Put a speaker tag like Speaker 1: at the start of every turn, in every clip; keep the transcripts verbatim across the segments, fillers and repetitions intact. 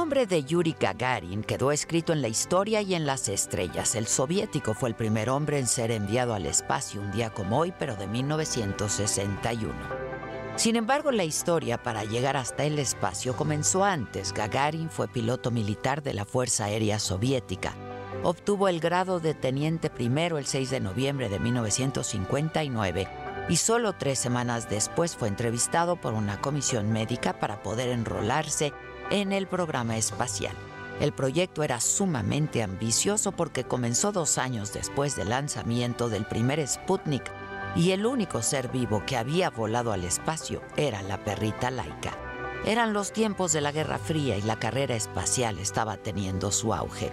Speaker 1: nombre de Yuri Gagarin quedó escrito en la historia y en las estrellas. El soviético fue el primer hombre en ser enviado al espacio un día como hoy, pero de mil novecientos sesenta y uno. Sin embargo, la historia para llegar hasta el espacio comenzó antes. Gagarin fue piloto militar de la Fuerza Aérea Soviética. Obtuvo el grado de teniente primero el seis de noviembre de mil novecientos cincuenta y nueve y solo tres semanas después fue entrevistado por una comisión médica para poder enrolarse en el programa espacial. El proyecto era sumamente ambicioso porque comenzó dos años después del lanzamiento del primer Sputnik y el único ser vivo que había volado al espacio era la perrita Laika. Eran los tiempos de la Guerra Fría y la carrera espacial estaba teniendo su auge.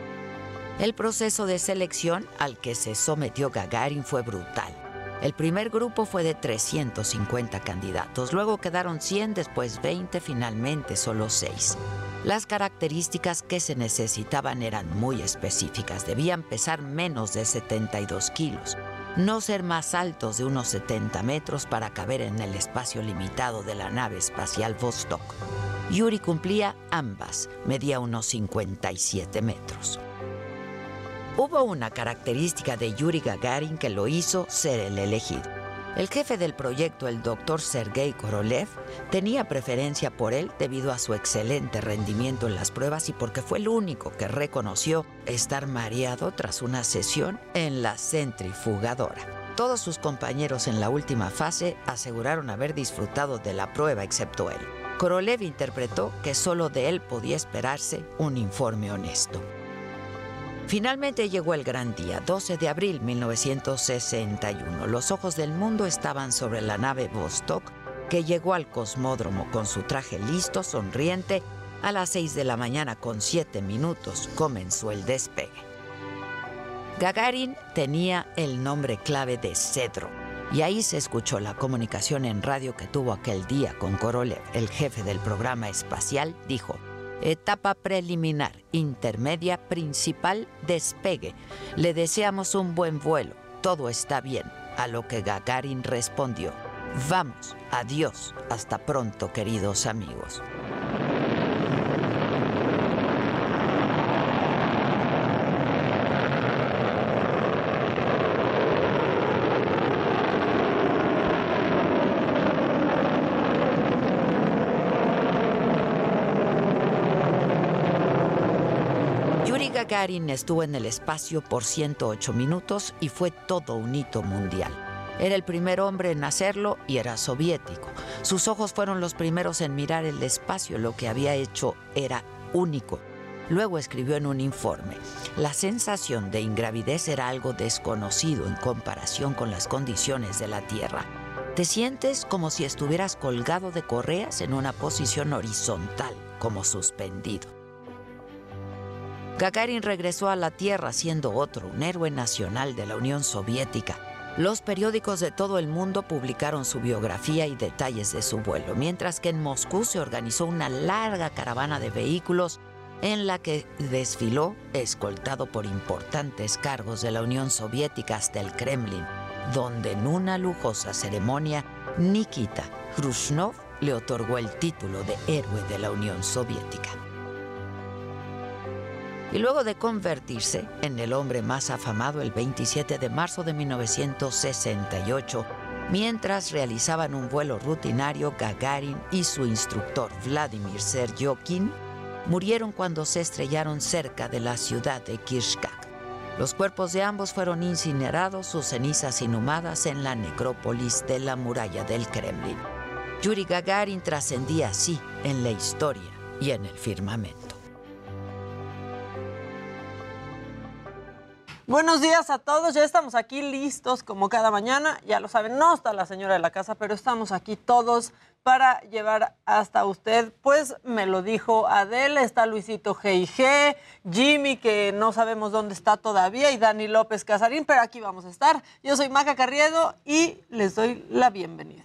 Speaker 1: El proceso de selección al que se sometió Gagarin fue brutal. El primer grupo fue de trescientos cincuenta candidatos, luego quedaron cien, después veinte, finalmente solo seis. Las características que se necesitaban eran muy específicas. Debían pesar menos de setenta y dos kilos, no ser más altos de unos setenta metros para caber en el espacio limitado de la nave espacial Vostok. Yuri cumplía ambas, medía unos cincuenta y siete metros. Hubo una característica de Yuri Gagarin que lo hizo ser el elegido. El jefe del proyecto, el doctor Sergei Korolev, tenía preferencia por él debido a su excelente rendimiento en las pruebas y porque fue el único que reconoció estar mareado tras una sesión en la centrifugadora. Todos sus compañeros en la última fase aseguraron haber disfrutado de la prueba excepto él. Korolev interpretó que solo de él podía esperarse un informe honesto. Finalmente llegó el gran día, doce de abril de mil novecientos sesenta y uno. Los ojos del mundo estaban sobre la nave Vostok, que llegó al cosmódromo con su traje listo, sonriente. A las seis de la mañana con siete minutos comenzó el despegue. Gagarin tenía el nombre clave de Cedro, y ahí se escuchó la comunicación en radio que tuvo aquel día con Korolev. El jefe del programa espacial dijo: etapa preliminar, intermedia, principal, despegue. Le deseamos un buen vuelo. Todo está bien. A lo que Gagarin respondió: vamos, adiós, hasta pronto, queridos amigos. Gagarin estuvo en el espacio por ciento ocho minutos y fue todo un hito mundial. Era el primer hombre en hacerlo y era soviético. Sus ojos fueron los primeros en mirar el espacio. Lo que había hecho era único. Luego escribió en un informe: la sensación de ingravidez era algo desconocido en comparación con las condiciones de la Tierra. Te sientes como si estuvieras colgado de correas en una posición horizontal, como suspendido. Gagarin regresó a la Tierra siendo otro, un héroe nacional de la Unión Soviética. Los periódicos de todo el mundo publicaron su biografía y detalles de su vuelo, mientras que en Moscú se organizó una larga caravana de vehículos en la que desfiló, escoltado por importantes cargos de la Unión Soviética hasta el Kremlin, donde en una lujosa ceremonia Nikita Khrushchev le otorgó el título de héroe de la Unión Soviética. Y luego de convertirse en el hombre más afamado el veintisiete de marzo de mil novecientos sesenta y ocho, mientras realizaban un vuelo rutinario, Gagarin y su instructor Vladimir Seryokin murieron cuando se estrellaron cerca de la ciudad de Kirchkak. Los cuerpos de ambos fueron incinerados, sus cenizas inhumadas en la necrópolis de la muralla del Kremlin. Yuri Gagarin trascendía así en la historia y en el firmamento.
Speaker 2: Buenos días a todos, ya estamos aquí listos como cada mañana, ya lo saben, no está la señora de la casa, pero estamos aquí todos para llevar hasta usted, pues me lo dijo Adela, está Luisito G y G, Jimmy, que no sabemos dónde está todavía, y Dani López Casarín, pero aquí vamos a estar. Yo soy Maca Carriedo y les doy la bienvenida.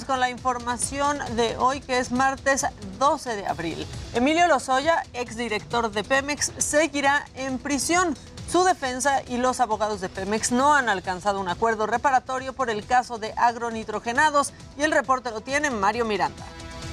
Speaker 2: vámonos con la información de hoy, que es martes doce de abril. Emilio Lozoya, exdirector de Pemex, seguirá en prisión. Su defensa y los abogados de Pemex no han alcanzado un acuerdo reparatorio por el caso de agronitrogenados, y el reporte lo tiene Mario Miranda.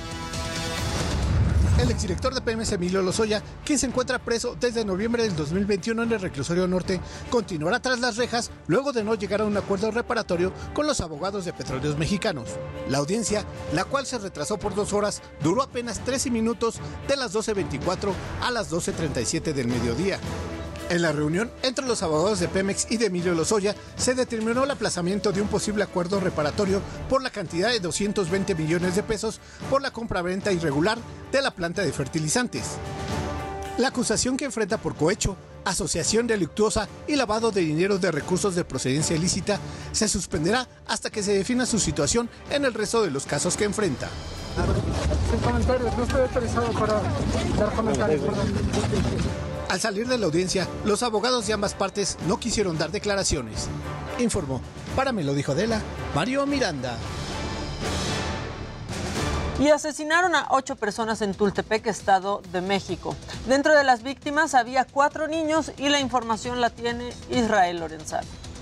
Speaker 3: El exdirector de Pemex, Emilio Lozoya, quien se encuentra preso desde noviembre del dos mil veintiuno en el reclusorio norte, continuará tras las rejas luego de no llegar a un acuerdo reparatorio con los abogados de Petróleos Mexicanos. La audiencia, la cual se retrasó por dos horas, duró apenas trece minutos, de las doce veinticuatro a las doce treinta y siete del mediodía. En la reunión entre los abogados de Pemex y de Emilio Lozoya se determinó el aplazamiento de un posible acuerdo reparatorio por la cantidad de doscientos veinte millones de pesos por la compraventa irregular de la planta de fertilizantes. La acusación que enfrenta por cohecho, asociación delictuosa y lavado de dinero de recursos de procedencia ilícita se suspenderá hasta que se defina su situación en el resto de los casos que enfrenta.
Speaker 4: Sin comentarios, no estoy autorizado para dar comentarios.
Speaker 3: Al salir de la audiencia, los abogados de ambas partes no quisieron dar declaraciones. Informó, para Me lo dijo Adela, Mario Miranda.
Speaker 2: Y asesinaron a ocho personas en Tultepec, Estado de México. Dentro de las víctimas había cuatro niños y la información la tiene Israel Lorenzano.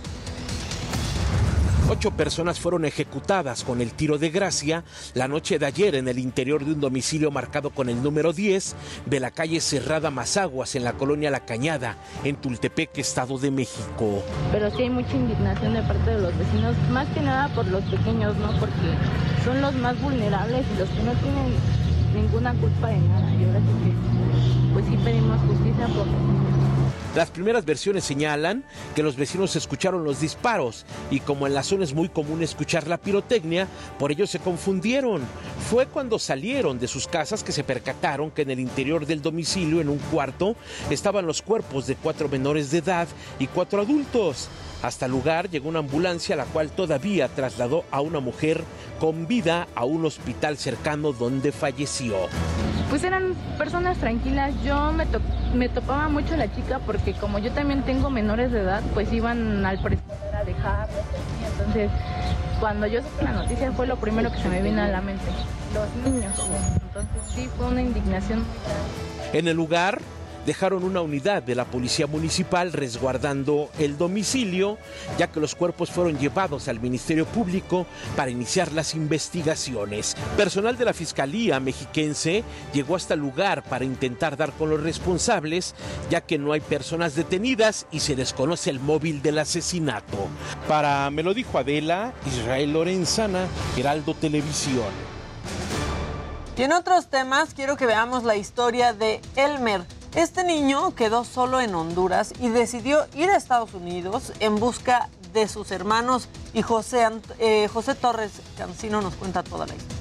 Speaker 5: Ocho personas fueron ejecutadas con el tiro de gracia la noche de ayer en el interior de un domicilio marcado con el número diez de la calle Cerrada Mazaguas, en la colonia La Cañada, en Tultepec, Estado de México.
Speaker 6: Pero sí hay mucha indignación de parte de los vecinos, más que nada por los pequeños, ¿no? Porque son los más vulnerables y los que no tienen ninguna culpa de nada. Y ahora sí que, pues sí pedimos justicia por...
Speaker 5: Las primeras versiones señalan que los vecinos escucharon los disparos y como en la zona es muy común escuchar la pirotecnia, por ello se confundieron. Fue cuando salieron de sus casas que se percataron que en el interior del domicilio, en un cuarto, estaban los cuerpos de cuatro menores de edad y cuatro adultos. Hasta el lugar llegó una ambulancia, la cual todavía trasladó a una mujer con vida a un hospital cercano donde falleció.
Speaker 6: Pues eran personas tranquilas. Yo me, to me topaba mucho la chica porque como yo también tengo menores de edad, pues iban al preescolar a dejarlos. Entonces, cuando yo supe la noticia fue lo primero que se me vino a la mente. Los niños. Entonces sí, fue una indignación muy grande.
Speaker 5: En el lugar dejaron una unidad de la policía municipal resguardando el domicilio, ya que los cuerpos fueron llevados al Ministerio Público para iniciar las investigaciones. Personal de la Fiscalía mexiquense llegó hasta el lugar para intentar dar con los responsables, ya que no hay personas detenidas y se desconoce el móvil del asesinato. Para Me lo dijo Adela, Israel Lorenzana, Heraldo Televisión.
Speaker 2: Y en otros temas quiero que veamos la historia de Elmer. Este niño quedó solo en Honduras y decidió ir a Estados Unidos en busca de sus hermanos, y José, eh, José Torres Cancino nos cuenta toda la historia.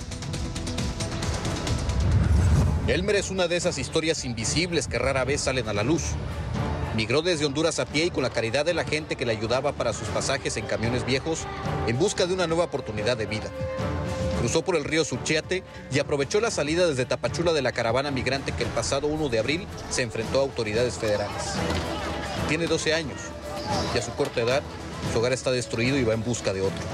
Speaker 7: Elmer es una de esas historias invisibles que rara vez salen a la luz. Migró desde Honduras a pie y con la caridad de la gente que le ayudaba para sus pasajes en camiones viejos en busca de una nueva oportunidad de vida. Cruzó por el río Suchiate y aprovechó la salida desde Tapachula de la caravana migrante que el pasado uno de abril se enfrentó a autoridades federales. Tiene doce años y a su corta edad su hogar está destruido y va en busca de otro.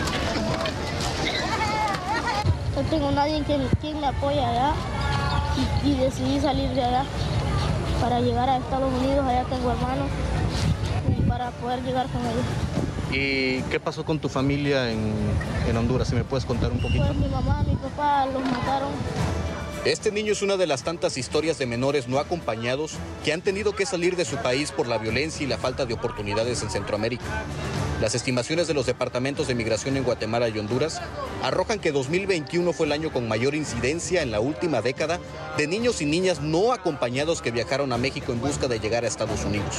Speaker 8: No tengo nadie quien, quien me apoye allá y, y decidí salir de allá para llegar a Estados Unidos. Allá tengo hermanos y para poder llegar con ellos.
Speaker 9: ¿Y qué pasó con tu familia en, en Honduras? Si me puedes contar un poquito.
Speaker 8: Pues mi mamá, mi papá los mataron.
Speaker 7: Este niño es una de las tantas historias de menores no acompañados que han tenido que salir de su país por la violencia y la falta de oportunidades en Centroamérica. Las estimaciones de los departamentos de migración en Guatemala y Honduras arrojan que dos mil veintiuno fue el año con mayor incidencia en la última década de niños y niñas no acompañados que viajaron a México en busca de llegar a Estados Unidos.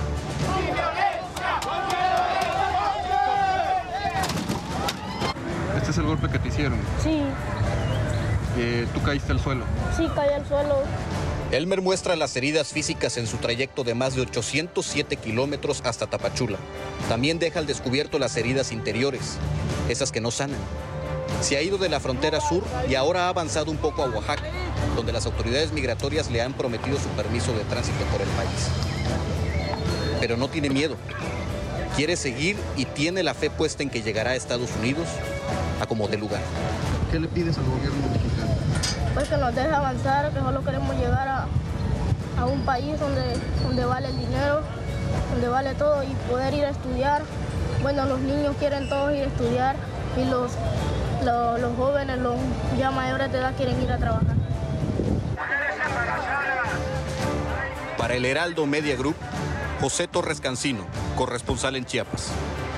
Speaker 9: ¿Este es el golpe que te hicieron?
Speaker 8: Sí.
Speaker 9: Eh, ¿Tú caíste al suelo?
Speaker 8: Sí, caí al suelo.
Speaker 7: Elmer muestra las heridas físicas en su trayecto de más de ochocientos siete kilómetros hasta Tapachula. También deja al descubierto las heridas interiores, esas que no sanan. Se ha ido de la frontera sur y ahora ha avanzado un poco a Oaxaca, donde las autoridades migratorias le han prometido su permiso de tránsito por el país. Pero no tiene miedo. Quiere seguir y tiene la fe puesta en que llegará a Estados Unidos a como dé lugar.
Speaker 9: ¿Qué le pides al gobierno mexicano?
Speaker 8: Pues que nos deje avanzar, que solo queremos llegar a, a un país donde, donde vale el dinero, donde vale todo y poder ir a estudiar. Bueno, los niños quieren todos ir a estudiar y los, los, los jóvenes, los ya mayores de edad quieren ir a trabajar.
Speaker 7: Para el Heraldo Media Group, José Torres Cancino, corresponsal en Chiapas.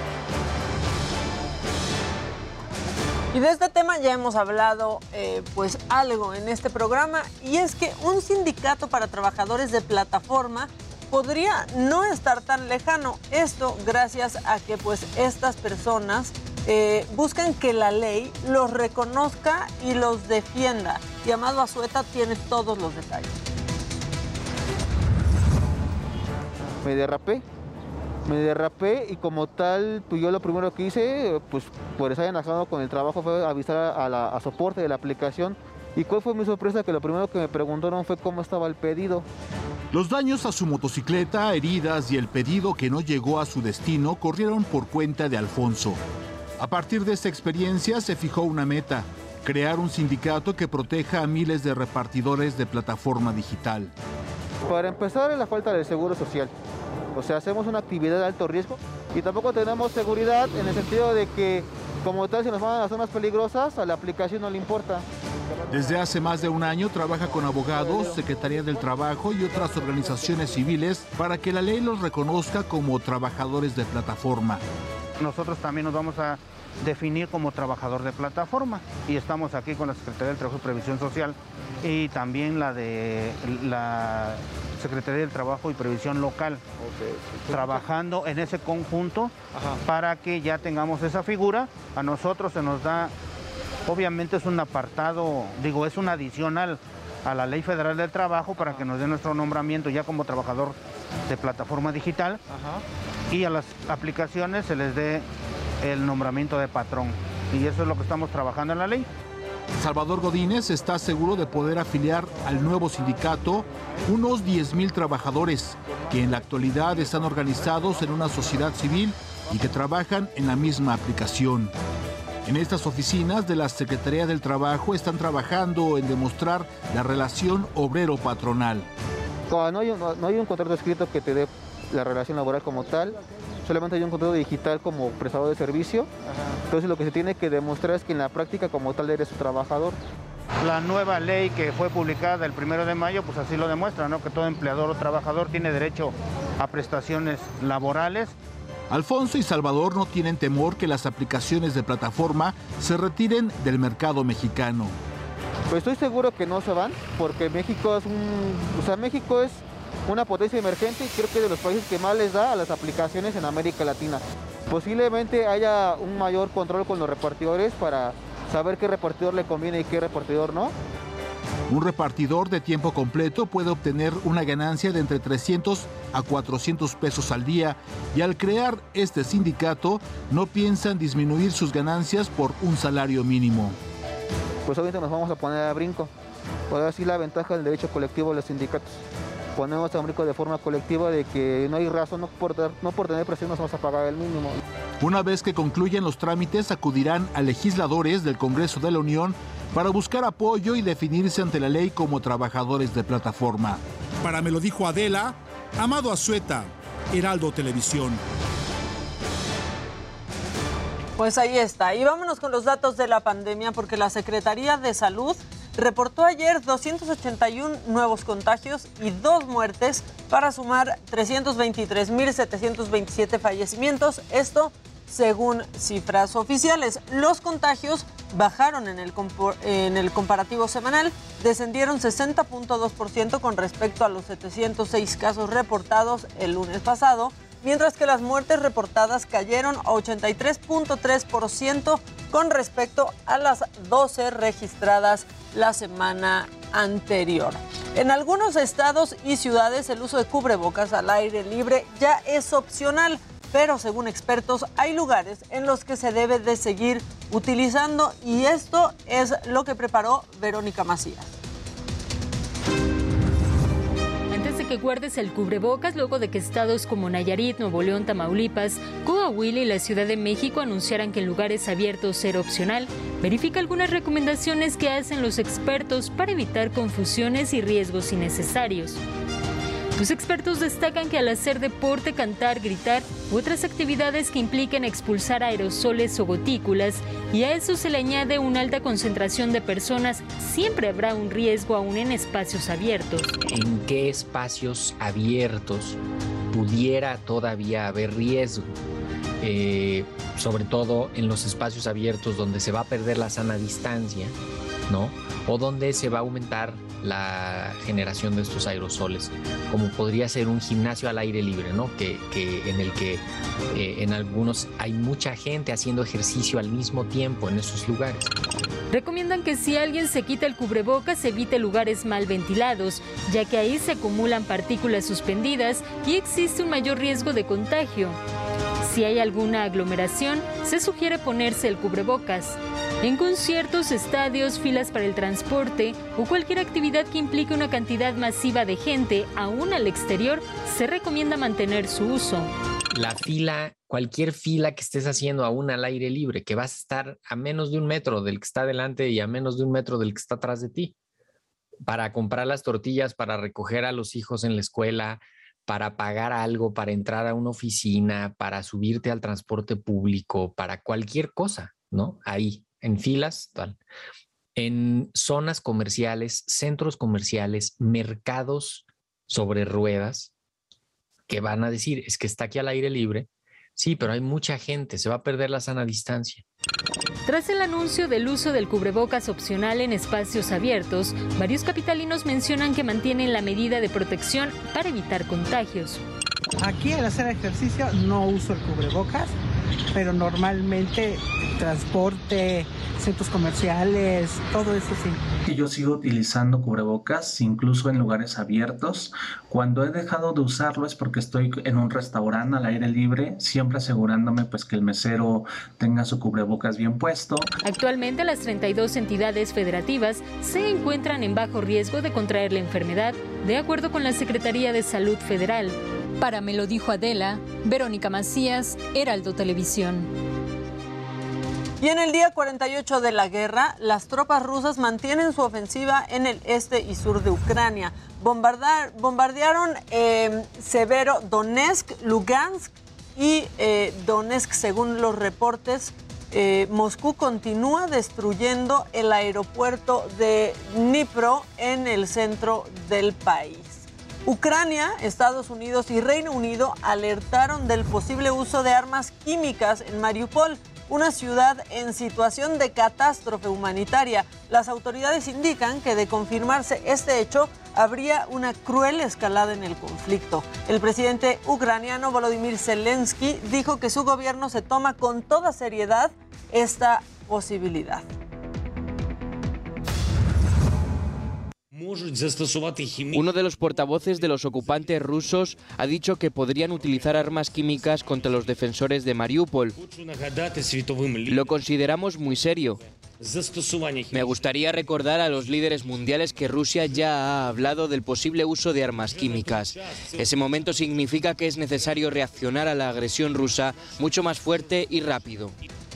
Speaker 2: Y de este tema ya hemos hablado eh, pues algo en este programa, y es que un sindicato para trabajadores de plataforma podría no estar tan lejano. Esto gracias a que pues estas personas eh, buscan que la ley los reconozca y los defienda. Y Amado Azueta tiene todos los detalles.
Speaker 10: Me derrapé, me derrapé y como tal, pues yo lo primero que hice, pues por estar enlazado con el trabajo, fue avisar a, la, a soporte de la aplicación. ¿Y cuál fue mi sorpresa? Que lo primero que me preguntaron fue cómo estaba el pedido.
Speaker 11: Los daños a su motocicleta, heridas y el pedido que no llegó a su destino corrieron por cuenta de Alfonso. A partir de esta experiencia se fijó una meta: crear un sindicato que proteja a miles de repartidores de plataforma digital.
Speaker 10: Para empezar, es la falta de seguro social. O sea, hacemos una actividad de alto riesgo y tampoco tenemos seguridad en el sentido de que, como tal, si nos van a las zonas peligrosas, a la aplicación no le importa.
Speaker 11: Desde hace más de un año trabaja con abogados, Secretaría del Trabajo y otras organizaciones civiles para que la ley los reconozca como trabajadores de plataforma.
Speaker 12: Nosotros también nos vamos a definir como trabajador de plataforma y estamos aquí con la Secretaría del Trabajo y Previsión Social y también la de la Secretaría del Trabajo y Previsión Local, okay. Trabajando en ese conjunto. Ajá. Para que ya tengamos esa figura. A nosotros se nos da, obviamente es un apartado, digo, es un adicional a la Ley Federal del Trabajo para que nos dé nuestro nombramiento ya como trabajador de plataforma digital. Ajá. Y a las aplicaciones se les dé el nombramiento de patrón. Y eso es lo que estamos trabajando en la ley.
Speaker 11: Salvador Godínez está seguro de poder afiliar al nuevo sindicato unos diez mil trabajadores que en la actualidad están organizados en una sociedad civil y que trabajan en la misma aplicación. En estas oficinas de la Secretaría del Trabajo están trabajando en demostrar la relación obrero-patronal.
Speaker 10: Cuando no hay, un, no hay un contrato escrito que te dé la relación laboral como tal, solamente hay un contrato digital como prestador de servicio. Ajá. Entonces lo que se tiene que demostrar es que en la práctica como tal eres un trabajador.
Speaker 12: La nueva ley que fue publicada el primero de mayo, pues así lo demuestra, ¿no? Que todo empleador o trabajador tiene derecho a prestaciones laborales.
Speaker 11: Alfonso y Salvador no tienen temor que las aplicaciones de plataforma se retiren del mercado mexicano.
Speaker 10: Pues estoy seguro que no se van, porque México es un, o sea, México es una potencia emergente y creo que de los países que más les da a las aplicaciones en América Latina. Posiblemente haya un mayor control con los repartidores para saber qué repartidor le conviene y qué repartidor no.
Speaker 11: Un repartidor de tiempo completo puede obtener una ganancia de entre trescientos a cuatrocientos pesos al día y al crear este sindicato no piensan disminuir sus ganancias por un salario mínimo.
Speaker 10: Pues obviamente nos vamos a poner a brinco. Por así la ventaja del derecho colectivo de los sindicatos. Ponemos a brinco de forma colectiva de que no hay razón, no por, no por tener presión nos vamos a pagar el mínimo.
Speaker 11: Una vez que concluyen los trámites, acudirán a legisladores del Congreso de la Unión para buscar apoyo y definirse ante la ley como trabajadores de plataforma.
Speaker 13: Para Me lo dijo Adela, Amado Azueta, Heraldo Televisión.
Speaker 2: Pues ahí está. Y vámonos con los datos de la pandemia, porque la Secretaría de Salud reportó ayer doscientos ochenta y uno nuevos contagios y dos muertes para sumar trescientos veintitrés mil setecientos veintisiete fallecimientos. Esto según cifras oficiales. Los contagios bajaron en el, en el comparativo semanal, descendieron sesenta punto dos por ciento con respecto a los setecientos seis casos reportados el lunes pasado, mientras que las muertes reportadas cayeron a ochenta y tres punto tres por ciento con respecto a las doce registradas la semana anterior. En algunos estados y ciudades el uso de cubrebocas al aire libre ya es opcional, pero según expertos hay lugares en los que se debe de seguir utilizando, y esto es lo que preparó Verónica Macías.
Speaker 14: Antes de que guardes el cubrebocas, luego de que estados como Nayarit, Nuevo León, Tamaulipas, Coahuila y la Ciudad de México anunciaran que en lugares abiertos era opcional, Verifica algunas recomendaciones que hacen los expertos para evitar confusiones y riesgos innecesarios. Los expertos destacan que al hacer deporte, cantar, gritar u otras actividades que impliquen expulsar aerosoles o gotículas, y a eso se le añade una alta concentración de personas, siempre habrá un riesgo aún en espacios abiertos.
Speaker 15: ¿En qué espacios abiertos pudiera todavía haber riesgo? Eh, sobre todo en los espacios abiertos donde se va a perder la sana distancia, ¿no? O donde se va a aumentar la generación de estos aerosoles, como podría ser un gimnasio al aire libre, ¿no? Que, que en el que eh, en algunos hay mucha gente haciendo ejercicio al mismo tiempo en esos lugares.
Speaker 14: Recomiendan que si alguien se quita el cubrebocas, evite lugares mal ventilados, ya que ahí se acumulan partículas suspendidas y existe un mayor riesgo de contagio. Si hay alguna aglomeración, se sugiere ponerse el cubrebocas. En conciertos, estadios, filas para el transporte o cualquier actividad que implique una cantidad masiva de gente, aún al exterior, se recomienda mantener su uso.
Speaker 15: La fila, cualquier fila que estés haciendo aún al aire libre, que vas a estar a menos de un metro del que está delante y a menos de un metro del que está atrás de ti, para comprar las tortillas, para recoger a los hijos en la escuela, para pagar algo, para entrar a una oficina, para subirte al transporte público, para cualquier cosa, ¿no? Ahí. En filas, tal. En zonas comerciales, centros comerciales, mercados sobre ruedas, que van a decir, es que está aquí al aire libre. Sí, pero hay mucha gente, se va a perder la sana distancia.
Speaker 14: Tras el anuncio del uso del cubrebocas opcional en espacios abiertos, varios capitalinos mencionan que mantienen la medida de protección para evitar contagios.
Speaker 16: Aquí al hacer ejercicio no uso el cubrebocas, pero normalmente transporte, centros comerciales, todo eso sí.
Speaker 17: Yo sigo utilizando cubrebocas, incluso en lugares abiertos. Cuando he dejado de usarlo es porque estoy en un restaurante al aire libre, siempre asegurándome pues que el mesero tenga su cubrebocas bien puesto.
Speaker 14: Actualmente las treinta y dos entidades federativas se encuentran en bajo riesgo de contraer la enfermedad, de acuerdo con la Secretaría de Salud Federal.
Speaker 18: Para Me lo dijo Adela, Verónica Macías, Heraldo Televisión.
Speaker 2: Y en el día cuarenta y ocho de la guerra, las tropas rusas mantienen su ofensiva en el este y sur de Ucrania. Bombardar, bombardearon eh, Severo Donetsk, Lugansk y eh, Donetsk, según los reportes. Eh, Moscú continúa destruyendo el aeropuerto de Dnipro en el centro del país. Ucrania, Estados Unidos y Reino Unido alertaron del posible uso de armas químicas en Mariupol, una ciudad en situación de catástrofe humanitaria. Las autoridades indican que de confirmarse este hecho, habría una cruel escalada en el conflicto. El presidente ucraniano Volodymyr Zelensky dijo que su gobierno se toma con toda seriedad esta posibilidad.
Speaker 19: Uno de los portavoces de los ocupantes rusos ha dicho que podrían utilizar armas químicas contra los defensores de Mariupol. Lo consideramos muy serio. Me gustaría recordar a los líderes mundiales que Rusia ya ha hablado del posible uso de armas químicas. Ese momento significa que es necesario reaccionar a la agresión rusa mucho más fuerte y rápido.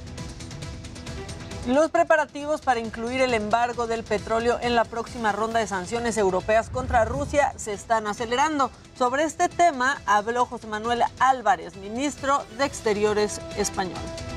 Speaker 2: Los preparativos para incluir el embargo del petróleo en la próxima ronda de sanciones europeas contra Rusia se están acelerando. Sobre este tema habló José Manuel Álvarez, ministro de Exteriores español.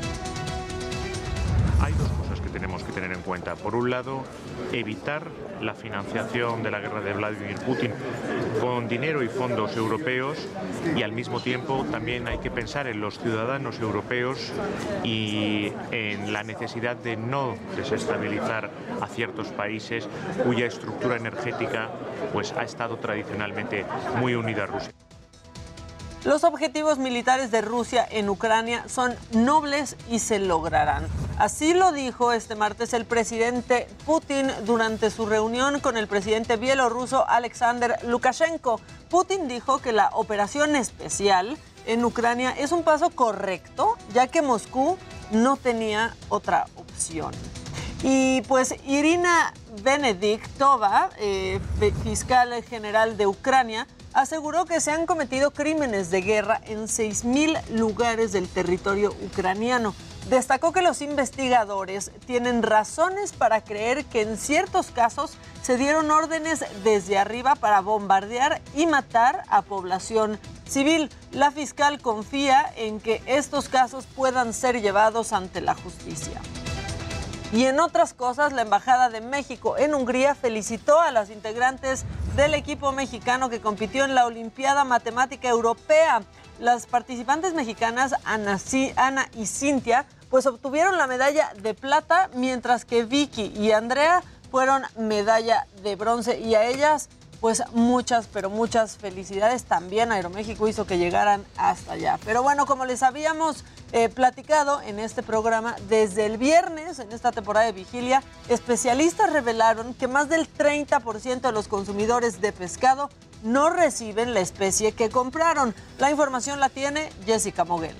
Speaker 20: Hay dos cosas que tenemos que tener en cuenta. Por un lado, evitar la financiación de la guerra de Vladimir Putin con dinero y fondos europeos, y al mismo tiempo también hay que pensar en los ciudadanos europeos y en la necesidad de no desestabilizar a ciertos países cuya estructura energética pues, ha estado tradicionalmente muy unida a Rusia.
Speaker 2: Los objetivos militares de Rusia en Ucrania son nobles y se lograrán. Así lo dijo este martes el presidente Putin durante su reunión con el presidente bielorruso Alexander Lukashenko. Putin dijo que la operación especial en Ucrania es un paso correcto, ya que Moscú no tenía otra opción. Y pues Irina Venediktova, eh, fiscal general de Ucrania, aseguró que se han cometido crímenes de guerra en seis mil lugares del territorio ucraniano. Destacó que los investigadores tienen razones para creer que en ciertos casos se dieron órdenes desde arriba para bombardear y matar a población civil. La fiscal confía en que estos casos puedan ser llevados ante la justicia. Y en otras cosas, la Embajada de México en Hungría felicitó a las integrantes del equipo mexicano que compitió en la Olimpiada Matemática Europea. Las participantes mexicanas, Ana, Ana y Cintia, pues obtuvieron la medalla de plata, mientras que Vicky y Andrea fueron medalla de bronce. Y a ellas, pues muchas, pero muchas felicidades. También Aeroméxico hizo que llegaran hasta allá. Pero bueno, como les habíamos eh, platicado en este programa, desde el viernes, en esta temporada de vigilia, especialistas revelaron que más del treinta por ciento de los consumidores de pescado no reciben la especie que compraron. La información la tiene Jessica Moguel.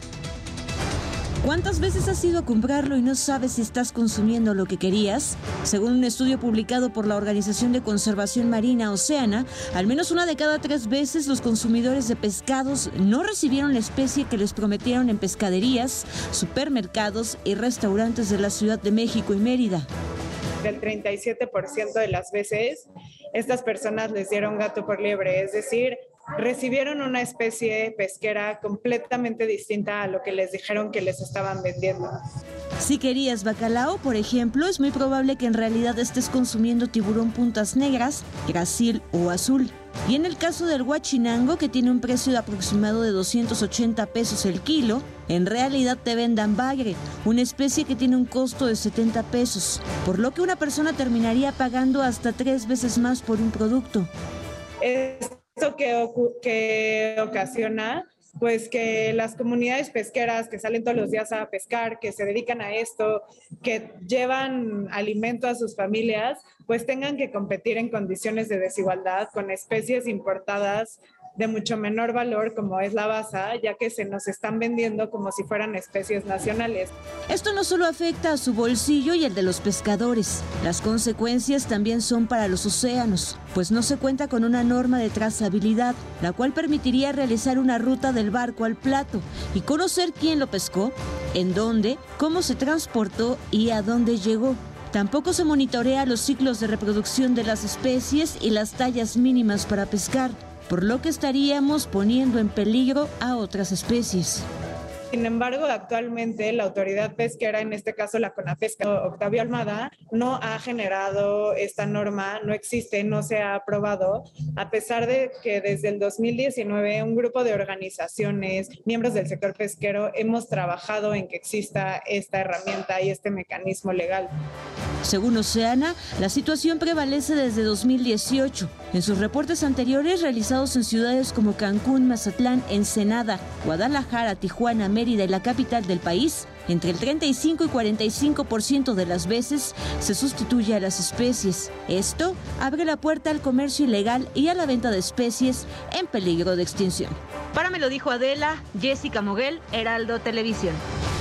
Speaker 21: ¿Cuántas veces has ido a comprarlo y no sabes si estás consumiendo lo que querías? Según un estudio publicado por la Organización de Conservación Marina Oceana, al menos una de cada tres veces los consumidores de pescados no recibieron la especie que les prometieron en pescaderías, supermercados y restaurantes de la Ciudad de México y Mérida.
Speaker 22: Del treinta y siete por ciento de las veces, estas personas les dieron gato por liebre, es decir, recibieron una especie pesquera completamente distinta a lo que les dijeron que les estaban vendiendo.
Speaker 21: Si querías bacalao, por ejemplo, es muy probable que en realidad estés consumiendo tiburón puntas negras, grasil o azul. Y en el caso del huachinango, que tiene un precio de aproximado de doscientos ochenta pesos el kilo, en realidad te vendan bagre, una especie que tiene un costo de setenta pesos, por lo que una persona terminaría pagando hasta tres veces más por un producto.
Speaker 22: Esto que, que ocasiona pues que las comunidades pesqueras que salen todos los días a pescar, que se dedican a esto, que llevan alimento a sus familias, pues tengan que competir en condiciones de desigualdad con especies importadas de mucho menor valor como es la basa, ya que se nos están vendiendo como si fueran especies nacionales.
Speaker 21: Esto no solo afecta a su bolsillo y el de los pescadores, las consecuencias también son para los océanos, pues no se cuenta con una norma de trazabilidad, la cual permitiría realizar una ruta del barco al plato y conocer quién lo pescó, en dónde, cómo se transportó y a dónde llegó. Tampoco se monitorea los ciclos de reproducción de las especies y las tallas mínimas para pescar, por lo que estaríamos poniendo en peligro a otras especies.
Speaker 22: Sin embargo, actualmente la autoridad pesquera, en este caso la CONAPESCA, Octavio Almada, no ha generado esta norma, no existe, no se ha aprobado, a pesar de que desde el dos mil diecinueve un grupo de organizaciones, miembros del sector pesquero, hemos trabajado en que exista esta herramienta y este mecanismo legal.
Speaker 21: Según Oceana, la situación prevalece desde dos mil dieciocho. En sus reportes anteriores realizados en ciudades como Cancún, Mazatlán, Ensenada, Guadalajara, Tijuana, Mérida y la capital del país, entre el treinta y cinco y cuarenta y cinco por ciento de las veces se sustituye a las especies. Esto abre la puerta al comercio ilegal y a la venta de especies en peligro de extinción.
Speaker 23: Para Me lo dijo Adela, Jessica Moguel, Heraldo Televisión.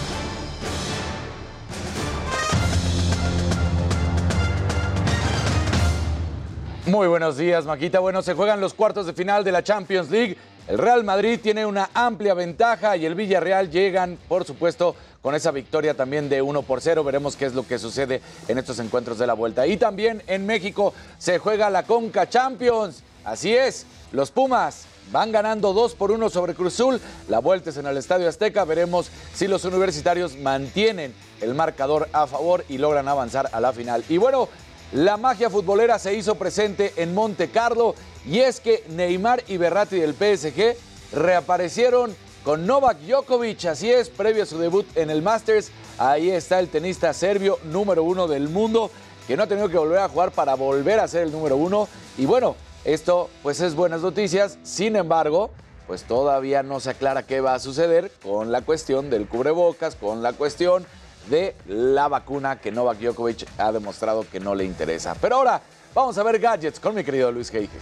Speaker 24: Muy buenos días, Maquita. Bueno, se juegan los cuartos de final de la Champions League. El Real Madrid tiene una amplia ventaja y el Villarreal llegan, por supuesto, con esa victoria también de uno por cero. Veremos qué es lo que sucede en estos encuentros de la vuelta. Y también en México se juega la Conca Champions. Así es, los Pumas van ganando dos por uno sobre Cruz Azul. La vuelta es en el Estadio Azteca. Veremos si los universitarios mantienen el marcador a favor y logran avanzar a la final. Y bueno, la magia futbolera se hizo presente en Monte Carlo y es que Neymar y Berratti del P S G reaparecieron con Novak Djokovic, así es, previo a su debut en el Masters. Ahí está el tenista serbio número uno del mundo, que no ha tenido que volver a jugar para volver a ser el número uno. Y bueno, esto pues es buenas noticias, sin embargo, pues todavía no se aclara qué va a suceder con la cuestión del cubrebocas, con la cuestión de la vacuna que Novak Djokovic ha demostrado que no le interesa. Pero ahora vamos a ver gadgets con mi querido Luis Geige.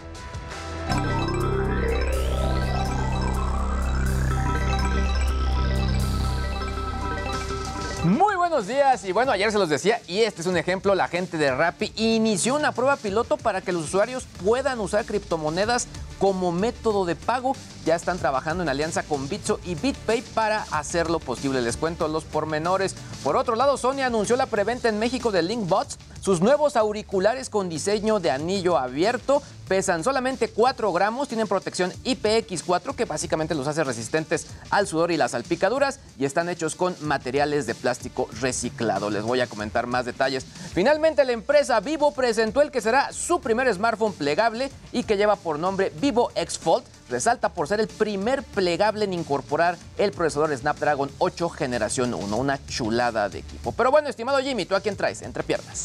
Speaker 25: Muy buenos días y bueno, ayer se los decía y este es un ejemplo. La gente de Rappi inició una prueba piloto para que los usuarios puedan usar criptomonedas
Speaker 1: como método de pago. Ya están trabajando en alianza con Bitso y BitPay para hacerlo posible. Les cuento los pormenores. Por otro lado, Sony anunció la preventa en México de LinkBuds, sus nuevos auriculares con diseño de anillo abierto. Pesan solamente cuatro gramos, tienen protección I P X cuatro que básicamente los hace resistentes al sudor y las salpicaduras y están hechos con materiales de plástico reciclado. Les voy a comentar más detalles. Finalmente, la empresa Vivo presentó el que será su primer smartphone plegable y que lleva por nombre Vivo X Fold. Resalta por ser el primer plegable en incorporar el procesador Snapdragon ocho generación uno. Una chulada de equipo. Pero bueno, estimado Jimmy, ¿tú a quién traes entre piernas?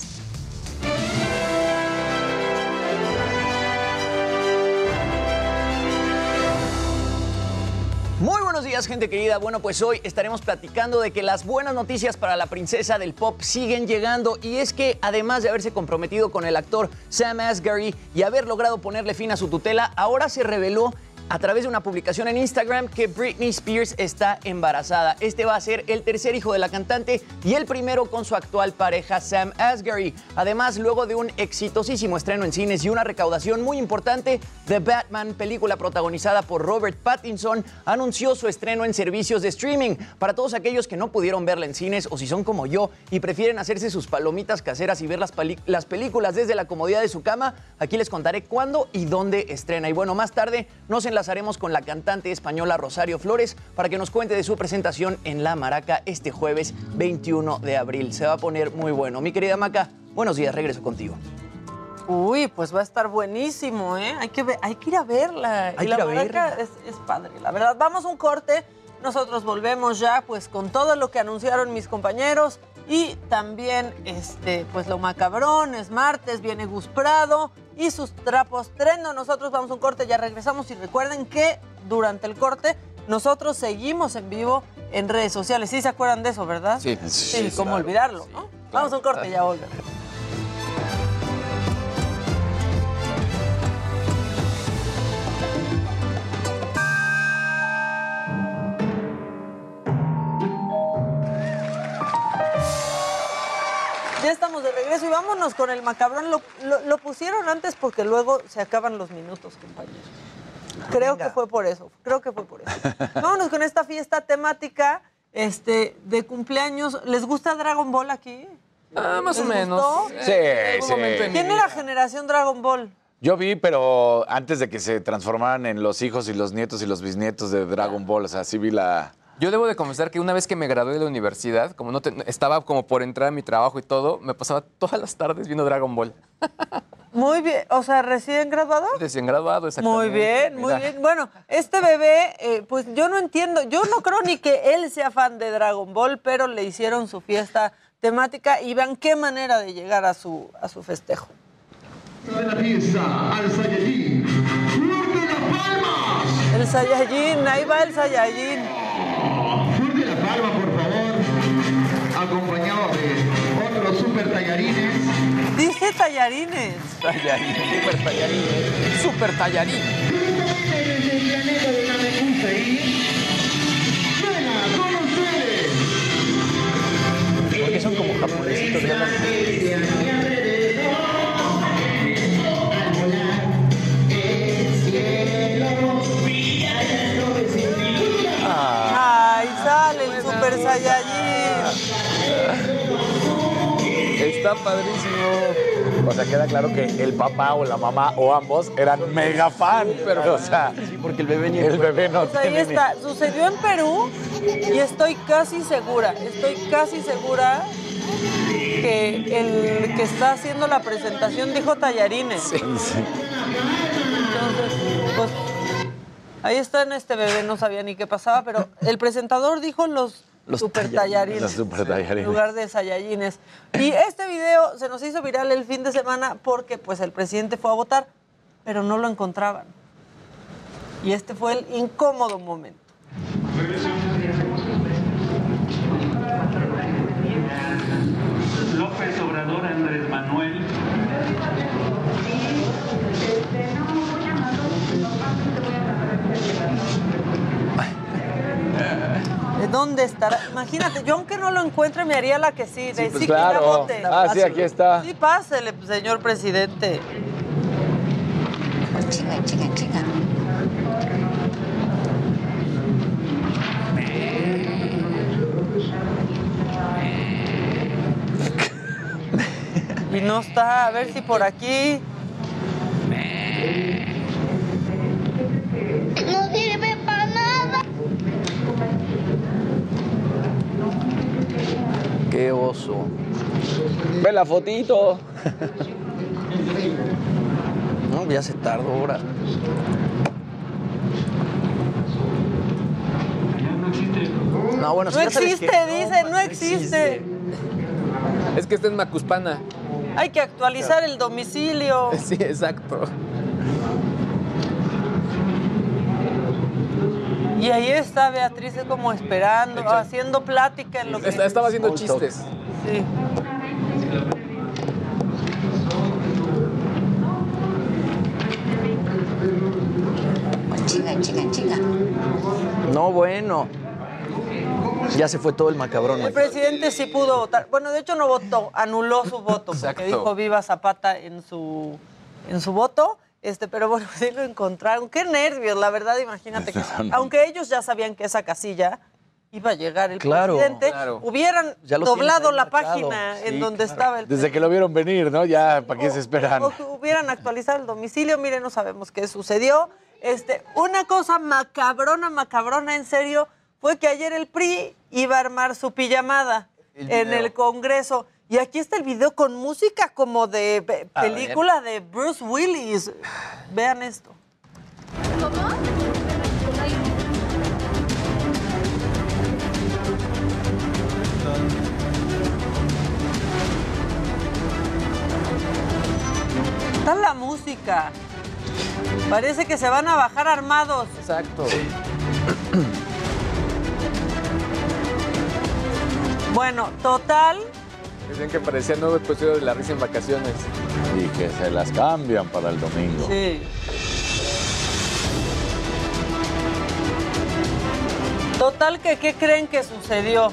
Speaker 3: Muy buenos días, gente querida. Bueno, pues hoy estaremos platicando de que las buenas noticias para la princesa del pop siguen llegando, y es que además de haberse comprometido con el actor Sam Asghari y haber logrado ponerle fin a su tutela, ahora se reveló a través de una publicación en Instagram que Britney Spears está embarazada. Este va a ser el tercer hijo de la cantante y el primero con su actual pareja Sam Asghari. Además, luego de un exitosísimo estreno en cines y una recaudación muy importante, The Batman, película protagonizada por Robert Pattinson, anunció su estreno en servicios de streaming. Para todos aquellos que no pudieron verla en cines, o si son como yo y prefieren hacerse sus palomitas caseras y ver las, las películas desde la comodidad de su cama, aquí les contaré cuándo y dónde estrena. Y bueno, más tarde nos enlazaremos con la cantante española Rosario Flores para que nos cuente de su presentación en La Maraca este jueves veintiuno de abril. Se va a poner muy bueno. Mi querida Maca, buenos días, regreso contigo.
Speaker 2: Uy, pues va a estar buenísimo, ¿eh? Hay que, ver, hay que ir a verla.
Speaker 3: Hay
Speaker 2: y La
Speaker 3: que ir a
Speaker 2: Maraca
Speaker 3: verla.
Speaker 2: es, es padre, la verdad. Vamos a un corte. Nosotros volvemos ya pues con todo lo que anunciaron mis compañeros y también este pues lo macabrón. Es martes, viene Gus Prado y sus trapos trendo. Nosotros vamos a un corte, ya regresamos, y recuerden que durante el corte nosotros seguimos en vivo en redes sociales. ¿Sí se acuerdan de eso, verdad?
Speaker 25: Sí.
Speaker 2: Sí,
Speaker 25: Sí,
Speaker 2: cómo
Speaker 25: claro.
Speaker 2: olvidarlo, ¿no? Vamos a un corte, ya volvemos. Ya estamos de regreso y vámonos con el macabrón. Lo, lo, lo pusieron antes porque luego se acaban los minutos, compañeros. Creo que fue por eso, creo que fue por eso. Vámonos con esta fiesta temática este, de cumpleaños. ¿Les gusta Dragon Ball aquí?
Speaker 25: Ah, más o
Speaker 2: ¿Les
Speaker 25: menos.
Speaker 2: gustó?
Speaker 24: Sí, sí.
Speaker 2: ¿Quién era generación Dragon Ball?
Speaker 24: Yo vi, pero antes de que se transformaran en los hijos y los nietos y los bisnietos de Dragon Ball, o sea, sí vi la...
Speaker 1: Yo debo de confesar que una vez que me gradué de la universidad, como no te- estaba como por entrar a mi trabajo y todo, me pasaba todas las tardes viendo Dragon Ball.
Speaker 2: Muy bien, o sea, ¿recién graduado?
Speaker 1: Recién graduado, exactamente.
Speaker 2: Muy bien, muy
Speaker 1: Mira.
Speaker 2: bien. Bueno, este bebé, eh, pues yo no entiendo, yo no creo ni que él sea fan de Dragon Ball, pero le hicieron su fiesta temática y vean qué manera de llegar a su, a su festejo.
Speaker 4: De la fiesta al Saiyajin, ¡Fuerte las palmas!
Speaker 2: El Saiyajin, ahí va el Saiyajin.
Speaker 4: Fuerte la palma, por favor, acompañado de otros super tallarines.
Speaker 2: Dice tallarines.
Speaker 1: Tallarín, super tallarín, super tallarín.
Speaker 4: Desde el planeta de Namekusei, ¡venga con ustedes!
Speaker 3: Porque son como japonesitos de la...
Speaker 2: Ay, sale el Super Saiyajin.
Speaker 1: Está padrísimo.
Speaker 24: O sea, queda claro que el papá o la mamá o ambos eran mega fan. Pero, o sea,
Speaker 3: Sí, porque el bebé ni...
Speaker 24: el bebé no
Speaker 2: Pues ahí
Speaker 24: tiene ni-
Speaker 2: está, sucedió en Perú y estoy casi segura, estoy casi segura que el que está haciendo la presentación dijo tallarines. Entonces, pues ahí está en este bebé, no sabía ni qué pasaba, pero el presentador dijo los,
Speaker 24: Los
Speaker 2: super
Speaker 24: tallarines,
Speaker 2: tallarines,
Speaker 24: los super
Speaker 2: en
Speaker 24: tallarines.
Speaker 2: lugar de saiyajines. Y este video se nos hizo viral el fin de semana porque pues el presidente fue a votar, pero no lo encontraban. Y este fue el incómodo momento.
Speaker 5: López Obrador, Andrés Manuel.
Speaker 2: ¿De dónde estará? Imagínate, yo aunque no lo encuentre me haría la que sí, de
Speaker 24: Sí, pues
Speaker 2: sí que ya
Speaker 24: claro.
Speaker 2: vote.
Speaker 24: Ah, sí, aquí está.
Speaker 2: Sí, pásele, señor presidente.
Speaker 6: Chinga, chinga, chinga.
Speaker 2: Y no está, a ver si por aquí.
Speaker 6: No sirve para nada.
Speaker 3: Qué oso. Ve la fotito. No, ya se tardó ahora. No, bueno,
Speaker 2: no existe, dice, no, no existe.
Speaker 1: Es que está en Macuspana.
Speaker 2: Hay que actualizar el domicilio.
Speaker 1: Sí, exacto.
Speaker 2: Y ahí está Beatriz como esperando, Hecho. haciendo plática en lo que...
Speaker 1: Estaba haciendo chistes.
Speaker 2: Sí.
Speaker 6: Chinga, chinga, chinga.
Speaker 3: No, bueno. Ya se fue todo el macabrón.
Speaker 2: El presidente sí pudo votar. Bueno, de hecho no votó, anuló su voto, porque Exacto. dijo viva Zapata en su, en su voto. Este, pero bueno, sí lo encontraron. Qué nervios, la verdad, imagínate que... Aunque ellos ya sabían que esa casilla iba a llegar el
Speaker 3: claro,
Speaker 2: presidente,
Speaker 3: claro.
Speaker 2: hubieran doblado la página sí, en donde claro. estaba el...
Speaker 24: Desde que lo vieron venir, ¿no? Ya, ¿para qué se esperan?
Speaker 2: O, o hubieran actualizado el domicilio. Miren, no sabemos qué sucedió. Este, una cosa macabrona, macabrona, en serio, fue que ayer el P R I iba a armar su pijamada el en el Congreso. Y aquí está el video con música como de pe película de Bruce Willis. Vean esto. ¿Cómo? Está la música. Parece que se van a bajar armados.
Speaker 1: Exacto.
Speaker 2: Bueno, total.
Speaker 1: Decían que parecía nuevo episodio de La Risa en Vacaciones.
Speaker 24: Y que se las cambian para el domingo.
Speaker 2: Sí. Total, que ¿qué creen que sucedió?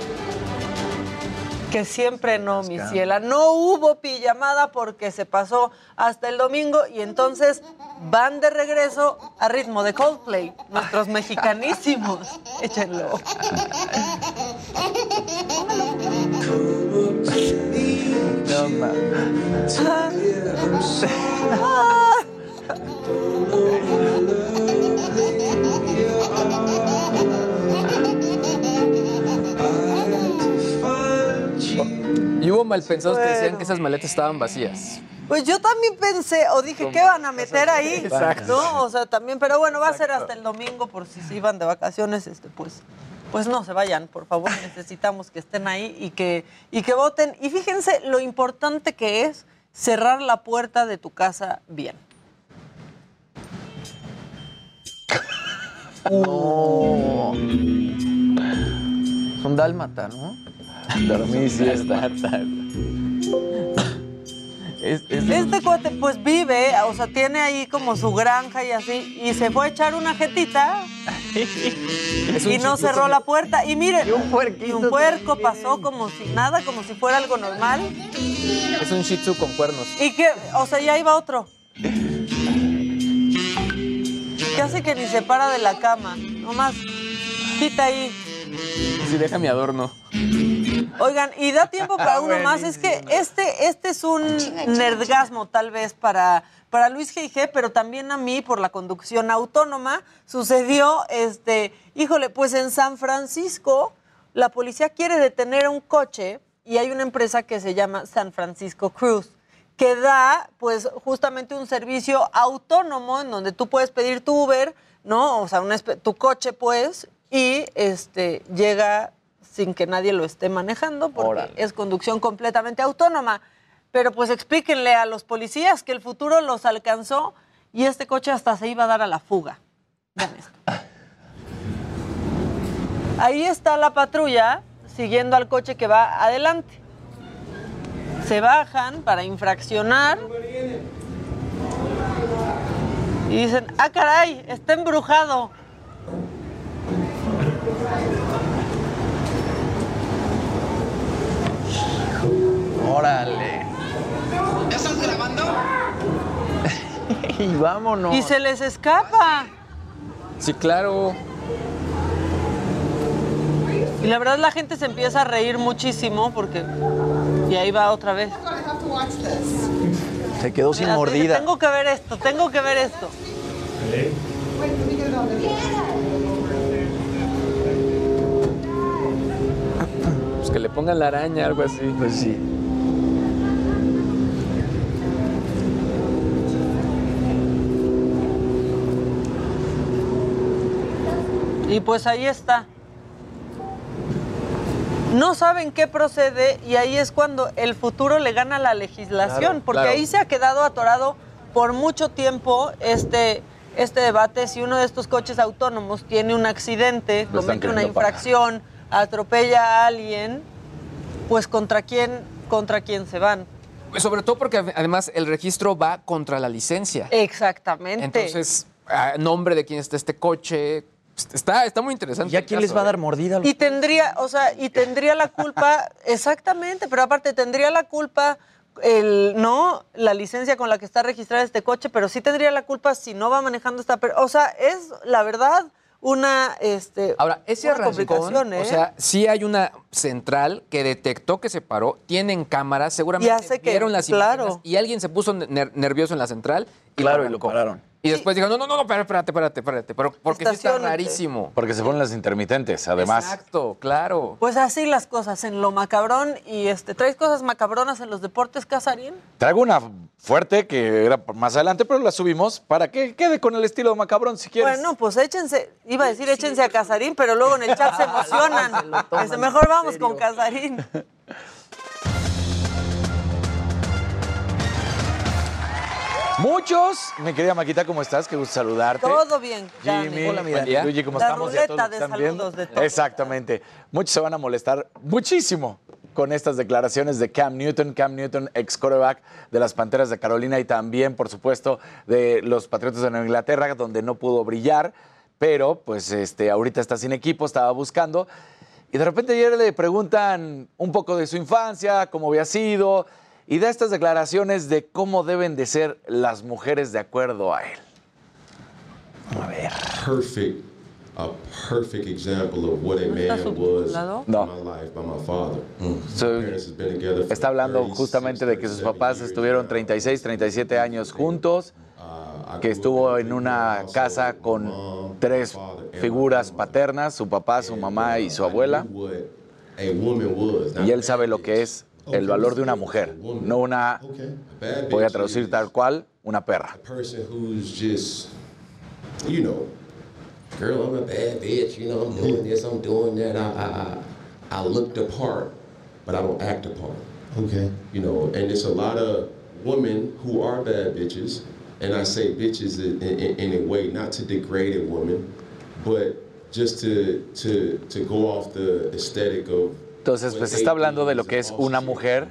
Speaker 2: Que siempre no, mi ciela. No hubo pijamada porque se pasó hasta el domingo y entonces van de regreso a ritmo de Coldplay, nuestros mexicanísimos. Échenlo.
Speaker 3: No mames.
Speaker 1: Y hubo malpensados bueno. que decían que esas maletas estaban vacías.
Speaker 2: Pues yo también pensé, o dije, ¿qué van a meter ahí?
Speaker 1: Exacto.
Speaker 2: ¿No? O sea, también, pero bueno, va Exacto. a ser hasta el domingo por si se iban de vacaciones, este, pues, pues no se vayan, por favor, necesitamos que estén ahí y que, y que voten. Y fíjense lo importante que es cerrar la puerta de tu casa bien.
Speaker 3: No. Es un dálmata, ¿no?
Speaker 24: Dormí siesta.
Speaker 2: Es, es este cuate pues vive, o sea, tiene ahí como su granja y así, y se fue a echar una jetita y no cerró la puerta. Y miren,
Speaker 3: y un,
Speaker 2: y un puerco pasó como si nada, como si fuera algo normal.
Speaker 1: Es un Shih Tzu con cuernos.
Speaker 2: Y que, o sea, ya iba otro. Casi que ni se para de la cama, nomás quita ahí.
Speaker 1: Sí, deja mi adorno.
Speaker 2: Oigan, y da tiempo para uno más. Es que este, este es un nerdgasmo tal vez para, para Luis G G, pero también a mí por la conducción autónoma. Sucedió, este, híjole, pues en San Francisco la policía quiere detener un coche y hay una empresa que se llama San Francisco Cruise, que da pues justamente un servicio autónomo en donde tú puedes pedir tu Uber, ¿no? O sea, un, tu coche pues, y este llega sin que nadie lo esté manejando, porque Órale. es conducción completamente autónoma. Pero pues explíquenle a los policías que el futuro los alcanzó y este coche hasta se iba a dar a la fuga. Vean esto. Ahí está la patrulla siguiendo al coche que va adelante. Se bajan para infraccionar y dicen, ah, caray, está embrujado.
Speaker 3: Órale.
Speaker 6: ¿Ya estás grabando?
Speaker 3: Y vámonos.
Speaker 2: Y se les escapa.
Speaker 1: Sí, claro.
Speaker 2: Y la verdad la gente se empieza a reír muchísimo porque... Y ahí va otra vez.
Speaker 3: Se quedó sin
Speaker 2: Mira,
Speaker 3: mordida.
Speaker 2: Tengo que ver esto, tengo que ver esto.
Speaker 1: Pues que le pongan la araña, algo así.
Speaker 3: Pues sí.
Speaker 2: Y pues ahí está. No saben qué procede y ahí es cuando el futuro le gana a la legislación,
Speaker 1: Claro,
Speaker 2: porque
Speaker 1: claro.
Speaker 2: ahí se ha quedado atorado por mucho tiempo este, este debate. Si uno de estos coches autónomos tiene un accidente,
Speaker 24: Lo están
Speaker 2: comete una
Speaker 24: queriendo pagar.
Speaker 2: infracción, atropella a alguien, pues contra quién, contra quién se van.
Speaker 1: Sobre todo porque además el registro va contra la licencia.
Speaker 2: Exactamente.
Speaker 1: Entonces, a nombre de quién está este coche, está, está muy interesante.
Speaker 3: ¿Y a
Speaker 1: el
Speaker 3: quién
Speaker 1: caso,
Speaker 3: les va a
Speaker 1: ¿eh?
Speaker 3: dar mordida? a los-
Speaker 2: Y tendría, o sea, y tendría la culpa, exactamente, pero aparte tendría la culpa el, no, la licencia con la que está registrado este coche, pero sí tendría la culpa si no va manejando esta persona. O sea, es la verdad una, este,
Speaker 1: Ahora, ese
Speaker 2: una
Speaker 1: arrancón,
Speaker 2: complicación, ¿eh?
Speaker 1: o sea, sí hay una central que detectó que se paró, tienen cámaras, seguramente
Speaker 2: Y hace que-
Speaker 1: vieron las
Speaker 2: claro.
Speaker 1: imágenes y alguien se puso ner- nervioso en la central y
Speaker 3: Claro, y lo
Speaker 1: arrancó.
Speaker 3: pararon.
Speaker 1: Y después dijeron, no, no, no, espérate, espérate, espérate, pero porque sí está
Speaker 2: Estaciónate.
Speaker 1: rarísimo.
Speaker 24: Porque se ponen las intermitentes, además.
Speaker 1: Exacto, claro.
Speaker 2: Pues así las cosas en lo macabrón. Y este, ¿traes cosas macabronas en los deportes, Casarín?
Speaker 24: Traigo una fuerte que era más adelante, pero la subimos para que quede con el estilo macabrón si quieres.
Speaker 2: Bueno, pues échense, iba a decir échense a Casarín, pero luego en el chat se emocionan. Este, mejor vamos con Casarín.
Speaker 24: Muchos, mi querida Maquita, ¿cómo estás? Qué gusto saludarte.
Speaker 2: Todo bien, Dani.
Speaker 24: Jimmy,
Speaker 2: Hola, mi Dani.
Speaker 24: Luigi, ¿cómo
Speaker 2: La
Speaker 24: estamos? Y a todos
Speaker 2: ruleta
Speaker 24: los que
Speaker 2: de
Speaker 24: están viendo.
Speaker 2: saludos de todos.
Speaker 24: Exactamente. Muchos se van a molestar muchísimo con estas declaraciones de Cam Newton, Cam Newton, ex quarterback de las Panteras de Carolina y también, por supuesto, de los Patriotas de Nueva Inglaterra, donde no pudo brillar, pero pues este, ahorita está sin equipo, estaba buscando. Y de repente ayer le preguntan un poco de su infancia, cómo había sido, y da estas declaraciones de cómo deben de ser las mujeres de acuerdo a él.
Speaker 3: A ver.
Speaker 7: Perfect, a perfect example of what a
Speaker 2: ¿No está
Speaker 7: man was
Speaker 2: subtitulado?
Speaker 24: No.
Speaker 7: in my life by my father.
Speaker 24: So,
Speaker 7: My parents has been together for
Speaker 24: está hablando
Speaker 7: thirty-six,
Speaker 24: justamente de que sus papás
Speaker 7: thirty-seven
Speaker 24: estuvieron
Speaker 7: years.
Speaker 24: treinta y seis, treinta y siete años juntos, que estuvo en una casa con tres figuras paternas, su papá, su mamá y su abuela.
Speaker 7: A woman was.
Speaker 24: Y él sabe lo que es el valor de una mujer, no una, voy a traducir tal cual, una perra.
Speaker 7: A person who's just, you know, girl, I'm a bad bitch. You know, I'm doing this, I'm doing that. I, I, I, I look the part, but I don't act the part. Okay. You know, and it's a lot of women who are bad bitches, and I say bitches in, in, in a way not to degrade a woman, but just to to to go off the aesthetic of.
Speaker 24: Entonces, pues está hablando de lo que es una mujer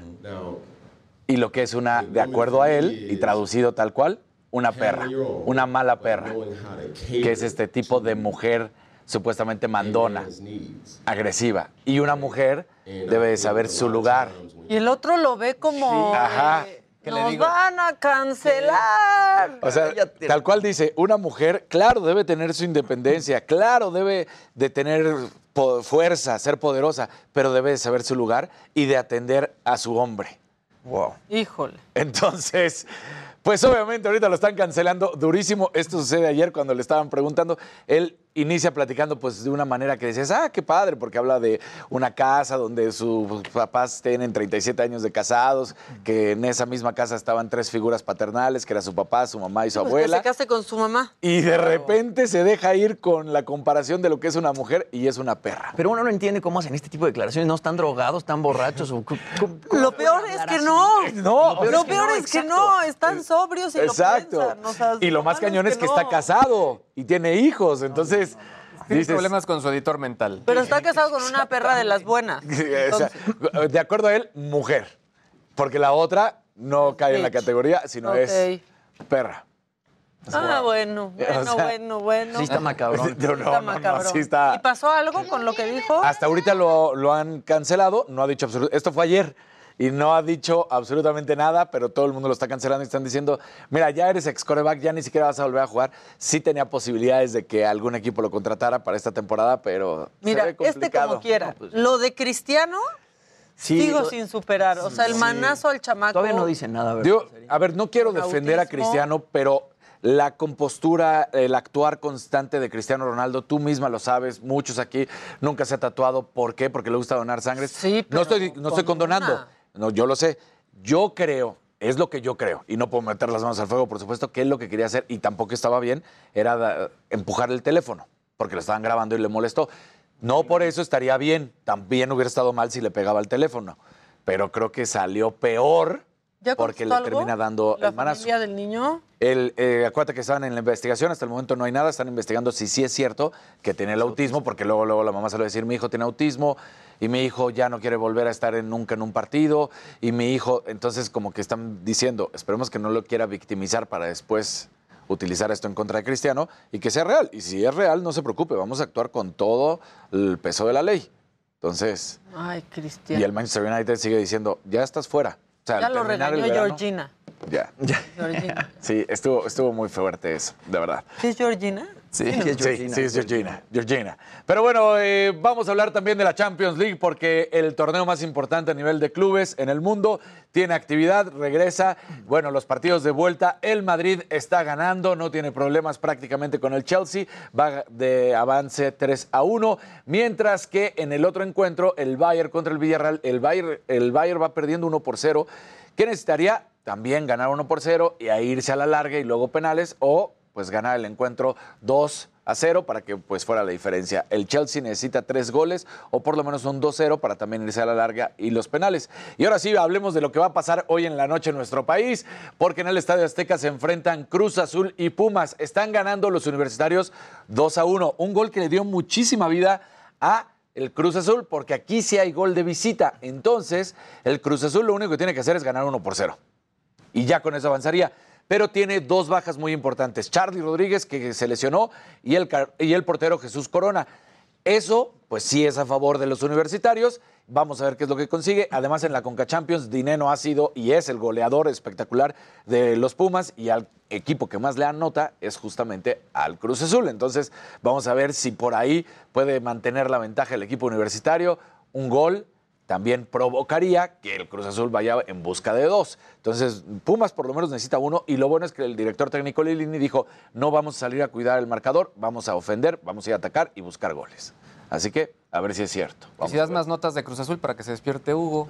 Speaker 24: y lo que es una, de acuerdo a él, y traducido tal cual, una perra, una mala perra, que es este tipo de mujer supuestamente mandona, agresiva. Y una mujer debe de saber su lugar.
Speaker 2: Y el otro lo ve como,
Speaker 24: Ajá.
Speaker 2: eh, nos van a cancelar.
Speaker 24: O sea, tal cual dice, una mujer, claro, debe tener su independencia, claro, debe de tener po- fuerza, ser poderosa, pero debe de saber su lugar y de atender a su hombre. Wow.
Speaker 2: Híjole.
Speaker 24: Entonces, pues obviamente ahorita lo están cancelando durísimo. Esto sucede ayer cuando le estaban preguntando. Él inicia platicando pues de una manera que decías, ah, qué padre, porque habla de una casa donde sus papás tienen treinta y siete años de casados, que en esa misma casa estaban tres figuras paternales, que era su papá, su mamá y su
Speaker 2: Pues que
Speaker 24: abuela.
Speaker 2: se case con su mamá.
Speaker 24: Y de repente se deja ir con la comparación de lo que es una mujer y es una perra.
Speaker 3: Pero uno no entiende cómo hacen este tipo de declaraciones. ¿No están drogados, están borrachos? O, ¿cómo- cómo
Speaker 2: Lo peor
Speaker 3: pueden
Speaker 2: es
Speaker 3: hablar
Speaker 2: que
Speaker 3: así?
Speaker 2: no.
Speaker 24: No.
Speaker 2: Lo peor es que no, están sobrios y
Speaker 24: Exacto.
Speaker 2: lo piensan. O sea,
Speaker 24: Y lo más
Speaker 2: malo
Speaker 24: cañón es que
Speaker 2: no.
Speaker 24: está casado y tiene hijos. Entonces,
Speaker 1: Tiene
Speaker 24: dices,
Speaker 1: problemas con su editor mental.
Speaker 2: Pero está casado con una perra de las buenas.
Speaker 24: o sea, de acuerdo a él, mujer. Porque la otra no cae en la categoría, sino
Speaker 2: Ok.
Speaker 24: es perra.
Speaker 2: Ah, bueno, bueno,
Speaker 24: o sea,
Speaker 2: bueno, bueno.
Speaker 24: sí está macabrón.
Speaker 2: Sí
Speaker 24: No,
Speaker 2: está
Speaker 24: no, no,
Speaker 2: macabrón.
Speaker 24: sí está-
Speaker 2: ¿Y pasó algo con lo que dijo?
Speaker 24: Hasta ahorita lo, lo han cancelado, no ha dicho absolutamente. Esto fue ayer y no ha dicho absolutamente nada, pero todo el mundo lo está cancelando y están diciendo: mira, ya eres ex quarterback, ya ni siquiera vas a volver a jugar. Sí tenía posibilidades de que algún equipo lo contratara para esta temporada, pero
Speaker 2: Mira,
Speaker 24: se ve
Speaker 2: este
Speaker 24: complicado.
Speaker 2: como quiera.
Speaker 24: No, pues,
Speaker 2: Lo de Cristiano,
Speaker 3: Sí,
Speaker 2: sigo
Speaker 3: lo-
Speaker 2: sin superar. O sea, el
Speaker 3: Sí.
Speaker 2: manazo al chamaco.
Speaker 3: Todavía no dice nada, ¿verdad?
Speaker 24: Digo, a ver, no quiero
Speaker 2: Con
Speaker 24: defender a
Speaker 2: autismo.
Speaker 24: Cristiano, pero la compostura, el actuar constante de Cristiano Ronaldo, tú misma lo sabes, muchos aquí nunca se ha tatuado. ¿Por qué? Porque le gusta donar sangre.
Speaker 2: Sí,
Speaker 24: no estoy, no estoy
Speaker 2: con
Speaker 24: condonando.
Speaker 2: una.
Speaker 24: No, yo lo sé. Yo creo, es lo que yo creo, y no puedo meter las manos al fuego, por supuesto, que él lo que quería hacer, y tampoco estaba bien, era da- empujar el teléfono, porque lo estaban grabando y le molestó. No por eso estaría bien, también hubiera estado mal si le pegaba el teléfono, pero creo que salió peor
Speaker 2: ¿Ya
Speaker 24: porque le
Speaker 2: contestó algo?
Speaker 24: termina dando
Speaker 2: ¿La
Speaker 24: el manazo.
Speaker 2: familia del niño?
Speaker 24: El, eh, acuérdate que estaban en la investigación, hasta el momento no hay nada, están investigando si sí es cierto que tiene el autismo, porque luego, luego la mamá se lo va a decir, mi hijo tiene autismo, y mi hijo ya no quiere volver a estar en, nunca en un partido, y mi hijo, entonces como que están diciendo, esperemos que no lo quiera victimizar para después utilizar esto en contra de Cristiano, y que sea real, y si es real, no se preocupe, vamos a actuar con todo el peso de la ley. Entonces,
Speaker 2: Ay, Cristian.
Speaker 24: y el Manchester United sigue diciendo, ya estás fuera. O sea,
Speaker 2: Ya
Speaker 24: al
Speaker 2: lo
Speaker 24: terminar el
Speaker 2: regañó
Speaker 24: verano-
Speaker 2: Georgina.
Speaker 24: Ya.
Speaker 2: Georgina.
Speaker 24: Sí, estuvo, estuvo muy fuerte eso, de verdad.
Speaker 2: ¿Sí es Georgina?
Speaker 24: Sí,
Speaker 3: Sí, es
Speaker 24: sí,
Speaker 3: Georgina.
Speaker 24: sí, es Georgina, Georgina. Pero bueno, eh, vamos a hablar también de la Champions League porque el torneo más importante a nivel de clubes en el mundo tiene actividad, regresa. Bueno, los partidos de vuelta, el Madrid está ganando, no tiene problemas prácticamente con el Chelsea, va de avance tres a uno, mientras que en el otro encuentro, el Bayern contra el Villarreal, el Bayern, el Bayern va perdiendo uno por cero. ¿Qué necesitaría? También ganar uno por cero y a irse a la larga y luego penales o pues ganar el encuentro dos a cero para que pues fuera la diferencia. El Chelsea necesita tres goles o por lo menos un dos cero para también irse a la larga y los penales. Y ahora sí, hablemos de lo que va a pasar hoy en la noche en nuestro país, porque en el Estadio Azteca se enfrentan Cruz Azul y Pumas. Están ganando los universitarios dos a uno. Un gol que le dio muchísima vida a el Cruz Azul, porque aquí sí hay gol de visita. Entonces, el Cruz Azul lo único que tiene que hacer es ganar uno por cero. Y ya con eso avanzaría. Pero tiene dos bajas muy importantes. Charlie Rodríguez, que se lesionó, y el, y el portero Jesús Corona. Eso, pues sí es a favor de los universitarios. Vamos a ver qué es lo que consigue. Además, en la Conca Champions, Dineno ha sido y es el goleador espectacular de los Pumas, y al equipo que más le anota es justamente al Cruz Azul. Entonces, vamos a ver si por ahí puede mantener la ventaja el equipo universitario. Un gol también provocaría que el Cruz Azul vaya en busca de dos. Entonces, Pumas por lo menos necesita uno, y lo bueno es que el director técnico Lilini dijo, no vamos a salir a cuidar el marcador, vamos a ofender, vamos a ir a atacar y buscar goles. Así que, a ver si es cierto.
Speaker 1: Y
Speaker 24: Vamos
Speaker 1: si
Speaker 24: a
Speaker 1: das
Speaker 24: ver.
Speaker 1: más notas de Cruz Azul para que se despierte Hugo.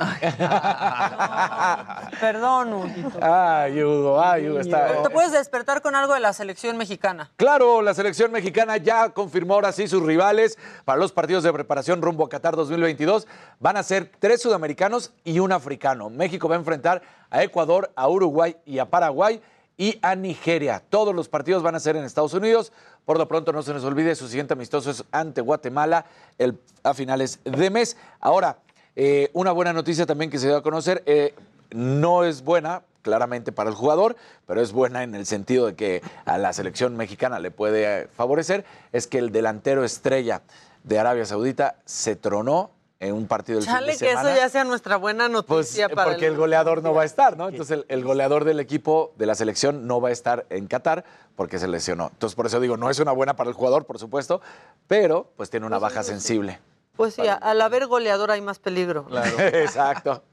Speaker 2: Perdón, Huguito.
Speaker 24: Ay, Hugo, ay, Hugo, está...
Speaker 2: ¿Te puedes despertar con algo de la selección mexicana?
Speaker 24: Claro, la selección mexicana ya confirmó ahora sí sus rivales para los partidos de preparación rumbo a Qatar dos mil veintidós. Van a ser tres sudamericanos y un africano. México va a enfrentar a Ecuador, a Uruguay y a Paraguay y a Nigeria. Todos los partidos van a ser en Estados Unidos. Por lo pronto, no se nos olvide, su siguiente amistoso es ante Guatemala el, a finales de mes. Ahora, eh, una buena noticia también que se dio a conocer, eh, no es buena claramente para el jugador, pero es buena en el sentido de que a la selección mexicana le puede favorecer, es que el delantero estrella de Arabia Saudita se tronó en un partido del
Speaker 2: Chale,
Speaker 24: fin de
Speaker 2: que
Speaker 24: semana.
Speaker 2: eso ya sea nuestra buena
Speaker 24: Pues
Speaker 2: noticia
Speaker 24: eh,
Speaker 2: para
Speaker 24: porque el goleador no va a estar, ¿no? Entonces el, el goleador del equipo de la selección no va a estar en Qatar porque se lesionó. Entonces por eso digo, no es una buena para el jugador, por supuesto, pero pues tiene una baja sensible.
Speaker 2: Pues sí, al haber goleador hay más peligro.
Speaker 24: Exacto.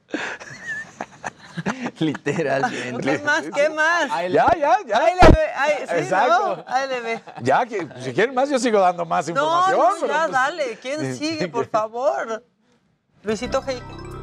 Speaker 3: Literalmente.
Speaker 2: ¿Qué más? ¿Qué más?
Speaker 24: Ya, ya, ya.
Speaker 2: Ahí le ve, ahí, sí,
Speaker 24: Exacto.
Speaker 2: ¿no? Ahí le ve.
Speaker 24: Ya, que, si quieren más, yo sigo dando más
Speaker 2: No,
Speaker 24: información.
Speaker 2: no,
Speaker 24: pero,
Speaker 2: ya,
Speaker 24: pues,
Speaker 2: dale. ¿Quién sigue, por favor? Luisito Hey.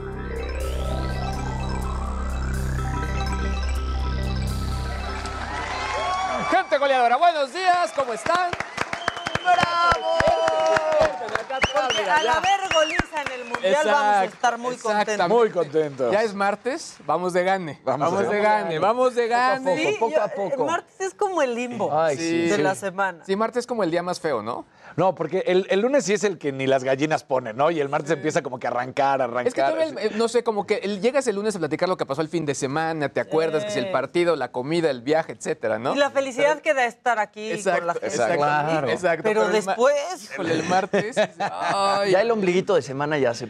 Speaker 1: Gente goleadora, buenos días, ¿cómo están?
Speaker 2: ¡Bravo! Porque al haber goliza en el Mundial vamos a estar muy contentos.
Speaker 24: Muy contentos.
Speaker 1: Ya es martes, vamos de gane.
Speaker 24: Vamos
Speaker 1: Vamos,
Speaker 24: de
Speaker 1: de
Speaker 24: gane.
Speaker 1: gane, vamos de gane.
Speaker 2: Sí,
Speaker 3: poco
Speaker 2: yo-
Speaker 3: a poco.
Speaker 2: El martes es como el limbo
Speaker 24: Ay,
Speaker 1: sí.
Speaker 2: de
Speaker 1: Sí.
Speaker 2: la semana.
Speaker 1: Sí, martes es como el día más feo, ¿no?
Speaker 24: No, porque el, el lunes sí es el que ni las gallinas ponen, ¿no? Y el martes empieza como que a arrancar, arrancar.
Speaker 1: Es que todavía, el- eh, no sé, como que el- llegas el lunes a platicar lo que pasó el fin de semana, te acuerdas que si el partido, la comida, el viaje, etcétera, ¿no?
Speaker 2: Y la felicidad que da estar aquí
Speaker 1: Exacto,
Speaker 2: con la gente.
Speaker 1: exacto,
Speaker 3: Claro.
Speaker 1: exacto.
Speaker 2: Pero
Speaker 1: el ma-
Speaker 2: después,
Speaker 1: híjole, el martes, ay,
Speaker 3: Ya el ombliguito de semana ya se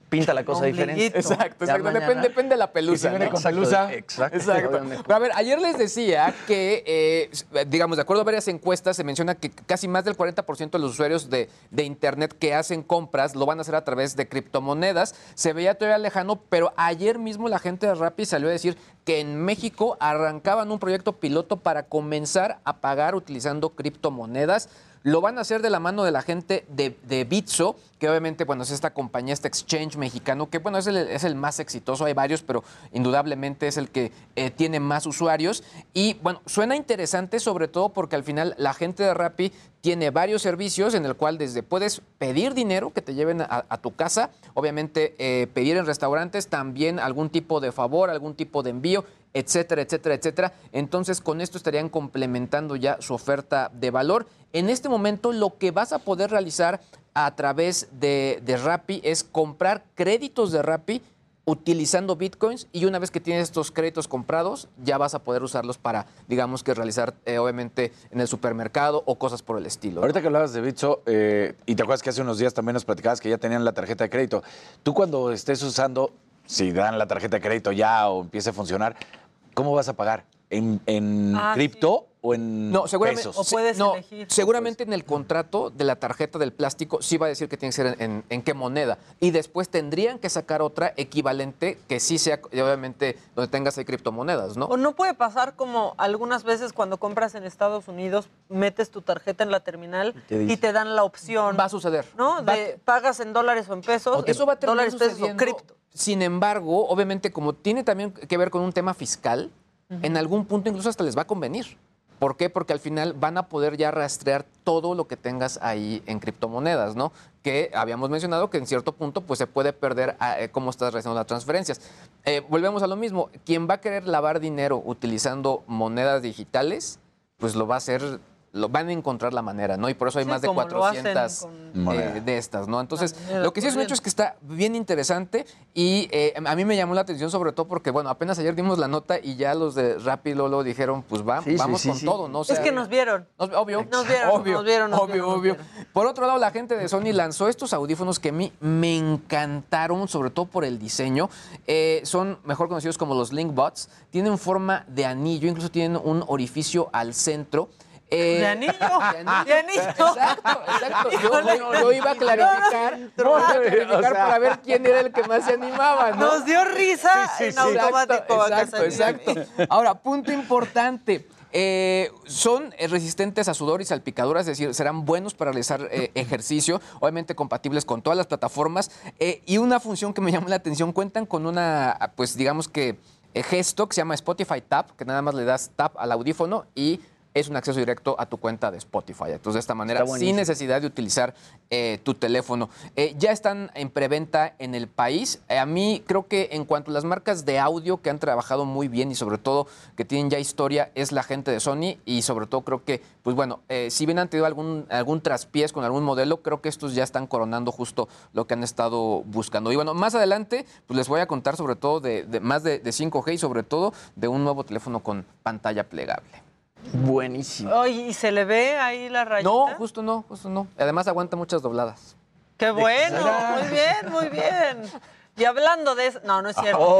Speaker 3: pinta la cosa diferente.
Speaker 1: Exacto,
Speaker 3: Ya
Speaker 1: exacto.
Speaker 3: mañana-
Speaker 1: Depende, depende de la pelusa.
Speaker 24: Y si viene
Speaker 1: ¿no?
Speaker 24: con pelusa.
Speaker 3: Exacto.
Speaker 1: Exacto. Pero a ver, ayer les decía que, eh, digamos, de acuerdo a varias encuestas, se menciona que casi más del cuarenta por ciento de los usuarios de, de Internet que hacen compras lo van a hacer a través de criptomonedas. Se veía todavía lejano, pero ayer mismo la gente de Rappi salió a decir que en México arrancaban un proyecto piloto para comenzar a pagar utilizando criptomonedas. Lo van a hacer de la mano de la gente de, de Bitso, que obviamente, bueno, es esta compañía, este exchange mexicano, que bueno, es el, es el más exitoso, hay varios, pero indudablemente es el que eh, tiene más usuarios. Y bueno, suena interesante sobre todo porque al final la gente de Rappi tiene varios servicios en el cual desde puedes pedir dinero que te lleven a, a tu casa, obviamente eh, pedir en restaurantes, también algún tipo de favor, algún tipo de envío, etcétera, etcétera, etcétera. Entonces, con esto estarían complementando ya su oferta de valor. En este momento, lo que vas a poder realizar a través de, de Rappi es comprar créditos de Rappi utilizando bitcoins, y una vez que tienes estos créditos comprados, ya vas a poder usarlos para, digamos que realizar, eh, obviamente, en el supermercado o cosas por el estilo, ¿no?
Speaker 24: Ahorita que hablabas de Bitso, eh, y te acuerdas que hace unos días también nos platicabas que ya tenían la tarjeta de crédito. Tú cuando estés usando, si dan la tarjeta de crédito ya o empiece a funcionar, ¿cómo vas a pagar? ¿En, en
Speaker 2: Ah,
Speaker 24: cripto o en
Speaker 1: No, seguramente,
Speaker 24: pesos?
Speaker 2: O puedes
Speaker 1: no,
Speaker 2: elegir.
Speaker 1: seguramente en el contrato de la tarjeta del plástico sí va a decir que tiene que ser en, en- en qué moneda. Y después tendrían que sacar otra equivalente que sí sea, y obviamente, donde tengas ahí criptomonedas, ¿no?
Speaker 2: O no puede pasar como algunas veces cuando compras en Estados Unidos, metes tu tarjeta en la terminal
Speaker 1: ¿Qué dice?
Speaker 2: y te dan la opción.
Speaker 1: Va a suceder.
Speaker 2: ¿No?
Speaker 1: Va a
Speaker 2: De pagas en dólares o en pesos.
Speaker 1: Eso va a terminar
Speaker 2: dólares, pesos o
Speaker 1: sucediendo.
Speaker 2: cripto.
Speaker 1: Sin embargo, obviamente, como tiene también que ver con un tema fiscal, en algún punto incluso hasta les va a convenir. ¿Por qué? Porque al final van a poder ya rastrear todo lo que tengas ahí en criptomonedas, ¿no? Que habíamos mencionado que en cierto punto pues se puede perder eh, cómo estás realizando las transferencias. Eh, volvemos a lo mismo. Quien va a querer lavar dinero utilizando monedas digitales, pues lo va a hacer, lo van a encontrar la manera, ¿no? Y por eso hay
Speaker 2: Sí,
Speaker 1: más de
Speaker 2: como lo hacen
Speaker 1: cuatrocientas
Speaker 2: con-
Speaker 1: eh, de estas, ¿no? Entonces,
Speaker 2: moneda
Speaker 1: lo que sí es un hecho es que está bien interesante y eh, a mí me llamó la atención sobre todo porque, bueno, apenas ayer dimos la nota y ya los de Rappi Lolo dijeron, pues va,
Speaker 3: Sí, sí,
Speaker 1: vamos
Speaker 3: sí,
Speaker 1: con
Speaker 3: sí.
Speaker 1: todo, ¿no? O
Speaker 2: Es
Speaker 1: sea,
Speaker 2: que nos vieron.
Speaker 1: nos- obvio.
Speaker 2: Nos vieron,
Speaker 1: obvio,
Speaker 2: nos vieron, nos
Speaker 1: obvio,
Speaker 2: vieron, nos
Speaker 1: obvio.
Speaker 2: vieron.
Speaker 1: Por otro lado, la gente de Sony lanzó estos audífonos que a mí me encantaron, sobre todo por el diseño. Eh, son mejor conocidos como los Linkbots. Tienen forma de anillo, incluso tienen un orificio al centro. Eh,
Speaker 2: ¿De anillo?
Speaker 1: De anillo.
Speaker 2: ¿De anillo?
Speaker 1: Exacto, exacto. Yo,
Speaker 2: Híjole.
Speaker 1: yo- yo iba a clarificar, yo iba a clarificar
Speaker 24: o sea.
Speaker 1: para ver quién era el que más se animaba, ¿no?
Speaker 2: Nos dio risa
Speaker 1: Sí, sí,
Speaker 2: en
Speaker 1: sí.
Speaker 2: automático. a
Speaker 1: Exacto,
Speaker 2: Casarín.
Speaker 1: exacto. Ahora, punto importante. eh, son eh, resistentes a sudor y salpicaduras, es decir, serán buenos para realizar eh, ejercicio, obviamente compatibles con todas las plataformas. eh, y una función que me llamó la atención, cuentan con una, pues digamos que, eh, gesto que se llama Spotify Tap, que nada más le das tap al audífono y es un acceso directo a tu cuenta de Spotify. Entonces, de esta manera,
Speaker 3: Está buenísimo.
Speaker 1: sin necesidad de utilizar eh, tu teléfono. Eh, ya están en preventa en el país. Eh, a mí creo que en cuanto a las marcas de audio que han trabajado muy bien y sobre todo que tienen ya historia, es la gente de Sony y sobre todo creo que, pues bueno, eh, si bien han tenido algún, algún traspiés con algún modelo, creo que estos ya están coronando justo lo que han estado buscando. Y bueno, más adelante, pues les voy a contar sobre todo de, de más de, de cinco G y sobre todo de un nuevo teléfono con pantalla plegable.
Speaker 3: Buenísimo.
Speaker 2: Oye, ¿y se le ve ahí la rayita?
Speaker 1: No, justo no, justo no. Además aguanta muchas dobladas.
Speaker 2: ¡Qué bueno! Muy bien, muy bien. Y hablando de eso... No, no es cierto.
Speaker 3: Oh,
Speaker 2: ¿Qué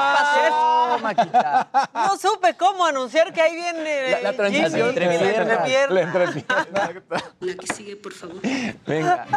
Speaker 3: pasó,
Speaker 2: pasó?
Speaker 3: Maquita?
Speaker 2: No supe cómo anunciar que ahí viene
Speaker 1: La- la
Speaker 2: eh,
Speaker 1: transición.
Speaker 2: Jimmy,
Speaker 1: La
Speaker 2: la
Speaker 3: entrepierna.
Speaker 2: entrepierna.
Speaker 24: La entrepierna.
Speaker 21: La que sigue, por favor.
Speaker 3: Venga.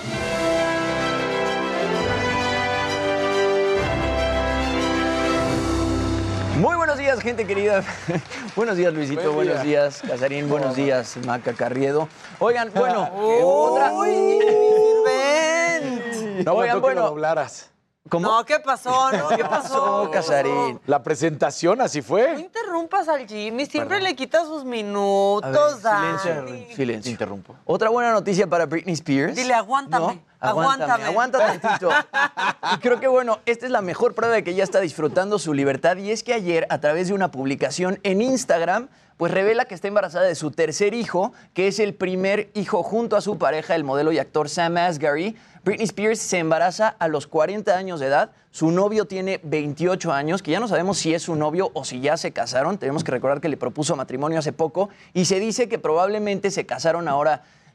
Speaker 3: Muy buenos días, gente querida. Buenos días, Luisito.
Speaker 24: Buen
Speaker 3: Buenos
Speaker 24: día.
Speaker 3: días, Casarín. Buenos días, Maca Carriedo. Oigan, bueno, eh, otra...
Speaker 2: ¡Uy, sirvent!
Speaker 24: No
Speaker 3: Oigan,
Speaker 24: aguantó que
Speaker 3: bueno.
Speaker 24: lo doblaras.
Speaker 3: ¿Cómo?
Speaker 2: No, ¿qué pasó? No,
Speaker 3: ¿Qué pasó, Casarín?
Speaker 24: La presentación así
Speaker 2: No
Speaker 24: fue.
Speaker 2: interrumpas al Jimmy, siempre le quitas sus minutos,
Speaker 3: A ver,
Speaker 2: Dani.
Speaker 3: silencio, silencio.
Speaker 24: Te interrumpo.
Speaker 3: Otra buena noticia para Britney Spears.
Speaker 2: Dile, aguántame,
Speaker 3: No,
Speaker 2: aguántame.
Speaker 3: Aguanta tantito. Y creo que, bueno, esta es la mejor prueba de que ella está disfrutando su libertad. Y es que ayer, a través de una publicación en Instagram, pues revela que está embarazada de su tercer hijo, que es el primer hijo junto a su pareja, el modelo y actor Sam Asghari. Britney Spears se embaraza a los cuarenta años de edad. Su novio tiene veintiocho años, que ya no sabemos si es su novio o si ya se casaron. Tenemos que recordar que le propuso matrimonio hace poco. Y se dice que probablemente se casaron ahora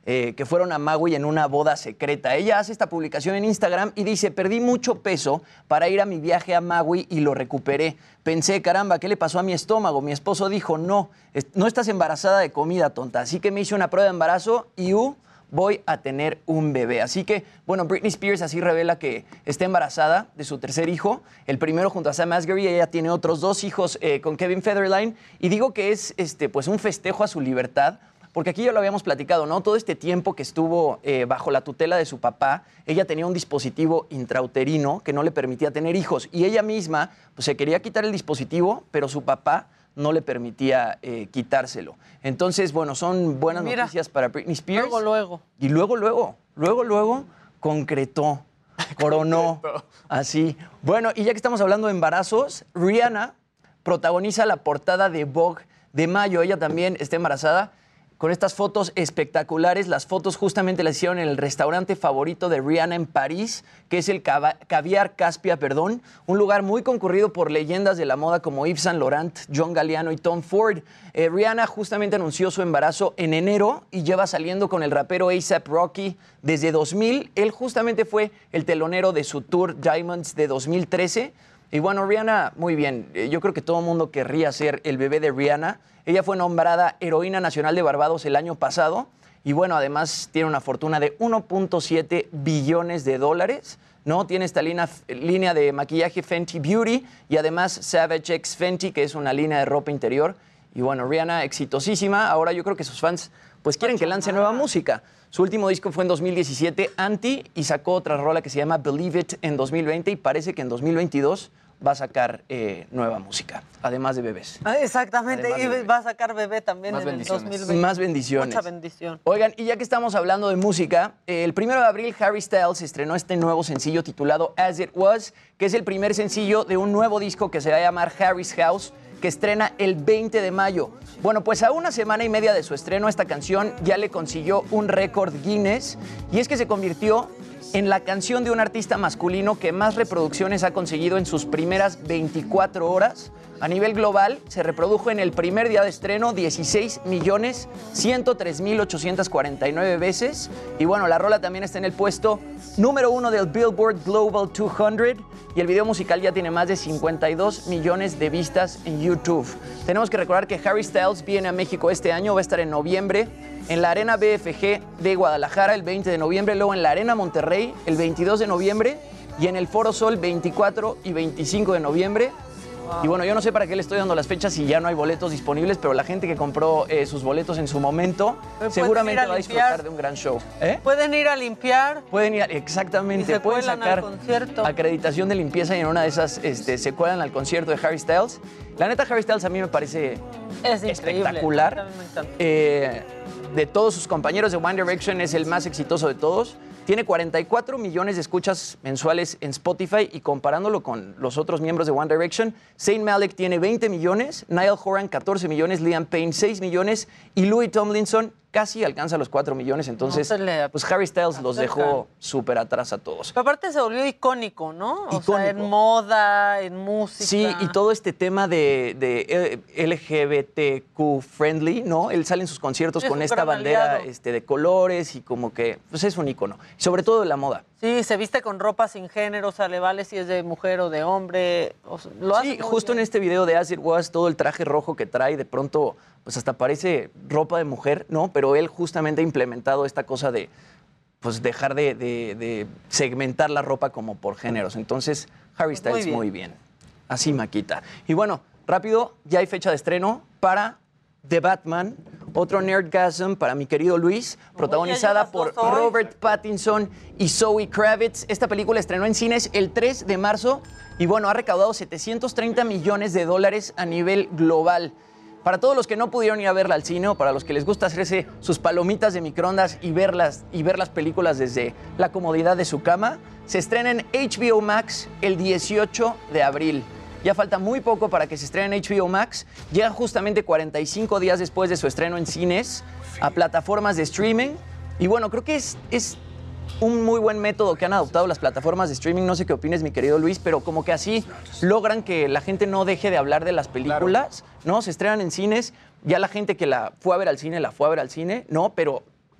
Speaker 3: eh, que fueron a Maui en una boda secreta. Ella hace esta publicación en Instagram y dice, perdí mucho peso para ir a mi viaje a Maui y lo recuperé. Pensé, caramba, ¿qué le pasó a mi estómago? Mi esposo dijo, no, no estás embarazada de comida, tonta. Así que me hice una prueba de embarazo y uh, voy a tener un bebé. Así que, bueno, Britney Spears así revela que está embarazada de su tercer hijo, el primero junto a Sam Asghari. Ella tiene otros dos hijos eh, con Kevin Federline. Y digo que es este, pues un festejo a su libertad, porque aquí ya lo habíamos platicado, ¿no? Todo este tiempo que estuvo eh, bajo la tutela de su papá, ella tenía un dispositivo intrauterino que no le permitía tener hijos. Y ella misma pues, se quería quitar el dispositivo, pero su papá no le permitía eh, quitárselo. Entonces, bueno, son buenas
Speaker 2: Mira,
Speaker 3: noticias para Britney Spears.
Speaker 2: Luego, luego.
Speaker 3: Y luego, luego, luego, luego, concretó, coronó, así. Bueno, y ya que estamos hablando de embarazos, Rihanna protagoniza la portada de Vogue de mayo. Ella también está embarazada, con estas fotos espectaculares. Las fotos justamente las hicieron en el restaurante favorito de Rihanna en París, que es el Cava- Caviar Caspia, perdón, un lugar muy concurrido por leyendas de la moda como Yves Saint Laurent, John Galliano y Tom Ford. Eh, Rihanna justamente anunció su embarazo en enero y lleva saliendo con el rapero A$AP Rocky desde dos mil. Él justamente fue el telonero de su tour Diamonds de dos mil trece. Y bueno, Rihanna, muy bien. Eh, Yo creo que todo el mundo querría ser el bebé de Rihanna. Ella fue nombrada Heroína Nacional de Barbados el año pasado. Y bueno, además tiene una fortuna de uno punto siete billones de dólares. ¿No? Tiene esta línea, línea de maquillaje Fenty Beauty y además Savage X Fenty, que es una línea de ropa interior. Y bueno, Rihanna exitosísima. Ahora yo creo que sus fans pues quieren que lance nueva música. Su último disco fue en dos mil diecisiete, Anti, y sacó otra rola que se llama Believe It en dos mil veinte y parece que en dos mil veintidós va a sacar eh, nueva música, además de bebés.
Speaker 2: Ah, exactamente,
Speaker 3: Además
Speaker 2: y
Speaker 3: de bebé.
Speaker 2: va a sacar bebé también
Speaker 3: Más
Speaker 2: en el
Speaker 3: bendiciones.
Speaker 2: dos mil veinte.
Speaker 3: Más bendiciones.
Speaker 2: Mucha bendición.
Speaker 3: Oigan, y ya que estamos hablando de música, eh, el primero de abril Harry Styles estrenó este nuevo sencillo titulado As It Was, que es el primer sencillo de un nuevo disco que se va a llamar Harry's House, que estrena el veinte de mayo. Bueno, pues a una semana y media de su estreno, esta canción ya le consiguió un récord Guinness, y es que se convirtió en la canción de un artista masculino que más reproducciones ha conseguido en sus primeras veinticuatro horas. A nivel global, se reprodujo en el primer día de estreno dieciséis millones ciento tres mil ochocientos cuarenta y nueve veces. Y bueno, la rola también está en el puesto número uno del Billboard Global doscientos y el video musical ya tiene más de cincuenta y dos millones de vistas en YouTube. Tenemos que recordar que Harry Styles viene a México este año, va a estar en noviembre en la Arena B F G de Guadalajara el veinte de noviembre, luego en la Arena Monterrey el veintidós de noviembre y en el Foro Sol veinticuatro y veinticinco de noviembre. Y bueno, yo no sé para qué le estoy dando las fechas si ya no hay boletos disponibles, pero la gente que compró eh, sus boletos en su momento seguramente
Speaker 2: a
Speaker 3: va a disfrutar de un gran show. ¿Eh?
Speaker 2: Pueden ir a limpiar.
Speaker 3: Pueden ir, a, exactamente,
Speaker 2: Y se
Speaker 3: pueden
Speaker 2: cuelan
Speaker 3: sacar
Speaker 2: al concierto.
Speaker 3: acreditación de limpieza y en una de esas este, se cuelan al concierto de Harry Styles. La neta, Harry Styles a mí me parece
Speaker 2: Es
Speaker 3: espectacular.
Speaker 2: A mí me encanta.
Speaker 3: Eh, de todos sus compañeros de One Direction es el más exitoso de todos. Tiene cuarenta y cuatro millones de escuchas mensuales en Spotify y comparándolo con los otros miembros de One Direction, Zayn Malik tiene veinte millones, Niall Horan catorce millones, Liam Payne seis millones y Louis Tomlinson casi alcanza los cuatro millones. Entonces,
Speaker 2: No se le
Speaker 3: pues Harry Styles los
Speaker 2: acerca.
Speaker 3: dejó súper atrás a todos.
Speaker 2: Pero aparte se volvió icónico, ¿no? O sea, en
Speaker 3: Icónico.
Speaker 2: moda, en música.
Speaker 3: Sí, y todo este tema de, de L G B T Q friendly, ¿no? Él sale en sus conciertos
Speaker 2: Es
Speaker 3: con
Speaker 2: un
Speaker 3: esta
Speaker 2: gran
Speaker 3: bandera
Speaker 2: aliado.
Speaker 3: este, de colores y como que, pues es un ícono. Sobre todo de la moda.
Speaker 2: Sí, se viste con ropa sin género, o sea, le vale si es de mujer o de hombre. O sea, lo hace
Speaker 3: Sí,
Speaker 2: muy
Speaker 3: justo
Speaker 2: bien.
Speaker 3: en este video de As It Was, todo el traje rojo que trae, de pronto, pues hasta parece ropa de mujer, ¿no? Pero él justamente ha implementado esta cosa de, pues dejar de, de- de segmentar la ropa como por géneros. Entonces, Harry
Speaker 2: Pues muy
Speaker 3: Styles
Speaker 2: bien.
Speaker 3: muy bien. Así, Maquita. Y bueno, rápido, ya hay fecha de estreno para The Batman, otro Nerdgasm para mi querido Luis, protagonizada
Speaker 2: llevas
Speaker 3: por
Speaker 2: dos hoy.
Speaker 3: Robert Pattinson y Zoe Kravitz. Esta película estrenó en cines el tres de marzo y bueno, ha recaudado setecientos treinta millones de dólares a nivel global. Para todos los que no pudieron ir a verla al cine o para los que les gusta hacerse sus palomitas de microondas y verlas y ver las películas desde la comodidad de su cama, se estrena en H B O Max el dieciocho de abril. Ya falta muy poco para que se estrene en H B O Max. Llega justamente cuarenta y cinco días después de su estreno en cines a plataformas de streaming. Y bueno, creo que es, es un muy buen método que han adoptado las plataformas de streaming. No sé qué opines, mi querido Luis, pero como que así logran que la gente no deje de hablar de las películas, ¿no? Se estrenan en cines, ya la gente que la fue a ver al cine, la fue a ver al cine, ¿no? Pero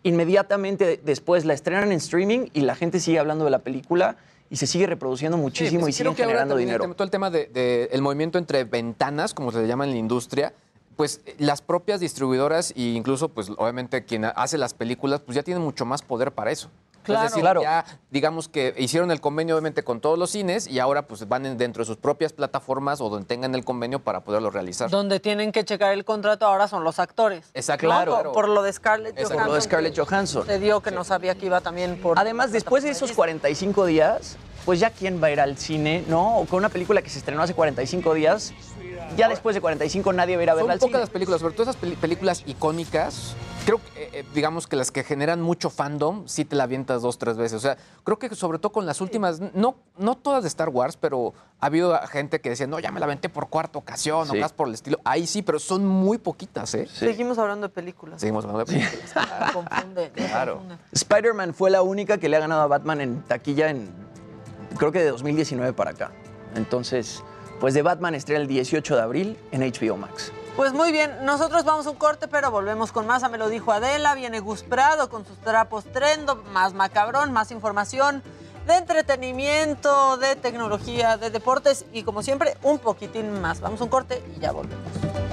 Speaker 3: inmediatamente después la estrenan en streaming y la gente sigue hablando de la película y se sigue reproduciendo muchísimo
Speaker 1: sí, pues,
Speaker 3: y siguen
Speaker 1: creo que
Speaker 3: generando
Speaker 1: ahora
Speaker 3: dinero.
Speaker 1: El, todo el tema del de, de movimiento entre ventanas, como se le llama en la industria, pues las propias distribuidoras e incluso, pues obviamente quien hace las películas, pues ya tienen mucho más poder para eso.
Speaker 2: Claro.
Speaker 1: Es decir,
Speaker 3: Claro.
Speaker 1: ya digamos que hicieron el convenio obviamente con todos los cines y ahora pues van en- dentro de sus propias plataformas o donde tengan el convenio para poderlo realizar.
Speaker 2: Donde tienen que checar el contrato ahora son los actores.
Speaker 1: Exacto.
Speaker 2: ¿no?
Speaker 3: Claro.
Speaker 2: Por, por lo de Scarlett
Speaker 3: Exacto,
Speaker 2: Johansson.
Speaker 3: lo de Scarlett Johansson.
Speaker 2: Se dio que no sabía que iba también por...
Speaker 3: Además, después de esos cuarenta y cinco días, pues ya quién va a ir al cine, ¿no? O con una película que se estrenó hace cuarenta y cinco días, ya después de cuarenta y cinco nadie va a ir a verla
Speaker 1: Son
Speaker 3: al
Speaker 1: pocas
Speaker 3: cine.
Speaker 1: las películas, sobre todo esas peli- películas icónicas. Creo que, eh, eh, digamos que las que generan mucho fandom, sí te la avientas dos, tres veces. O sea, creo que sobre todo con las últimas, no, no todas de Star Wars, pero ha habido gente que decía, no, ya me la aventé por cuarta ocasión
Speaker 3: Sí.
Speaker 1: o cosas por el estilo. Ahí sí, pero son muy poquitas, ¿eh?
Speaker 2: Seguimos hablando de películas.
Speaker 1: Seguimos hablando de películas.
Speaker 2: Me confunde, me
Speaker 1: Claro.
Speaker 2: confunde.
Speaker 3: Spider-Man fue la única que le ha ganado a Batman en taquilla en, creo que de dos mil diecinueve para acá. Entonces, pues de Batman estrena el dieciocho de abril en H B O Max.
Speaker 2: Pues muy bien, nosotros vamos a un corte, pero volvemos con más. A Me lo dijo Adela, viene Gus Prado con sus trapos trendo, más macabrón, más información de entretenimiento, de tecnología, de deportes y como siempre, un poquitín más. Vamos a un corte y ya volvemos.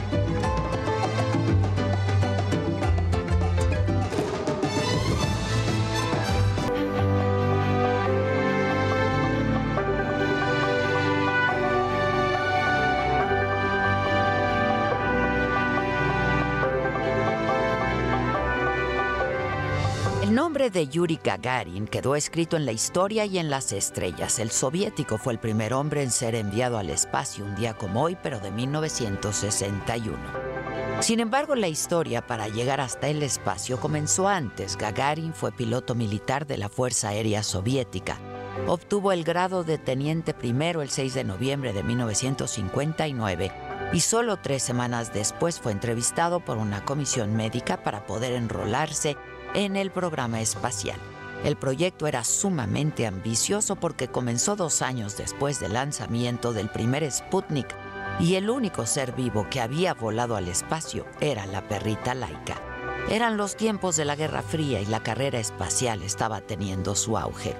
Speaker 8: El nombre de Yuri Gagarin quedó escrito en la historia y en las estrellas. El soviético fue el primer hombre en ser enviado al espacio un día como hoy, pero de mil novecientos sesenta y uno. Sin embargo, la historia para llegar hasta el espacio comenzó antes. Gagarin fue piloto militar de la Fuerza Aérea Soviética. Obtuvo el grado de teniente primero el seis de noviembre de mil novecientos cincuenta y nueve y solo tres semanas después fue entrevistado por una comisión médica para poder enrolarse en el programa espacial. El proyecto era sumamente ambicioso porque comenzó dos años después del lanzamiento del primer Sputnik y el único ser vivo que había volado al espacio era la perrita Laika. Eran los tiempos de la Guerra Fría y la carrera espacial estaba teniendo su auge.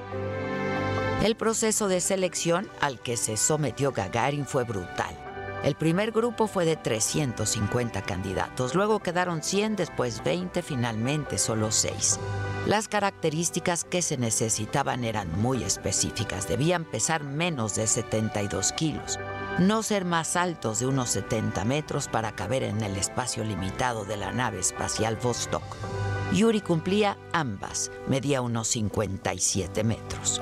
Speaker 8: El proceso de selección al que se sometió Gagarin fue brutal. El primer grupo fue de trescientos cincuenta candidatos, luego quedaron cien, después veinte, finalmente solo seis. Las características que se necesitaban eran muy específicas. Debían pesar menos de setenta y dos kilos, no ser más altos de unos setenta metros para caber en el espacio limitado de la nave espacial Vostok. Yuri cumplía ambas, medía unos cincuenta y siete metros.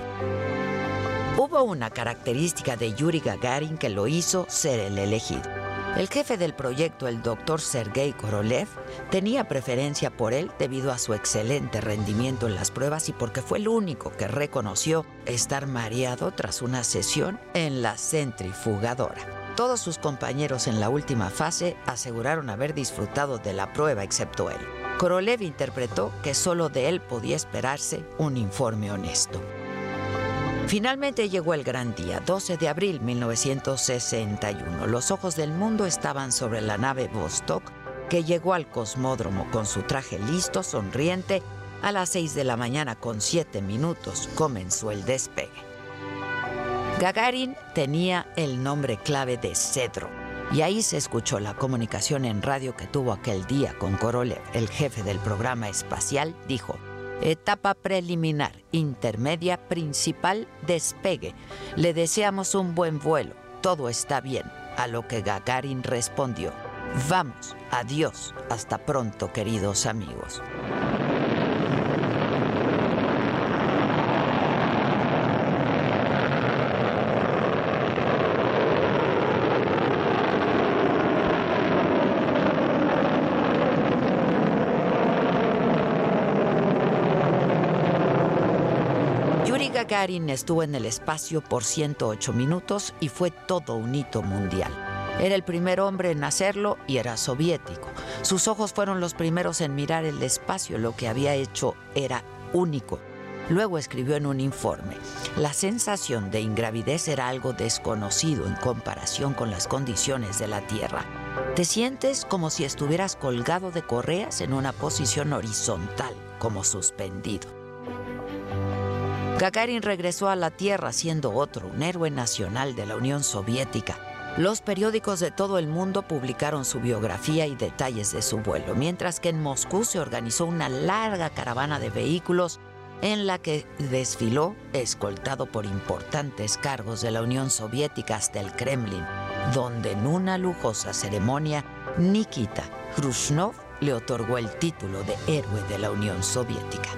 Speaker 8: Hubo una característica de Yuri Gagarin que lo hizo ser el elegido. El jefe del proyecto, el doctor Sergei Korolev, tenía preferencia por él debido a su excelente rendimiento en las pruebas y porque fue el único que reconoció estar mareado tras una sesión en la centrifugadora. Todos sus compañeros en la última fase aseguraron haber disfrutado de la prueba excepto él. Korolev interpretó que solo de él podía esperarse un informe honesto. Finalmente llegó el gran día, doce de abril de mil novecientos sesenta y uno. Los ojos del mundo estaban sobre la nave Vostok, que llegó al cosmódromo con su traje listo, sonriente. A las seis de la mañana con siete minutos comenzó el despegue. Gagarin tenía el nombre clave de Cedro, y ahí se escuchó la comunicación en radio que tuvo aquel día con Korolev. El jefe del programa espacial dijo: etapa preliminar, intermedia, principal, despegue. Le deseamos un buen vuelo. Todo está bien. A lo que Gagarin respondió: vamos, adiós, hasta pronto, queridos amigos. Yuri Gagarin estuvo en el espacio por ciento ocho minutos y fue todo un hito mundial. Era el primer hombre en hacerlo y era soviético. Sus ojos fueron los primeros en mirar el espacio. Lo que había hecho era único. Luego escribió en un informe: la sensación de ingravidez era algo desconocido en comparación con las condiciones de la Tierra. Te sientes como si estuvieras colgado de correas en una posición horizontal. como suspendido. Gagarin regresó a la Tierra siendo otro, un héroe nacional de la Unión Soviética. Los periódicos de todo el mundo publicaron su biografía y detalles de su vuelo, mientras que en Moscú se organizó una larga caravana de vehículos en la que desfiló escoltado por importantes cargos de la Unión Soviética hasta el Kremlin, donde en una lujosa ceremonia Nikita Khrushchev le otorgó el título de héroe de la Unión Soviética.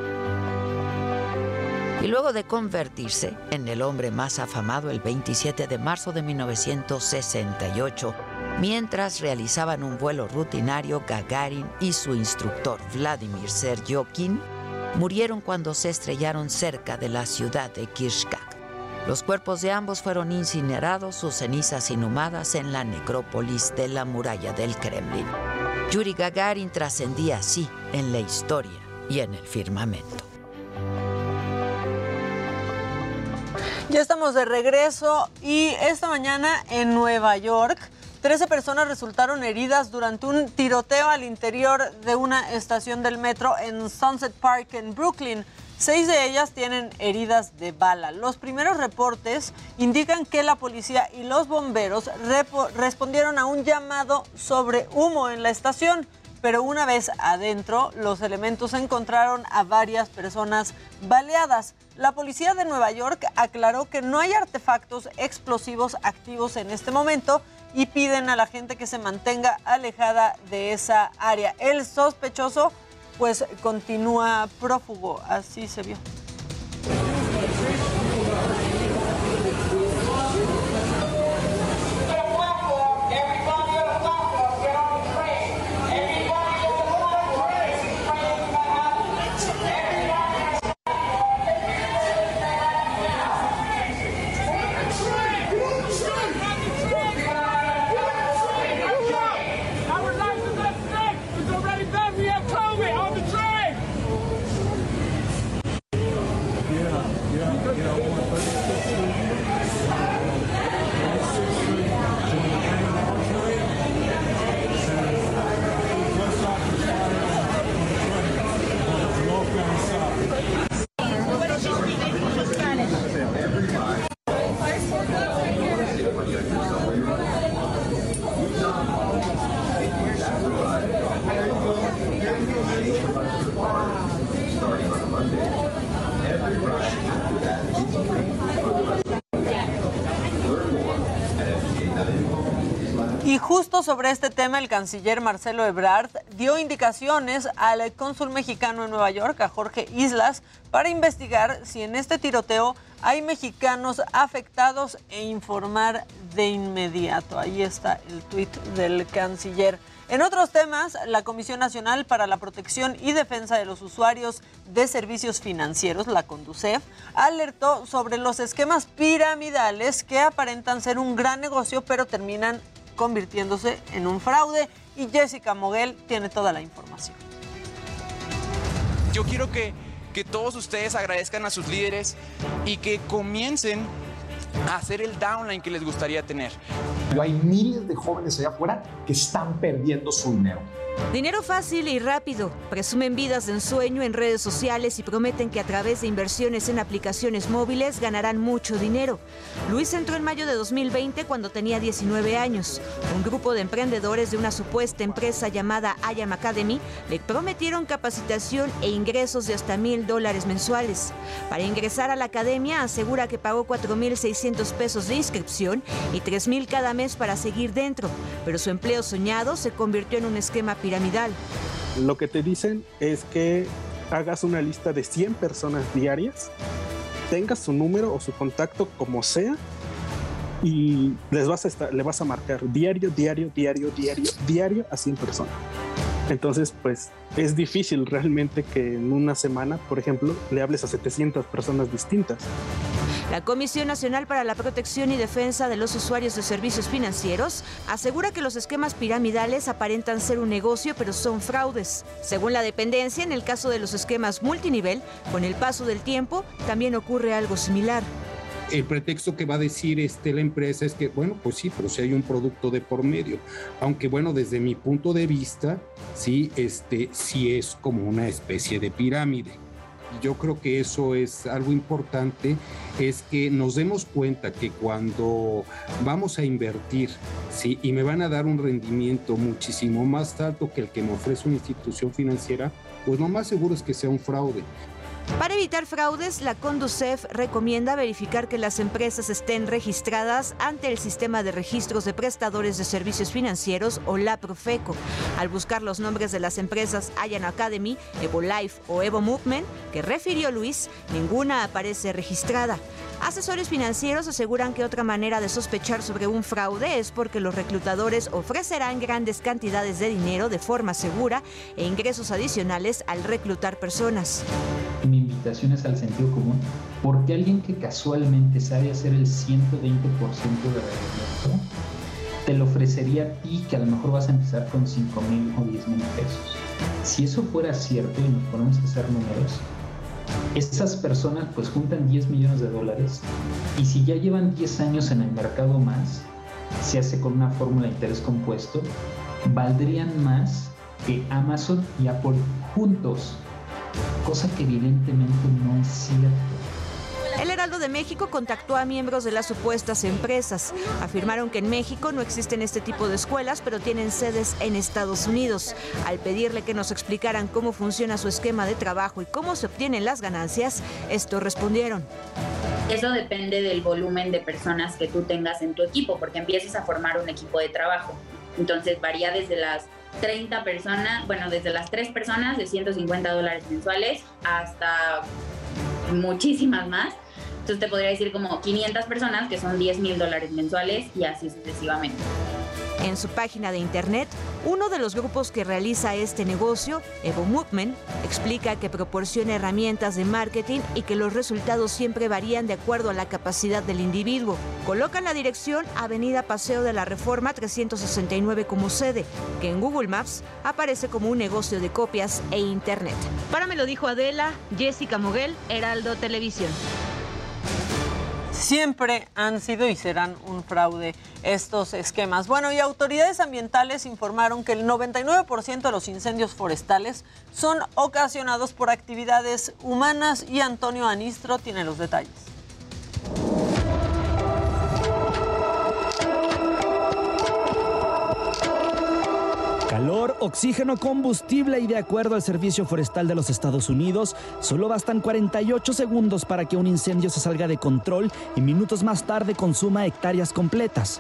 Speaker 8: Y luego de convertirse en el hombre más afamado el veintisiete de marzo de mil novecientos sesenta y ocho, mientras realizaban un vuelo rutinario, Gagarin y su instructor Vladimir Seryokin murieron cuando se estrellaron cerca de la ciudad de Kirchkak. Los cuerpos de ambos fueron incinerados, sus cenizas inhumadas en la necrópolis de la muralla del Kremlin. Yuri Gagarin trascendía así en la historia y en el firmamento.
Speaker 2: Ya estamos de regreso y esta mañana en Nueva York, trece personas resultaron heridas durante un tiroteo al interior de una estación del metro en Sunset Park en Brooklyn. Seis de ellas tienen heridas de bala. Los primeros reportes indican que la policía y los bomberos respondieron a un llamado sobre humo en la estación, pero una vez adentro, los elementos encontraron a varias personas baleadas. La policía de Nueva York aclaró que no hay artefactos explosivos activos en este momento y piden a la gente que se mantenga alejada de esa área. El sospechoso, pues, continúa prófugo, así se vio. Y justo sobre este tema, el canciller Marcelo Ebrard dio indicaciones al cónsul mexicano en Nueva York, a Jorge Islas, para investigar si en este tiroteo hay mexicanos afectados e informar de inmediato. Ahí está el tuit del canciller. En otros temas, la Comisión Nacional para la Protección y Defensa de los Usuarios de Servicios Financieros, la CONDUCEF, alertó sobre los esquemas piramidales que aparentan ser un gran negocio, pero terminan convirtiéndose en un fraude. Y Jessica Moguel tiene toda la información.
Speaker 9: Yo quiero que, que todos ustedes agradezcan a sus líderes y que comiencen a hacer el downline que les gustaría tener.
Speaker 10: Hay miles de jóvenes allá afuera que están perdiendo su dinero.
Speaker 23: Dinero fácil y rápido. Presumen vidas de ensueño en redes sociales y prometen que a través de inversiones en aplicaciones móviles ganarán mucho dinero. Luis entró en mayo de dos mil veinte cuando tenía diecinueve años. Un grupo de emprendedores de una supuesta empresa llamada I A M Academy le prometieron capacitación e ingresos de hasta mil dólares mensuales. Para ingresar a la academia asegura que pagó cuatro mil seiscientos pesos de inscripción y tres mil cada mes para seguir dentro, pero su empleo soñado se convirtió en un esquema piramidal.
Speaker 11: Lo que te dicen es que hagas una lista de cien personas diarias, tengas su número o su contacto como sea y les vas a estar, le vas a marcar diario, diario, diario, diario, diario a cien personas. Entonces, pues es difícil realmente que en una semana, por ejemplo, le hables a setecientas personas distintas.
Speaker 23: La Comisión Nacional para la Protección y Defensa de los Usuarios de Servicios Financieros asegura que los esquemas piramidales aparentan ser un negocio, pero son fraudes. Según la dependencia, en el caso de los esquemas multinivel, con el paso del tiempo, también ocurre algo similar.
Speaker 12: El pretexto que va a decir este, la empresa es que, bueno, pues sí, pero si hay un producto de por medio. Aunque, bueno, desde mi punto de vista, sí, este, sí es como una especie de pirámide. Yo creo que eso es algo importante, es que nos demos cuenta que cuando vamos a invertir, ¿sí? Y me van a dar un rendimiento muchísimo más alto que el que me ofrece una institución financiera, pues lo más seguro es que sea un fraude.
Speaker 23: Para evitar fraudes, la Conducef recomienda verificar que las empresas estén registradas ante el Sistema de Registros de Prestadores de Servicios Financieros o la Profeco. Al buscar los nombres de las empresas Allianz Academy, EvoLife o Evo Movement, que refirió Luis, ninguna aparece registrada. Asesores financieros aseguran que otra manera de sospechar sobre un fraude es porque los reclutadores ofrecerán grandes cantidades de dinero de forma segura e ingresos adicionales al reclutar personas.
Speaker 13: Mi invitación es al sentido común, porque alguien que casualmente sabe hacer el ciento veinte por ciento de rendimiento te lo ofrecería a ti, que a lo mejor vas a empezar con cinco mil o diez mil pesos. Si eso fuera cierto y nos ponemos a hacer números, esas personas pues juntan diez millones de dólares y si ya llevan diez años en el mercado más, se hace con una fórmula de interés compuesto, valdrían más que Amazon y Apple juntos, cosa que evidentemente no es cierto.
Speaker 23: El Heraldo de México contactó a miembros de las supuestas empresas. Afirmaron que en México no existen este tipo de escuelas, pero tienen sedes en Estados Unidos. Al pedirle que nos explicaran cómo funciona su esquema de trabajo y cómo se obtienen las ganancias, estos respondieron.
Speaker 15: Eso depende del volumen de personas que tú tengas en tu equipo, porque empiezas a formar un equipo de trabajo. Entonces varía desde las treinta personas, bueno, desde las tres personas de ciento cincuenta dólares mensuales hasta muchísimas más. Entonces te podría decir como quinientas personas que son diez mil dólares mensuales y así sucesivamente.
Speaker 23: En su página de internet, uno de los grupos que realiza este negocio, Evo Movement, explica que proporciona herramientas de marketing y que los resultados siempre varían de acuerdo a la capacidad del individuo. Colocan la dirección Avenida Paseo de la Reforma trescientos sesenta y nueve como sede, que en Google Maps aparece como un negocio de copias e internet. Para Me lo dijo Adela, Jessica Moguel, Heraldo Televisión.
Speaker 2: Siempre han sido y serán un fraude estos esquemas. Bueno, y autoridades ambientales informaron que el noventa y nueve por ciento de los incendios forestales son ocasionados por actividades humanas y Antonio Anistro tiene los detalles.
Speaker 16: Calor, oxígeno, combustible y de acuerdo al Servicio Forestal de los Estados Unidos, solo bastan cuarenta y ocho segundos para que un incendio se salga de control y minutos más tarde consuma hectáreas completas.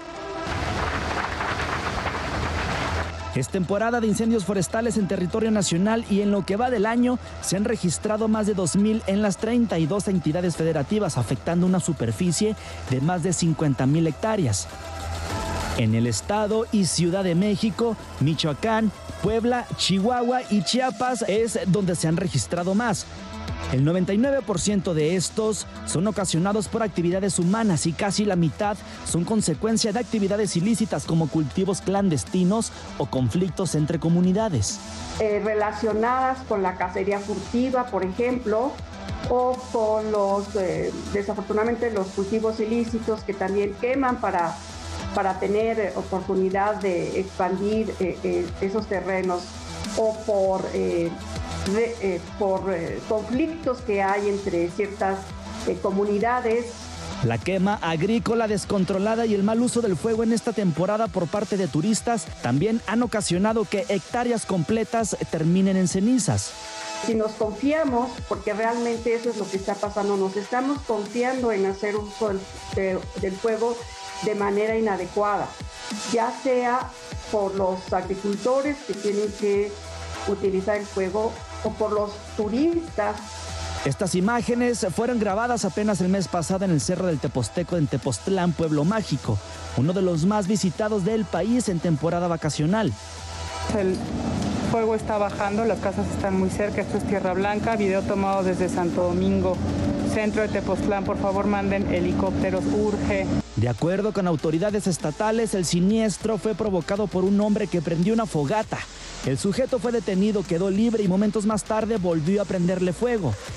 Speaker 16: Es temporada de incendios forestales en territorio nacional y en lo que va del año se han registrado más de dos mil en las treinta y dos entidades federativas, afectando una superficie de más de cincuenta mil hectáreas. En el Estado y Ciudad de México, Michoacán, Puebla, Chihuahua y Chiapas es donde se han registrado más. El noventa y nueve por ciento de estos son ocasionados por actividades humanas y casi la mitad son consecuencia de actividades ilícitas como cultivos clandestinos o conflictos entre comunidades.
Speaker 17: Eh, relacionadas con la cacería furtiva, por ejemplo, o con los, eh, desafortunadamente, los cultivos ilícitos que también queman para... para tener oportunidad de expandir eh, eh, esos terrenos o por, eh, de, eh, por eh, conflictos que hay entre ciertas eh, comunidades.
Speaker 16: La quema agrícola descontrolada y el mal uso del fuego en esta temporada por parte de turistas también han ocasionado que hectáreas completas terminen en cenizas.
Speaker 17: Si nos confiamos, porque realmente eso es lo que está pasando, nos estamos confiando en hacer uso del, de, del fuego de manera inadecuada, ya sea por los agricultores que tienen que utilizar el fuego o por los turistas.
Speaker 16: Estas imágenes fueron grabadas apenas el mes pasado en el Cerro del Teposteco en Tepoztlán, Pueblo Mágico, uno de los más visitados del país en temporada vacacional.
Speaker 26: El fuego está bajando, las casas están muy cerca, esto es Tierra Blanca, video tomado desde Santo Domingo, centro de Tepoztlán, por favor manden helicópteros, urge.
Speaker 16: De acuerdo con autoridades estatales, el siniestro fue provocado por un hombre que prendió una fogata. El sujeto fue detenido, quedó libre y momentos más tarde volvió a prenderle fuego.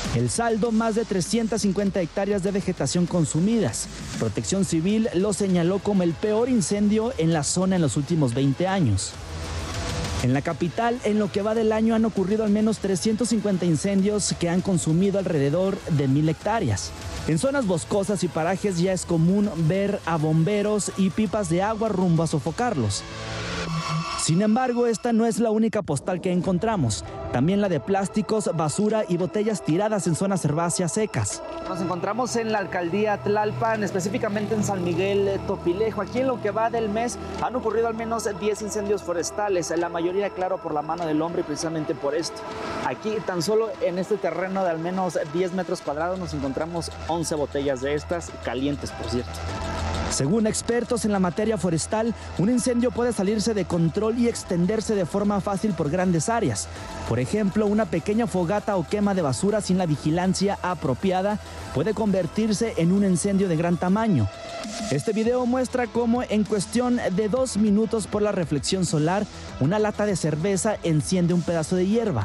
Speaker 16: El saldo, más de trescientas cincuenta hectáreas de vegetación consumidas. Protección Civil lo señaló como el peor incendio en la zona en los últimos veinte años. En la capital, en lo que va del año, han ocurrido al menos trescientos cincuenta incendios que han consumido alrededor de mil hectáreas. En zonas boscosas y parajes ya es común ver a bomberos y pipas de agua rumbo a sofocarlos. Sin embargo, esta no es la única postal que encontramos. También la de plásticos, basura y botellas tiradas en zonas herbáceas secas.
Speaker 14: Nos encontramos en la alcaldía Tlalpan, específicamente en San Miguel Topilejo. Aquí en lo que va del mes han ocurrido al menos diez incendios forestales, la mayoría, claro, por la mano del hombre y precisamente por esto. Aquí, tan solo en este terreno de al menos diez metros cuadrados, nos encontramos once botellas de estas, calientes, por cierto.
Speaker 16: Según expertos en la materia forestal, un incendio puede salirse de control y extenderse de forma fácil por grandes áreas. Por ejemplo, una pequeña fogata o quema de basura sin la vigilancia apropiada puede convertirse en un incendio de gran tamaño. Este video muestra cómo en cuestión de dos minutos por la reflexión solar, una lata de cerveza enciende un pedazo de hierba.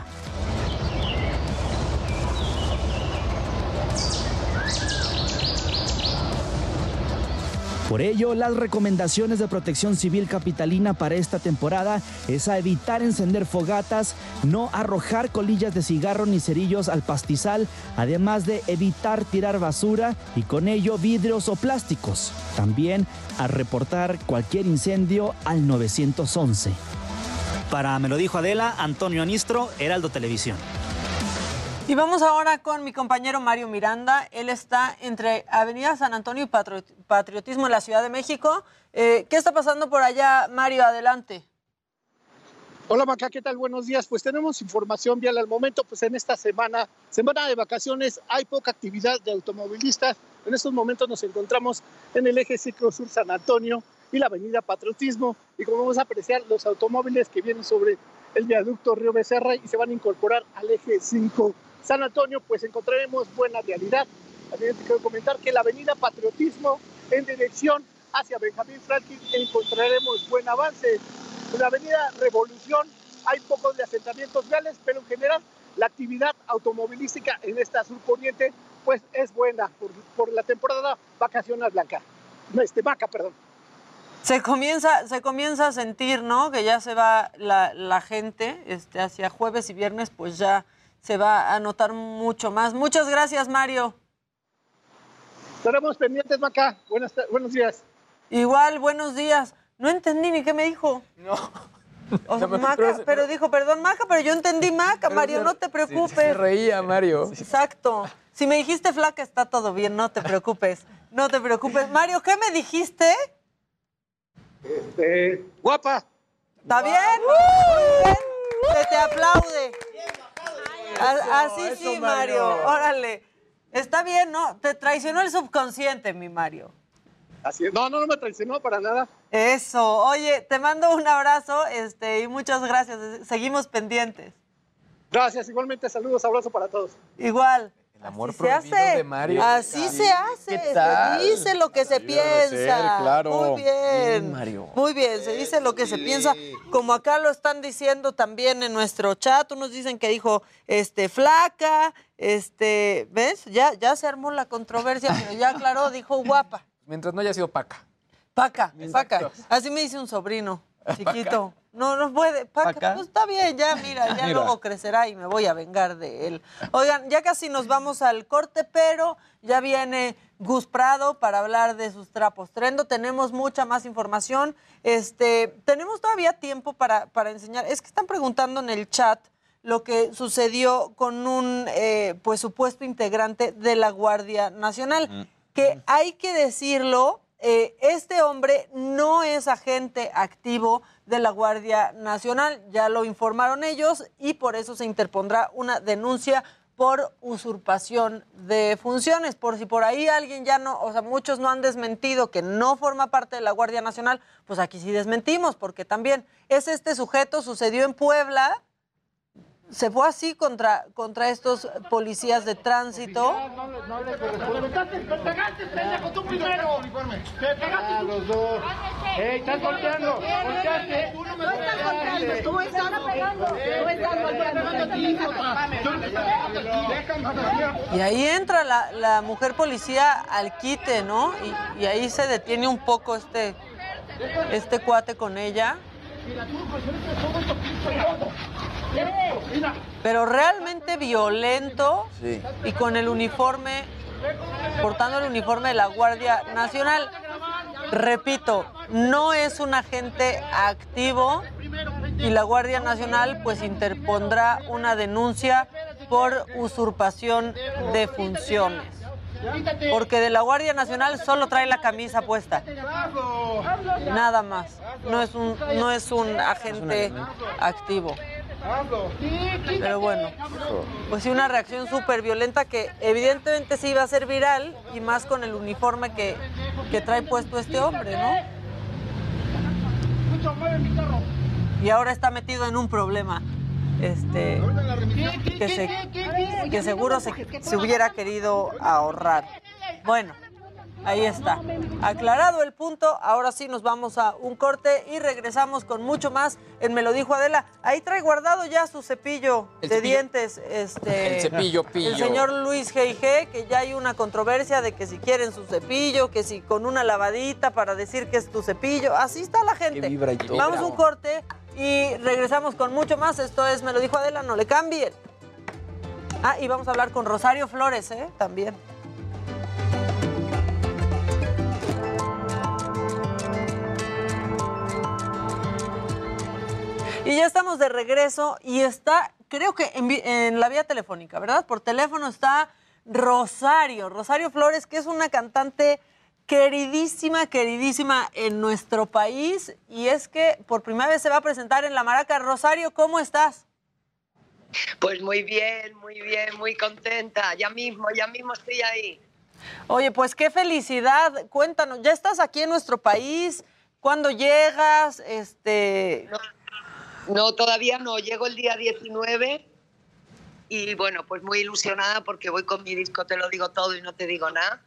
Speaker 16: Por ello, las recomendaciones de Protección Civil capitalina para esta temporada es a evitar encender fogatas, no arrojar colillas de cigarro ni cerillos al pastizal, además de evitar tirar basura y con ello vidrios o plásticos. También a reportar cualquier incendio al nueve once.
Speaker 14: Para Me lo dijo Adela, Antonio Anistro, Heraldo Televisión.
Speaker 2: Y vamos ahora con mi compañero Mario Miranda. Él está entre Avenida San Antonio y Patriotismo en la Ciudad de México. Eh, ¿Qué está pasando por allá, Mario? Adelante.
Speaker 18: Hola, Maca, ¿qué tal? Buenos días. Pues tenemos información vial al momento. Pues en esta semana, semana de vacaciones, hay poca actividad de automovilistas. En estos momentos nos encontramos en el eje Ciclo Sur San Antonio y la Avenida Patriotismo. Y como vamos a apreciar, los automóviles que vienen sobre el viaducto Río Becerra y se van a incorporar al eje cinco San Antonio, pues encontraremos buena realidad. También te quiero comentar que la Avenida Patriotismo en dirección hacia Benjamín Franklin encontraremos buen avance. En la Avenida Revolución hay pocos de asentamientos viales, pero en general la actividad automovilística en esta surponiente pues es buena por, por la temporada vacacional blanca. No, este, vaca, perdón.
Speaker 2: Se comienza, se comienza a sentir, ¿no? Que ya se va la, la gente este, hacia jueves y viernes, pues ya se va a notar mucho más. Muchas gracias, Mario.
Speaker 18: Estaremos pendientes, Maca. Buenas, buenos días.
Speaker 2: Igual, buenos días. No entendí ni qué me dijo.
Speaker 1: No.
Speaker 2: O sea,
Speaker 1: No,
Speaker 2: Maca,
Speaker 1: pero,
Speaker 2: pero,
Speaker 1: pero
Speaker 2: dijo, perdón, Maca, pero yo entendí Maca, Mario,
Speaker 1: se,
Speaker 2: no te preocupes.
Speaker 1: Se, se reía, Mario.
Speaker 2: Exacto. Si me dijiste flaca, está todo bien, no te preocupes. No te preocupes. Mario, ¿qué me dijiste?
Speaker 18: Este, guapa.
Speaker 2: ¿Está bien? Muy bien. Se te aplaude. Así eso, sí, eso, Mario. Mario. Órale. Está bien, ¿no? Te traicionó el subconsciente, mi Mario.
Speaker 18: Así es. No, no, no me traicionó para nada.
Speaker 2: Eso. Oye, te mando un abrazo este, y muchas gracias. Seguimos pendientes.
Speaker 18: Gracias. Igualmente, saludos, abrazo para todos.
Speaker 2: Igual.
Speaker 1: El amor
Speaker 2: así prohibido se hace.
Speaker 1: de Mario.
Speaker 2: Así se hace. Se dice lo que se piensa.
Speaker 24: Ser, claro.
Speaker 2: Muy bien.
Speaker 1: Sí, Mario.
Speaker 2: Muy bien, se dice lo que se piensa. Como acá lo están diciendo también en nuestro chat, unos dicen que dijo este flaca, este, ¿ves? Ya, ya se armó la controversia, pero ya aclaró, dijo guapa.
Speaker 1: Mientras no haya sido paca.
Speaker 2: Paca, paca. Así me dice un sobrino chiquito. No, no puede. Paca, ¿Paca? Pues está bien, ya mira, ya mira. Luego crecerá y me voy a vengar de él. Oigan, ya casi nos vamos al corte, pero ya viene Gus Prado para hablar de sus trapos trendo. Tenemos mucha más información. Este, tenemos todavía tiempo para, para enseñar. Es que están preguntando en el chat lo que sucedió con un eh, pues supuesto integrante de la Guardia Nacional. Mm. Que hay que decirlo, eh, este hombre no es agente activo de la Guardia Nacional, ya lo informaron ellos y por eso se interpondrá una denuncia por usurpación de funciones. Por si por ahí alguien ya no, o sea, muchos no han desmentido que no forma parte de la Guardia Nacional, pues aquí sí desmentimos, porque también es este sujeto, sucedió en Puebla, se fue así contra, contra estos policías de tránsito.
Speaker 6: ¡Te pegaste, pendejo, tú primero! ¡Te pegaste tú! Los dos. ¡Ey, estás golpeando! ¡Golpeaste! ¡Tú no estás golpeando! ¡Tú estás pegando! ¡Tú estás golpeando!
Speaker 2: Y ahí entra la, la mujer policía al quite, ¿no? Y, y ahí se detiene un poco este, este cuate con ella. Pero realmente violento, sí. Y con el uniforme, portando el uniforme de la Guardia Nacional. Repito, no es un agente activo y la Guardia Nacional pues interpondrá una denuncia por usurpación de funciones. Porque de la Guardia Nacional solo trae la camisa puesta. Nada más. No es un, no es un agente activo. Pero bueno, pues sí, una reacción súper violenta que evidentemente sí iba a ser viral y más con el uniforme que, que trae puesto este hombre, ¿no? Y ahora está metido en un problema. Este, que, se, que seguro se, se hubiera querido ahorrar. Bueno, ahí está. Aclarado el punto, ahora sí nos vamos a un corte y regresamos con mucho más en Me lo dijo Adela. Ahí trae guardado ya su cepillo
Speaker 1: el
Speaker 2: de
Speaker 1: cepillo.
Speaker 2: dientes. Este,
Speaker 1: el cepillo pillo.
Speaker 2: El señor Luis G y G, que ya hay una controversia de que si quieren su cepillo, que si con una lavadita para decir que es tu cepillo. Así está la gente.
Speaker 1: Que vibra y todo.
Speaker 2: Vamos a un corte y regresamos con mucho más. Esto es Me lo dijo Adela, no le cambien. Ah, y vamos a hablar con Rosario Flores, ¿eh? También. Y ya estamos de regreso y está, creo que en, en la vía telefónica, ¿verdad? Por teléfono está Rosario, Rosario Flores, que es una cantante queridísima, queridísima en nuestro país. Y es que por primera vez se va a presentar en La Maraca. Rosario, ¿cómo estás?
Speaker 4: Pues muy bien, muy bien, muy contenta. Ya mismo, ya mismo estoy ahí.
Speaker 2: Oye, pues qué felicidad. Cuéntanos, ¿ya estás aquí en nuestro país? ¿Cuándo llegas? Este...
Speaker 4: No. No, todavía no. Llego el día diecinueve y, bueno, pues muy ilusionada porque voy con mi disco Te lo digo todo y no te digo nada.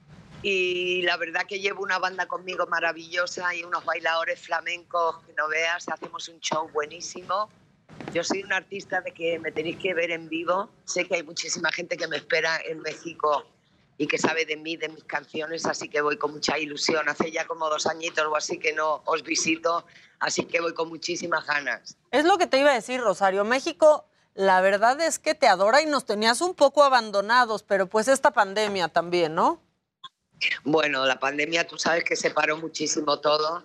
Speaker 4: Y la verdad que llevo una banda conmigo maravillosa y unos bailadores flamencos que no veas. Hacemos un show buenísimo. Yo soy una artista de que me tenéis que ver en vivo. Sé que hay muchísima gente que me espera en México y que sabe de mí, de mis canciones, así que voy con mucha ilusión. Hace ya como dos añitos o así que no os visito, así que voy con muchísimas ganas.
Speaker 2: Es lo que te iba a decir, Rosario. México, la verdad es que te adora y nos tenías un poco abandonados, pero pues esta pandemia también, ¿no?
Speaker 4: Bueno, la pandemia, tú sabes que separó muchísimo todo.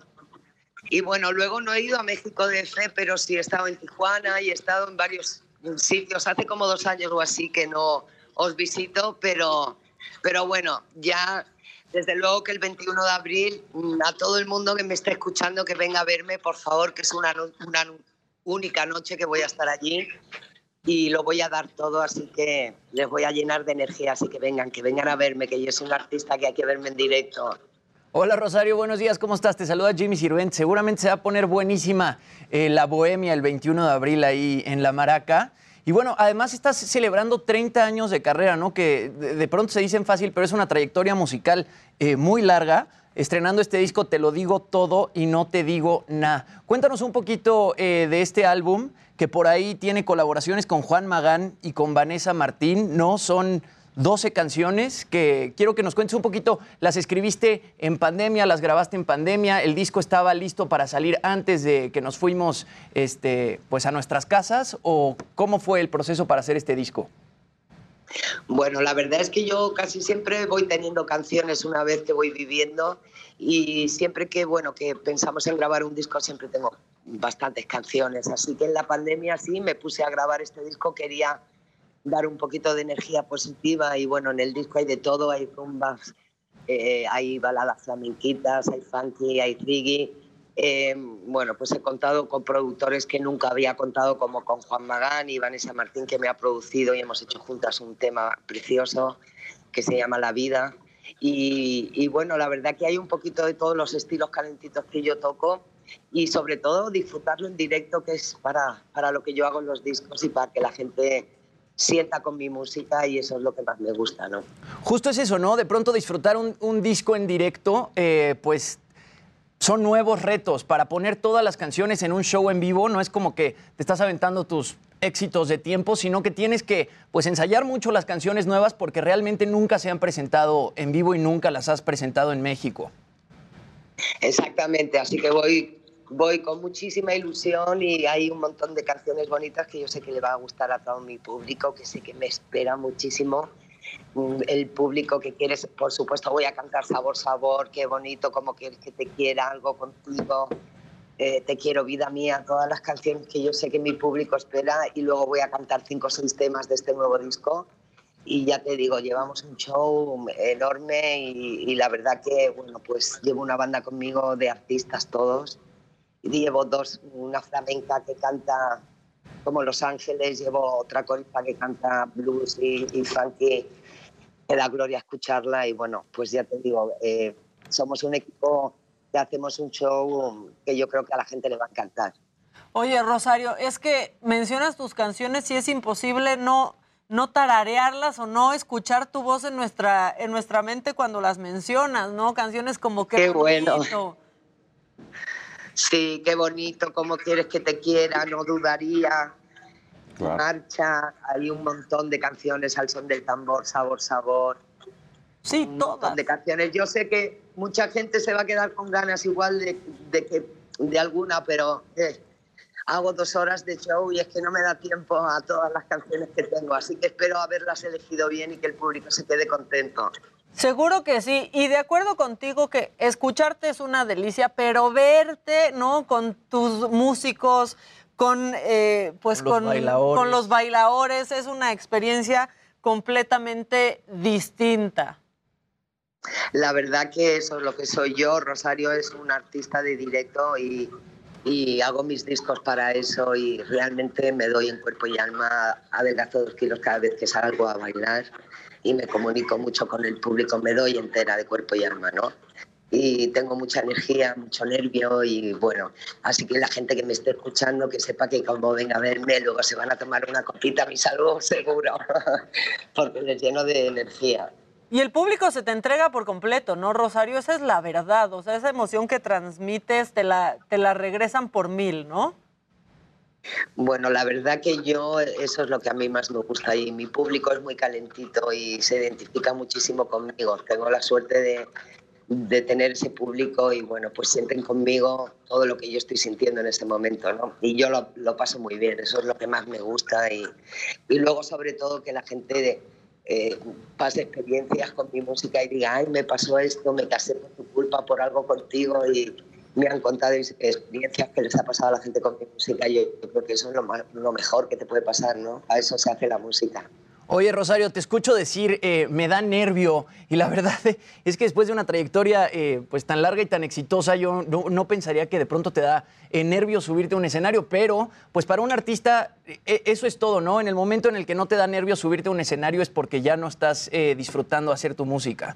Speaker 4: Y bueno, luego no he ido a México D F, pero sí he estado en Tijuana y he estado en varios sitios. Hace como dos años o así que no os visito, pero... Pero bueno, ya desde luego que el veintiuno de abril, a todo el mundo que me esté escuchando que venga a verme, por favor, que es una, una única noche que voy a estar allí y lo voy a dar todo, así que les voy a llenar de energía, así que vengan, que vengan a verme, que yo soy un artista que hay que verme en directo.
Speaker 3: Hola Rosario, buenos días, ¿cómo estás? Te saluda Jimmy Sirvent. Seguramente se va a poner buenísima eh, la bohemia el veintiuno de abril ahí en La Maraca. Y bueno, además estás celebrando treinta años de carrera, ¿no? Que de, de pronto se dicen fácil, pero es una trayectoria musical eh, muy larga. Estrenando este disco, Te lo digo todo y no te digo nada. Cuéntanos un poquito eh, de este álbum, que por ahí tiene colaboraciones con Juan Magán y con Vanessa Martín, ¿no? Son doce canciones que quiero que nos cuentes un poquito. ¿Las escribiste en pandemia, las grabaste en pandemia? ¿El disco estaba listo para salir antes de que nos fuimos este, pues a nuestras casas? ¿O cómo fue el proceso para hacer este disco?
Speaker 4: Bueno, la verdad es que yo casi siempre voy teniendo canciones una vez que voy viviendo y siempre que, bueno, que pensamos en grabar un disco siempre tengo bastantes canciones. Así que en la pandemia sí me puse a grabar este disco, quería dar un poquito de energía positiva y bueno, en el disco hay de todo, hay rumbas, eh, hay baladas flamenquitas, hay funky, hay reggae. Eh, bueno, pues he contado con productores que nunca había contado, como con Juan Magán y Vanessa Martín, que me ha producido y hemos hecho juntas un tema precioso que se llama La Vida. Y, y bueno, la verdad que hay un poquito de todos los estilos calentitos que yo toco y sobre todo disfrutarlo en directo, que es para, para lo que yo hago en los discos y para que la gente sienta con mi música, y eso es lo que más me gusta, ¿no?
Speaker 3: Justo es eso, ¿no? De pronto disfrutar un, un disco en directo, eh, pues son nuevos retos. Para poner todas las canciones en un show en vivo no es como que te estás aventando tus éxitos de tiempo, sino que tienes que pues ensayar mucho las canciones nuevas porque realmente nunca se han presentado en vivo y nunca las has presentado en México.
Speaker 4: Exactamente, así que voy... Voy con muchísima ilusión y hay un montón de canciones bonitas que yo sé que le va a gustar a todo mi público, que sé que me espera muchísimo. El público que quieres, por supuesto, voy a cantar Sabor, Sabor, Qué bonito, Como quieres que te quiera, Algo contigo, eh, Te quiero, vida mía, todas las canciones que yo sé que mi público espera, y luego voy a cantar cinco o seis temas de este nuevo disco. Y ya te digo, llevamos un show enorme y, y la verdad que, bueno, pues llevo una banda conmigo de artistas todos. Y llevo dos, una flamenca que canta como Los Ángeles, llevo otra corista que canta blues y, y funky, que da gloria escucharla, y bueno, pues ya te digo, eh, somos un equipo que hacemos un show que yo creo que a la gente le va a encantar.
Speaker 2: Oye, Rosario, es que mencionas tus canciones y es imposible no, no tararearlas o no escuchar tu voz en nuestra, en nuestra mente cuando las mencionas, ¿no? Canciones como Qué,
Speaker 4: Qué
Speaker 2: bonito.
Speaker 4: bueno. Sí, Qué bonito, Cómo quieres que te quiera, No dudaría, claro. Marcha, hay un montón de canciones, Al son del tambor, Sabor, Sabor.
Speaker 2: Sí,
Speaker 4: un
Speaker 2: todas.
Speaker 4: montón de canciones. Yo sé que mucha gente se va a quedar con ganas igual de, de, que, de alguna, pero eh, hago dos horas de show y es que no me da tiempo a todas las canciones que tengo, así que espero haberlas elegido bien y que el público se quede contento.
Speaker 2: Seguro que sí, y de acuerdo contigo que escucharte es una delicia, pero verte, ¿no? Con tus músicos, con, eh, pues
Speaker 3: con, los
Speaker 2: con,
Speaker 3: bailadores.
Speaker 2: con los bailadores, es una experiencia completamente distinta.
Speaker 4: La verdad que eso es lo que soy yo. Rosario es un artista de directo y, y hago mis discos para eso, y realmente me doy en cuerpo y alma, adelgazo dos kilos cada vez que salgo a bailar y me comunico mucho con el público, me doy entera de cuerpo y alma, ¿no? Y tengo mucha energía, mucho nervio, y bueno, así que la gente que me esté escuchando que sepa que como venga a verme, luego se van a tomar una copita a mi salud, seguro, porque les lleno de energía.
Speaker 2: Y el público se te entrega por completo, ¿no, Rosario? Esa es la verdad, o sea, esa emoción que transmites te la, te la regresan por mil, ¿no?
Speaker 4: Bueno, la verdad que yo, eso es lo que a mí más me gusta, y mi público es muy calentito y se identifica muchísimo conmigo. Tengo la suerte de, de tener ese público y bueno, pues sienten conmigo todo lo que yo estoy sintiendo en ese momento, ¿no? Y yo lo, lo paso muy bien, eso es lo que más me gusta, y, y luego sobre todo que la gente de, eh, pase experiencias con mi música y diga, ay, me pasó esto, me casé por tu culpa, por algo contigo, y me han contado experiencias que les ha pasado a la gente con mi música. Yo, yo creo que eso es lo, más, lo mejor que te puede pasar, ¿no? A eso se hace la música.
Speaker 3: Oye, Rosario, te escucho decir, eh, me da nervio, y la verdad es que después de una trayectoria eh, pues tan larga y tan exitosa, yo no, no pensaría que de pronto te da eh, nervio subirte a un escenario, pero pues para un artista eh, eso es todo, ¿no? En el momento en el que no te da nervio subirte a un escenario es porque ya no estás eh, disfrutando hacer tu música.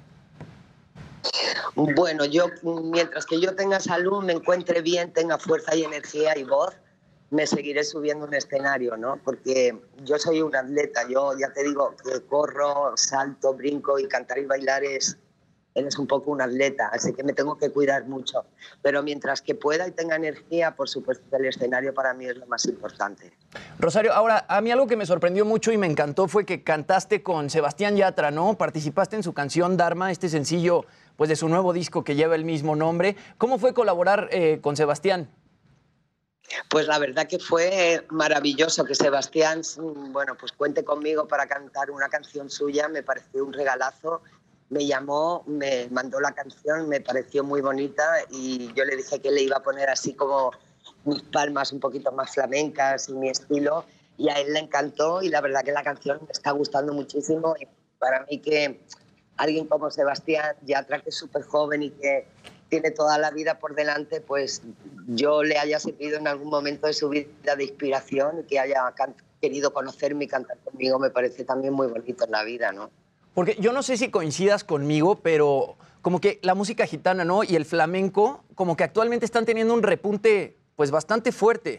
Speaker 4: Bueno, yo mientras que yo tenga salud, me encuentre bien, tenga fuerza y energía y voz, me seguiré subiendo a un escenario, ¿no? Porque yo soy un atleta, yo ya te digo que corro, salto, brinco, y cantar y bailar es, eres un poco un atleta, así que me tengo que cuidar mucho. Pero mientras que pueda y tenga energía, por supuesto que el escenario para mí es lo más importante.
Speaker 3: Rosario, ahora, a mí algo que me sorprendió mucho y me encantó fue que cantaste con Sebastián Yatra, ¿no? Participaste en su canción Dharma, este sencillo pues de su nuevo disco que lleva el mismo nombre. ¿Cómo fue colaborar eh, con Sebastián?
Speaker 4: Pues la verdad que fue maravilloso que Sebastián, bueno, pues cuente conmigo para cantar una canción suya, me pareció un regalazo. Me llamó, me mandó la canción, me pareció muy bonita, y yo le dije que le iba a poner así como mis palmas un poquito más flamencas y mi estilo, y a él le encantó, y la verdad que la canción me está gustando muchísimo, y para mí que alguien como Sebastián Yatra, que es súper joven y que tiene toda la vida por delante, pues yo le haya servido en algún momento de su vida de inspiración, y que haya querido conocerme y cantar conmigo, me parece también muy bonito en la vida, ¿no?
Speaker 3: Porque yo no sé si coincidas conmigo, pero como que la música gitana, ¿no? Y el flamenco, como que actualmente están teniendo un repunte, pues, bastante fuerte.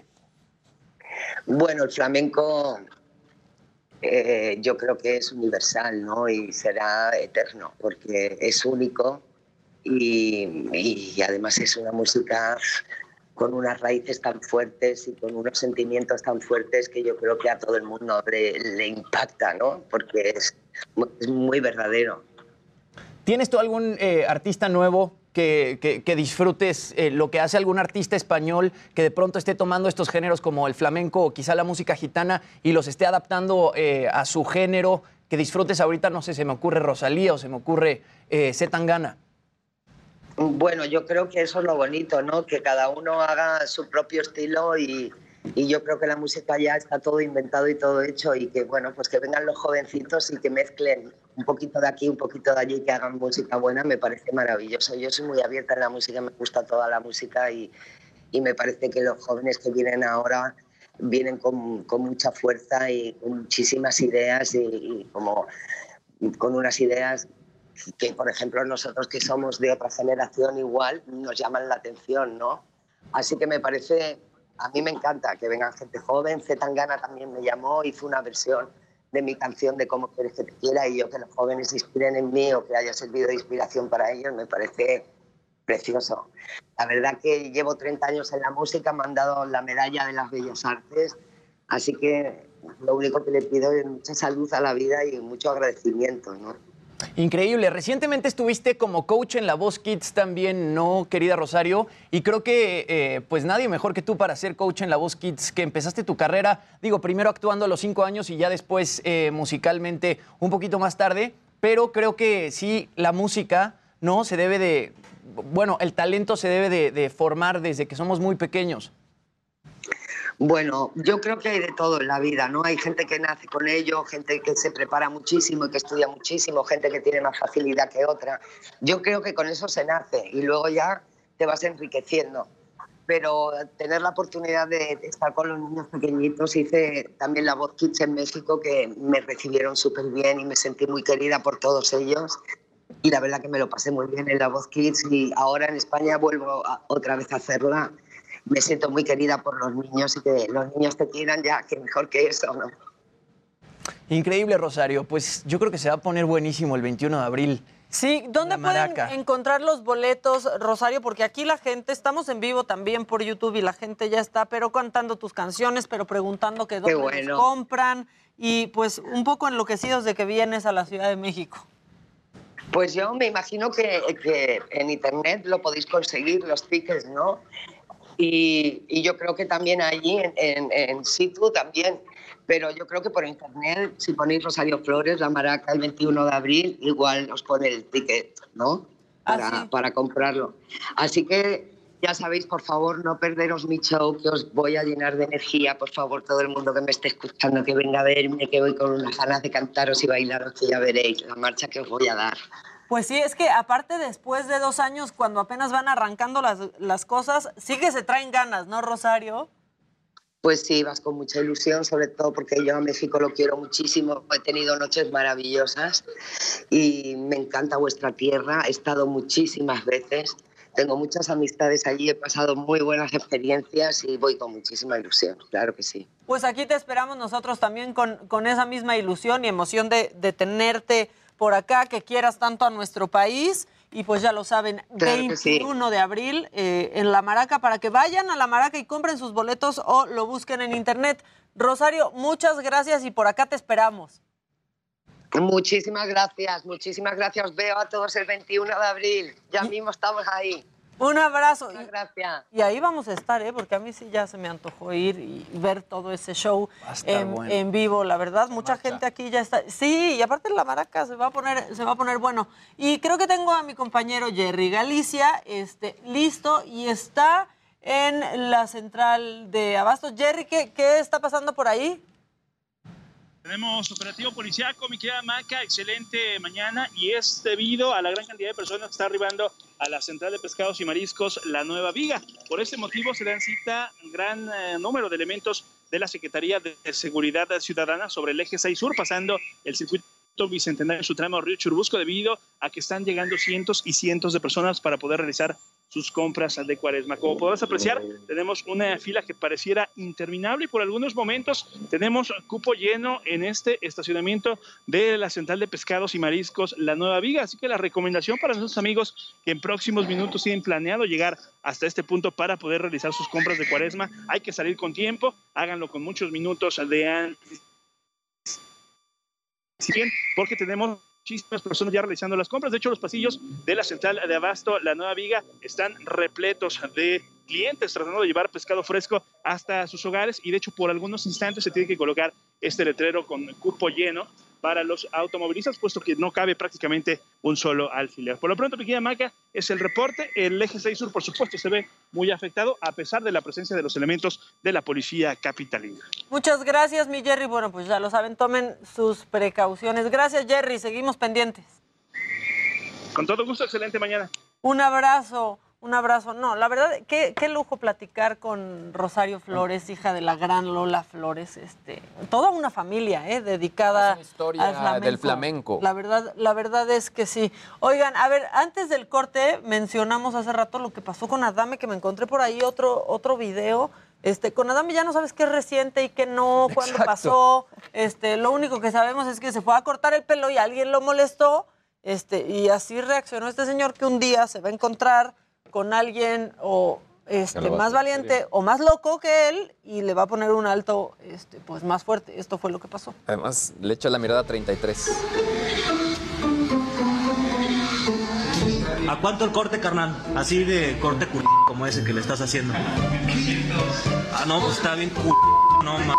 Speaker 4: Bueno, el flamenco eh, yo creo que es universal, ¿no? Y será eterno, porque es único y, y además es una música con unas raíces tan fuertes y con unos sentimientos tan fuertes que yo creo que a todo el mundo le, le impacta, ¿no? Porque es, es muy verdadero.
Speaker 3: ¿Tienes tú algún eh, artista nuevo que, que, que disfrutes eh, lo que hace algún artista español que de pronto esté tomando estos géneros como el flamenco o quizá la música gitana y los esté adaptando eh, a su género? Que disfrutes ahorita, no sé, se me ocurre Rosalía o se me ocurre eh, C. Tangana.
Speaker 4: Bueno, yo creo que eso es lo bonito, ¿no? Que cada uno haga su propio estilo y, y yo creo que la música ya está todo inventado y todo hecho y que, bueno, pues que vengan los jovencitos y que mezclen un poquito de aquí, un poquito de allí, que hagan música buena, me parece maravilloso. Yo soy muy abierta en la música, me gusta toda la música y, y me parece que los jóvenes que vienen ahora vienen con, con mucha fuerza y con muchísimas ideas y, y como con unas ideas que, por ejemplo, nosotros que somos de otra generación igual nos llaman la atención, ¿no? Así que me parece, a mí me encanta que vengan gente joven. C. Tangana también me llamó, hizo una versión de mi canción de Cómo quieres que te quiera y yo que los jóvenes se inspiren en mí o que haya servido de inspiración para ellos me parece precioso. La verdad que llevo treinta años en la música, me han dado la medalla de las Bellas Artes, así que lo único que le pido es mucha salud a la vida y mucho agradecimiento, ¿no?
Speaker 3: Increíble. Recientemente estuviste como coach en La Voz Kids también, ¿no, querida Rosario? Y creo que eh, pues nadie mejor que tú para ser coach en La Voz Kids, que empezaste tu carrera, digo, primero actuando a los cinco años y ya después eh, musicalmente un poquito más tarde, pero creo que sí, la música, ¿no? Se debe de, bueno, el talento se debe de, de formar desde que somos muy pequeños.
Speaker 4: Bueno, yo creo que hay de todo en la vida, ¿no? Hay gente que nace con ello, gente que se prepara muchísimo y que estudia muchísimo, gente que tiene más facilidad que otra. Yo creo que con eso se nace y luego ya te vas enriqueciendo. Pero tener la oportunidad de estar con los niños pequeñitos, hice también La Voz Kids en México, que me recibieron súper bien y me sentí muy querida por todos ellos. Y la verdad que me lo pasé muy bien en La Voz Kids y ahora en España vuelvo a, otra vez a hacerla. Me siento muy querida por los niños y que los niños te quieran ya, que mejor que eso, ¿no?
Speaker 3: Increíble, Rosario. Pues yo creo que se va a poner buenísimo el veintiuno de abril.
Speaker 2: Sí, ¿dónde pueden encontrar los boletos, Rosario? Porque aquí la gente, estamos en vivo también por YouTube y la gente ya está, pero cantando tus canciones, pero preguntando que dónde
Speaker 4: bueno.
Speaker 2: los compran y pues un poco enloquecidos de que vienes a la Ciudad de México.
Speaker 4: Pues yo me imagino que, que en internet lo podéis conseguir, los tickets, ¿no? Y, y yo creo que también allí en, en, en situ también, pero yo creo que por internet, si ponéis Rosario Flores, La Maraca, el veintiuno de abril, igual os pone el ticket, ¿no? Para,
Speaker 2: ¿Ah, sí?
Speaker 4: para comprarlo. Así que ya sabéis, por favor, no perderos mi show, que os voy a llenar de energía. Por favor, todo el mundo que me esté escuchando, que venga a verme, que voy con unas ganas de cantaros y bailaros, que ya veréis la marcha que os voy a dar.
Speaker 2: Pues sí, es que aparte después de dos años, cuando apenas van arrancando las, las cosas, sí que se traen ganas, ¿no, Rosario?
Speaker 4: Pues sí, vas con mucha ilusión, sobre todo porque yo a México lo quiero muchísimo. He tenido noches maravillosas y me encanta vuestra tierra. He estado muchísimas veces, tengo muchas amistades allí, he pasado muy buenas experiencias y voy con muchísima ilusión, claro que sí.
Speaker 2: Pues aquí te esperamos nosotros también con, con esa misma ilusión y emoción de, de tenerte por acá, que quieras tanto a nuestro país. Y pues ya lo saben,
Speaker 4: claro
Speaker 2: veintiuno de abril eh, en La Maraca, para que vayan a La Maraca y compren sus boletos o lo busquen en internet. Rosario, muchas gracias y por acá te esperamos.
Speaker 4: Muchísimas gracias, muchísimas gracias. Os veo a todos el veintiuno de abril. Ya mismo estamos ahí.
Speaker 2: Un abrazo.
Speaker 4: Muchas gracias.
Speaker 2: Y ahí vamos a estar, ¿eh? Porque a mí sí ya se me antojó ir y ver todo ese show en,
Speaker 3: bueno.
Speaker 2: en vivo, la verdad.
Speaker 3: La
Speaker 2: Mucha
Speaker 3: marcha.
Speaker 2: gente aquí ya está. Sí, y aparte La Maraca se va a poner, se va a poner bueno. Y creo que tengo a mi compañero Jerry Galicia este, listo y está en la central de Abastos. Jerry, ¿qué, qué está pasando por ahí?
Speaker 5: Tenemos operativo policiaco, mi querida Maca, excelente mañana, y es debido a la gran cantidad de personas que está arribando a la Central de Pescados y Mariscos La Nueva Viga. Por este motivo se dan cita un gran eh, número de elementos de la Secretaría de Seguridad Ciudadana sobre el eje seis Sur, pasando el circuito Bicentenario en su tramo Río Churubusco, debido a que están llegando cientos y cientos de personas para poder realizar sus compras de Cuaresma. Como podrás apreciar, tenemos una fila que pareciera interminable y por algunos momentos tenemos cupo lleno en este estacionamiento de la Central de Pescados y Mariscos La Nueva Viga. Así que la recomendación para nuestros amigos que en próximos minutos tienen planeado llegar hasta este punto para poder realizar sus compras de Cuaresma, hay que salir con tiempo, háganlo con muchos minutos de antes. Si bien, porque tenemos muchísimas personas ya realizando las compras. De hecho, los pasillos de la Central de Abasto La Nueva Viga están repletos de clientes tratando de llevar pescado fresco hasta sus hogares, y de hecho por algunos instantes se tiene que colocar este letrero con cupo lleno para los automovilistas, puesto que no cabe prácticamente un solo alfiler. Por lo pronto, pequeña Maca, es el reporte. El eje seis Sur, por supuesto, se ve muy afectado a pesar de la presencia de los elementos de la policía capitalina.
Speaker 2: Muchas gracias, mi Jerry. Bueno, pues ya lo saben, tomen sus precauciones. Gracias, Jerry. Seguimos pendientes.
Speaker 5: Con todo gusto, excelente mañana.
Speaker 2: Un abrazo. Un abrazo. No, la verdad, qué, qué lujo platicar con Rosario Flores, hija de la gran Lola Flores. Este, toda una familia, ¿eh? Dedicada
Speaker 1: es una historia
Speaker 2: al flamenco.
Speaker 1: del flamenco.
Speaker 2: La verdad, la verdad es que sí. Oigan, a ver, antes del corte mencionamos hace rato lo que pasó con Adame, que me encontré por ahí otro, otro video. Este, con Adame ya no sabes qué es reciente y qué no, cuándo pasó. Este, lo único que sabemos es que se fue a cortar el pelo y alguien lo molestó. Este, y así reaccionó este señor, que un día se va a encontrar con alguien o este, más valiente o más loco que él y le va a poner un alto este, pues más fuerte. Esto fue lo que pasó.
Speaker 1: Además, le echa la mirada a treinta y tres.
Speaker 7: ¿A cuánto el corte, carnal? Así de corte cul... como ese que le estás haciendo. Ah, no, pues está bien cul... No, ma...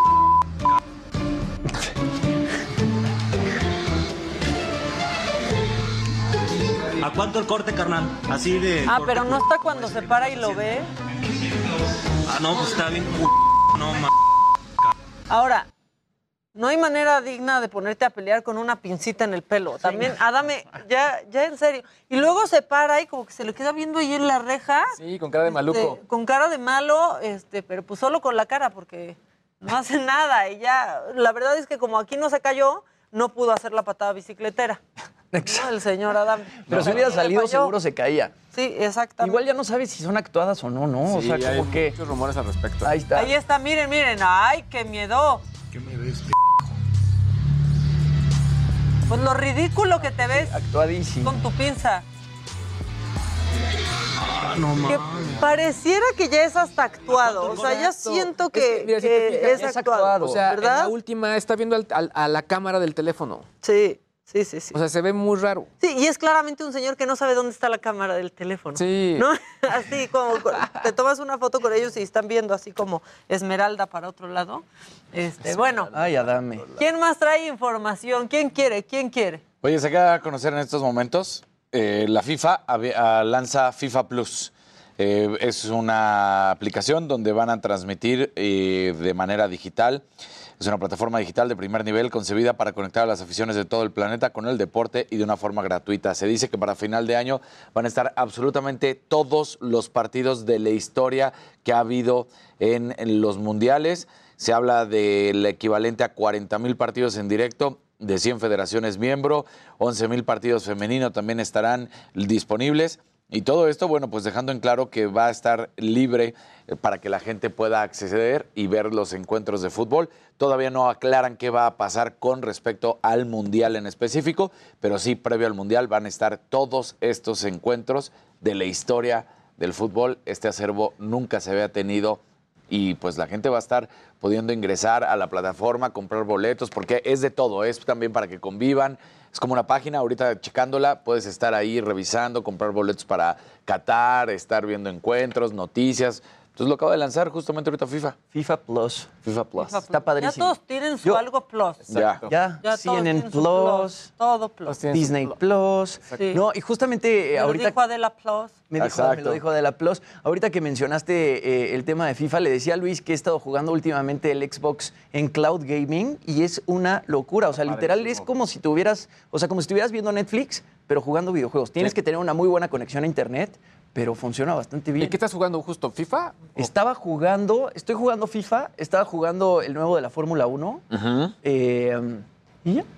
Speaker 7: ¿A cuánto el corte, carnal? Así de...
Speaker 2: Ah,
Speaker 7: corte,
Speaker 2: pero no está cuando se para y lo ve.
Speaker 7: Ah, no, pues está bien cul... No, ma...
Speaker 2: Ahora, no hay manera digna de ponerte a pelear con una pincita en el pelo. También, Adame, ya, ya en serio. Y luego se para y como que se le queda viendo ahí en la reja.
Speaker 1: Sí, con cara de maluco.
Speaker 2: Este, con cara de malo, este, pero pues solo con la cara porque no hace nada. Y ya, la verdad es que como aquí no se cayó, no pudo hacer la patada bicicletera. No, el señor Adame.
Speaker 3: Pero
Speaker 2: no,
Speaker 3: si hubiera
Speaker 2: le
Speaker 3: salido,
Speaker 2: falló.
Speaker 3: seguro se caía.
Speaker 2: Sí, exactamente.
Speaker 3: Igual ya no sabes si son actuadas o no, ¿no?
Speaker 1: Sí,
Speaker 3: o sea,
Speaker 1: hay
Speaker 3: como que...
Speaker 1: muchos rumores al respecto.
Speaker 3: Ahí está.
Speaker 2: Ahí está, miren, miren. ¡Ay, qué miedo!
Speaker 7: ¿Qué me ves, p***?
Speaker 2: Pues lo ridículo que te ves
Speaker 3: Actuadísimo.
Speaker 2: con tu pinza.
Speaker 7: Ah, no,
Speaker 2: Que
Speaker 7: mames.
Speaker 2: pareciera que ya es hasta actuado. O sea, ya siento que,
Speaker 1: Mira, si
Speaker 2: que
Speaker 1: te fijas,
Speaker 2: es,
Speaker 1: ya es
Speaker 2: actuado.
Speaker 1: O sea,
Speaker 2: ¿verdad?
Speaker 1: en la última está viendo al- al- a la cámara del teléfono.
Speaker 2: Sí, sí, sí, sí.
Speaker 1: O sea, se ve muy raro.
Speaker 2: Sí, y es claramente un señor que no sabe dónde está la cámara del teléfono.
Speaker 1: Sí.
Speaker 2: ¿No? Así como con- te tomas una foto con ellos y están viendo así como Esmeralda para otro lado. Este, bueno,
Speaker 3: Ay, Adame.
Speaker 2: ¿quién más trae información? ¿Quién quiere? ¿Quién quiere?
Speaker 24: Oye, se acaba de conocer en estos momentos, eh, la FIFA avi- ah, lanza FIFA Plus. Eh, es una aplicación donde van a transmitir eh, de manera digital. Es una plataforma digital de primer nivel concebida para conectar a las aficiones de todo el planeta con el deporte y de una forma gratuita. Se dice que para final de año van a estar absolutamente todos los partidos de la historia que ha habido en, en los mundiales. Se habla del equivalente a cuarenta mil partidos en directo de cien federaciones miembro, once mil partidos femeninos también estarán disponibles. Y todo esto, bueno, pues dejando en claro que va a estar libre eh, para que la gente pueda acceder y ver los encuentros de fútbol. Todavía no aclaran qué va a pasar con respecto al Mundial en específico, pero sí, previo al Mundial van a estar todos estos encuentros de la historia del fútbol. Este acervo nunca se había tenido y pues la gente va a estar pudiendo ingresar a la plataforma, comprar boletos, porque es de todo, es también para que convivan. Es como una página, ahorita checándola, puedes estar ahí revisando, comprar boletos para Qatar, estar viendo encuentros, noticias. Entonces lo acabo de lanzar justamente ahorita FIFA.
Speaker 3: FIFA Plus.
Speaker 24: FIFA Plus.
Speaker 2: FIFA
Speaker 3: Está
Speaker 2: Plus.
Speaker 3: padrísimo.
Speaker 2: Ya todos tienen su
Speaker 3: Yo-
Speaker 2: algo plus.
Speaker 24: Ya.
Speaker 3: Ya,
Speaker 2: Ya todos
Speaker 3: C N N
Speaker 2: tienen su
Speaker 3: Plus,
Speaker 2: Todo plus.
Speaker 3: Disney Plus.
Speaker 2: Sí.
Speaker 3: No, y justamente eh,
Speaker 2: Me lo
Speaker 3: ahorita...
Speaker 2: dijo Adela Plus.
Speaker 3: Me dijo,
Speaker 24: Exacto.
Speaker 3: me lo dijo Adela Plus. Ahorita que mencionaste eh, el tema de FIFA, le decía a Luis que he estado jugando últimamente el Xbox en Cloud Gaming y es una locura. O sea, literal es como si tuvieras, o sea, como si estuvieras viendo Netflix, pero jugando videojuegos. Tienes que tener una muy buena conexión a internet, pero funciona bastante bien.
Speaker 1: ¿Y qué estás jugando justo? ¿FIFA?
Speaker 3: Estaba jugando, estoy jugando FIFA, estaba jugando el nuevo de la Fórmula uno. eh, y ya.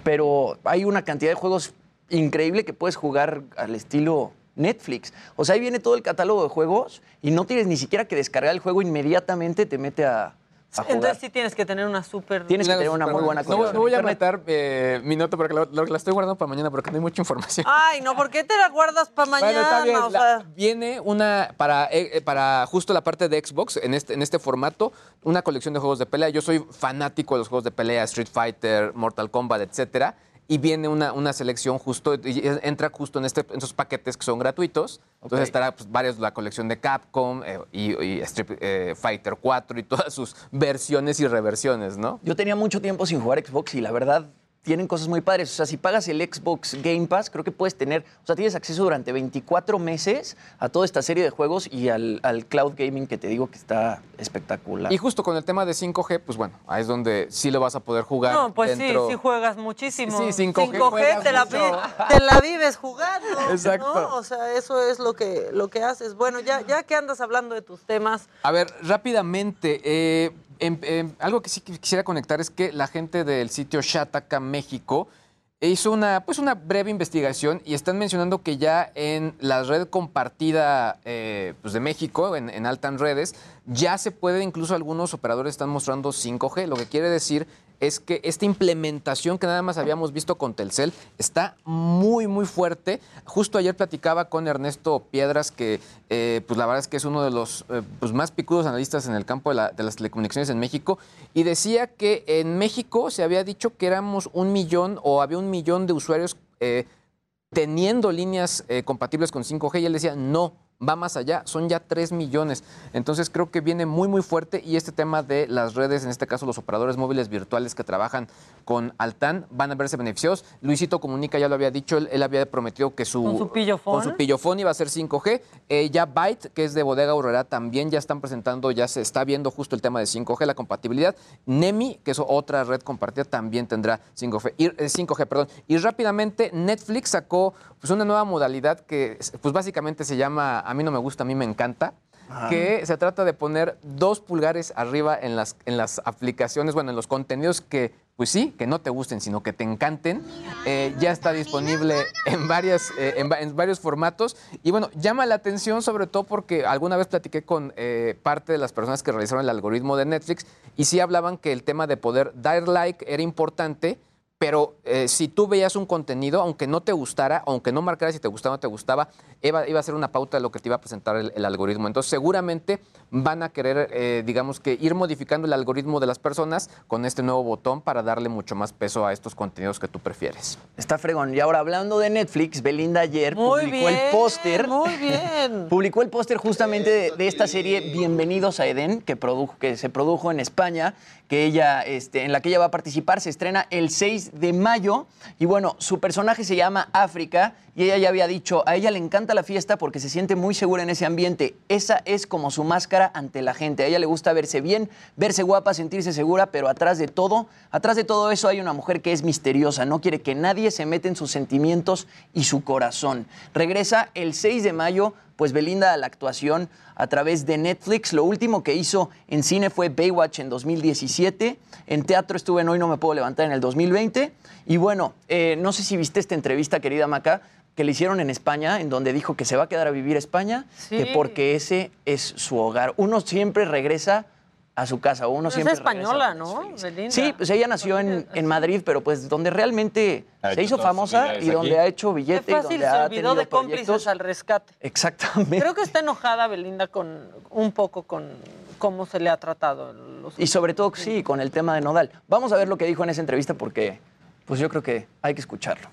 Speaker 3: pero hay una cantidad de juegos increíble que puedes jugar al estilo Netflix. O sea, ahí viene todo el catálogo de juegos y no tienes ni siquiera que descargar el juego, inmediatamente te mete a...
Speaker 2: Entonces sí tienes que tener una súper...
Speaker 3: Tienes que tener una muy buena conexión.
Speaker 1: No, no voy a matar eh, mi nota porque la, la estoy guardando para mañana porque no hay mucha información.
Speaker 2: Ay, no, ¿por qué te la guardas para mañana?
Speaker 1: Bueno, está bien.
Speaker 2: O sea...
Speaker 1: La, viene una, para, eh, para justo la parte de Xbox, en este, en este formato, una colección de juegos de pelea. Yo soy fanático de los juegos de pelea, Street Fighter, Mortal Kombat, etcétera. Y viene una, una selección justo, y entra justo en, este, en esos paquetes que son gratuitos. Entonces okay. estará pues, varios, la colección de Capcom eh, y, y Street eh, Fighter cuatro y todas sus versiones y reversiones, ¿no?
Speaker 3: Yo tenía mucho tiempo sin jugar Xbox y la verdad tienen cosas muy padres. O sea, si pagas el Xbox Game Pass, creo que puedes tener, o sea, tienes acceso durante veinticuatro meses a toda esta serie de juegos y al, al cloud gaming que te digo que está espectacular.
Speaker 1: Y justo con el tema de cinco G, pues bueno, ahí es donde sí lo vas a poder jugar.
Speaker 2: No, pues
Speaker 1: dentro...
Speaker 2: sí, sí juegas muchísimo.
Speaker 1: Sí, cinco G,
Speaker 2: cinco G te, la, te la vives jugando.
Speaker 1: Exacto.
Speaker 2: ¿No? O sea, eso es lo que, lo que haces. Bueno, ya, ya que andas hablando de tus temas.
Speaker 1: A ver, rápidamente, eh, en, en, algo que sí quisiera conectar es que la gente del sitio Shataka México hizo una, pues una breve investigación y están mencionando que ya en la red compartida eh, pues de México, en, en Altan Redes, ya se puede, incluso algunos operadores están mostrando cinco G, lo que quiere decir es que esta implementación que nada más habíamos visto con Telcel está muy, muy fuerte. Justo ayer platicaba con Ernesto Piedras, que eh, pues la verdad es que es uno de los eh, pues más picudos analistas en el campo de, la, de las telecomunicaciones en México, y decía que en México se había dicho que éramos un millón o había un millón de usuarios eh, teniendo líneas eh, compatibles con cinco G, y él decía, no, va más allá, son ya tres millones. Entonces creo que viene muy, muy fuerte, y este tema de las redes, en este caso los operadores móviles virtuales que trabajan con Altán, van a verse beneficiados. Luisito Comunica ya lo había dicho, él, él había prometido que su...
Speaker 2: ¿Con su pillofón?
Speaker 1: Con su pillofón iba a ser cinco G. Eh, ya Byte, que es de Bodega Aurrera, también ya están presentando, ya se está viendo justo el tema de cinco G, la compatibilidad. Nemi, que es otra red compartida, también tendrá cinco G. Y, eh, cinco G, perdón. Y rápidamente, Netflix sacó pues, una nueva modalidad que pues básicamente se llama... A mí no me gusta, a mí me encanta, ah. que se trata de poner dos pulgares arriba en las, en las aplicaciones, bueno, en los contenidos que, pues sí, que no te gusten, sino que te encanten. Eh, ya está disponible en, varias, eh, en, en varios formatos. Y bueno, llama la atención sobre todo porque alguna vez platiqué con eh, parte de las personas que realizaron el algoritmo de Netflix y sí hablaban que el tema de poder dar like era importante. Pero eh, si tú veías un contenido, aunque no te gustara, aunque no marcara si te gustaba o no te gustaba, iba, iba a ser una pauta de lo que te iba a presentar el, el algoritmo. Entonces, seguramente van a querer, eh, digamos que, ir modificando el algoritmo de las personas con este nuevo botón para darle mucho más peso a estos contenidos que tú prefieres.
Speaker 3: Está fregón. Y ahora, hablando de Netflix, Belinda ayer
Speaker 2: muy
Speaker 3: publicó
Speaker 2: bien,
Speaker 3: el póster.
Speaker 2: Muy bien.
Speaker 3: Publicó el póster justamente de, de esta serie Bienvenidos a Edén, que, produjo, que se produjo en España, que ella, este, en la que ella va a participar. Se estrena el seis de mayo y bueno, su personaje se llama África y ella ya había dicho, a ella le encanta la fiesta porque se siente muy segura en ese ambiente. Esa es como su máscara ante la gente. A ella le gusta verse bien, verse guapa, sentirse segura, pero atrás de todo, atrás de todo eso hay una mujer que es misteriosa, no quiere que nadie se meta en sus sentimientos y su corazón. Regresa el seis de mayo, pues Belinda a la actuación a través de Netflix. Lo último que hizo en cine fue Baywatch en dos mil diecisiete. En teatro estuve en Hoy No Me Puedo Levantar en el dos mil veinte. Y bueno, eh, no sé si viste esta entrevista, querida Maca, que le hicieron en España, en donde dijo que se va a quedar a vivir a España, sí. que porque ese es su hogar. Uno siempre regresa a su casa, uno
Speaker 2: es
Speaker 3: siempre
Speaker 2: española,
Speaker 3: regresa.
Speaker 2: ¿no? Belinda.
Speaker 3: Sí, pues ella nació en, en Madrid, pero pues donde realmente
Speaker 8: ha
Speaker 3: se hizo famosa y donde aquí. ha hecho billete.
Speaker 2: Qué fácil
Speaker 3: y donde
Speaker 2: se
Speaker 3: ha
Speaker 2: olvidó de
Speaker 3: proyectos.
Speaker 2: Cómplices al Rescate.
Speaker 3: Exactamente.
Speaker 2: Creo que está enojada Belinda con un poco con cómo se le ha tratado. Los
Speaker 3: y sobre todo, sí, con el tema de Nodal. Vamos a ver lo que dijo en esa entrevista porque pues yo creo que hay que escucharlo.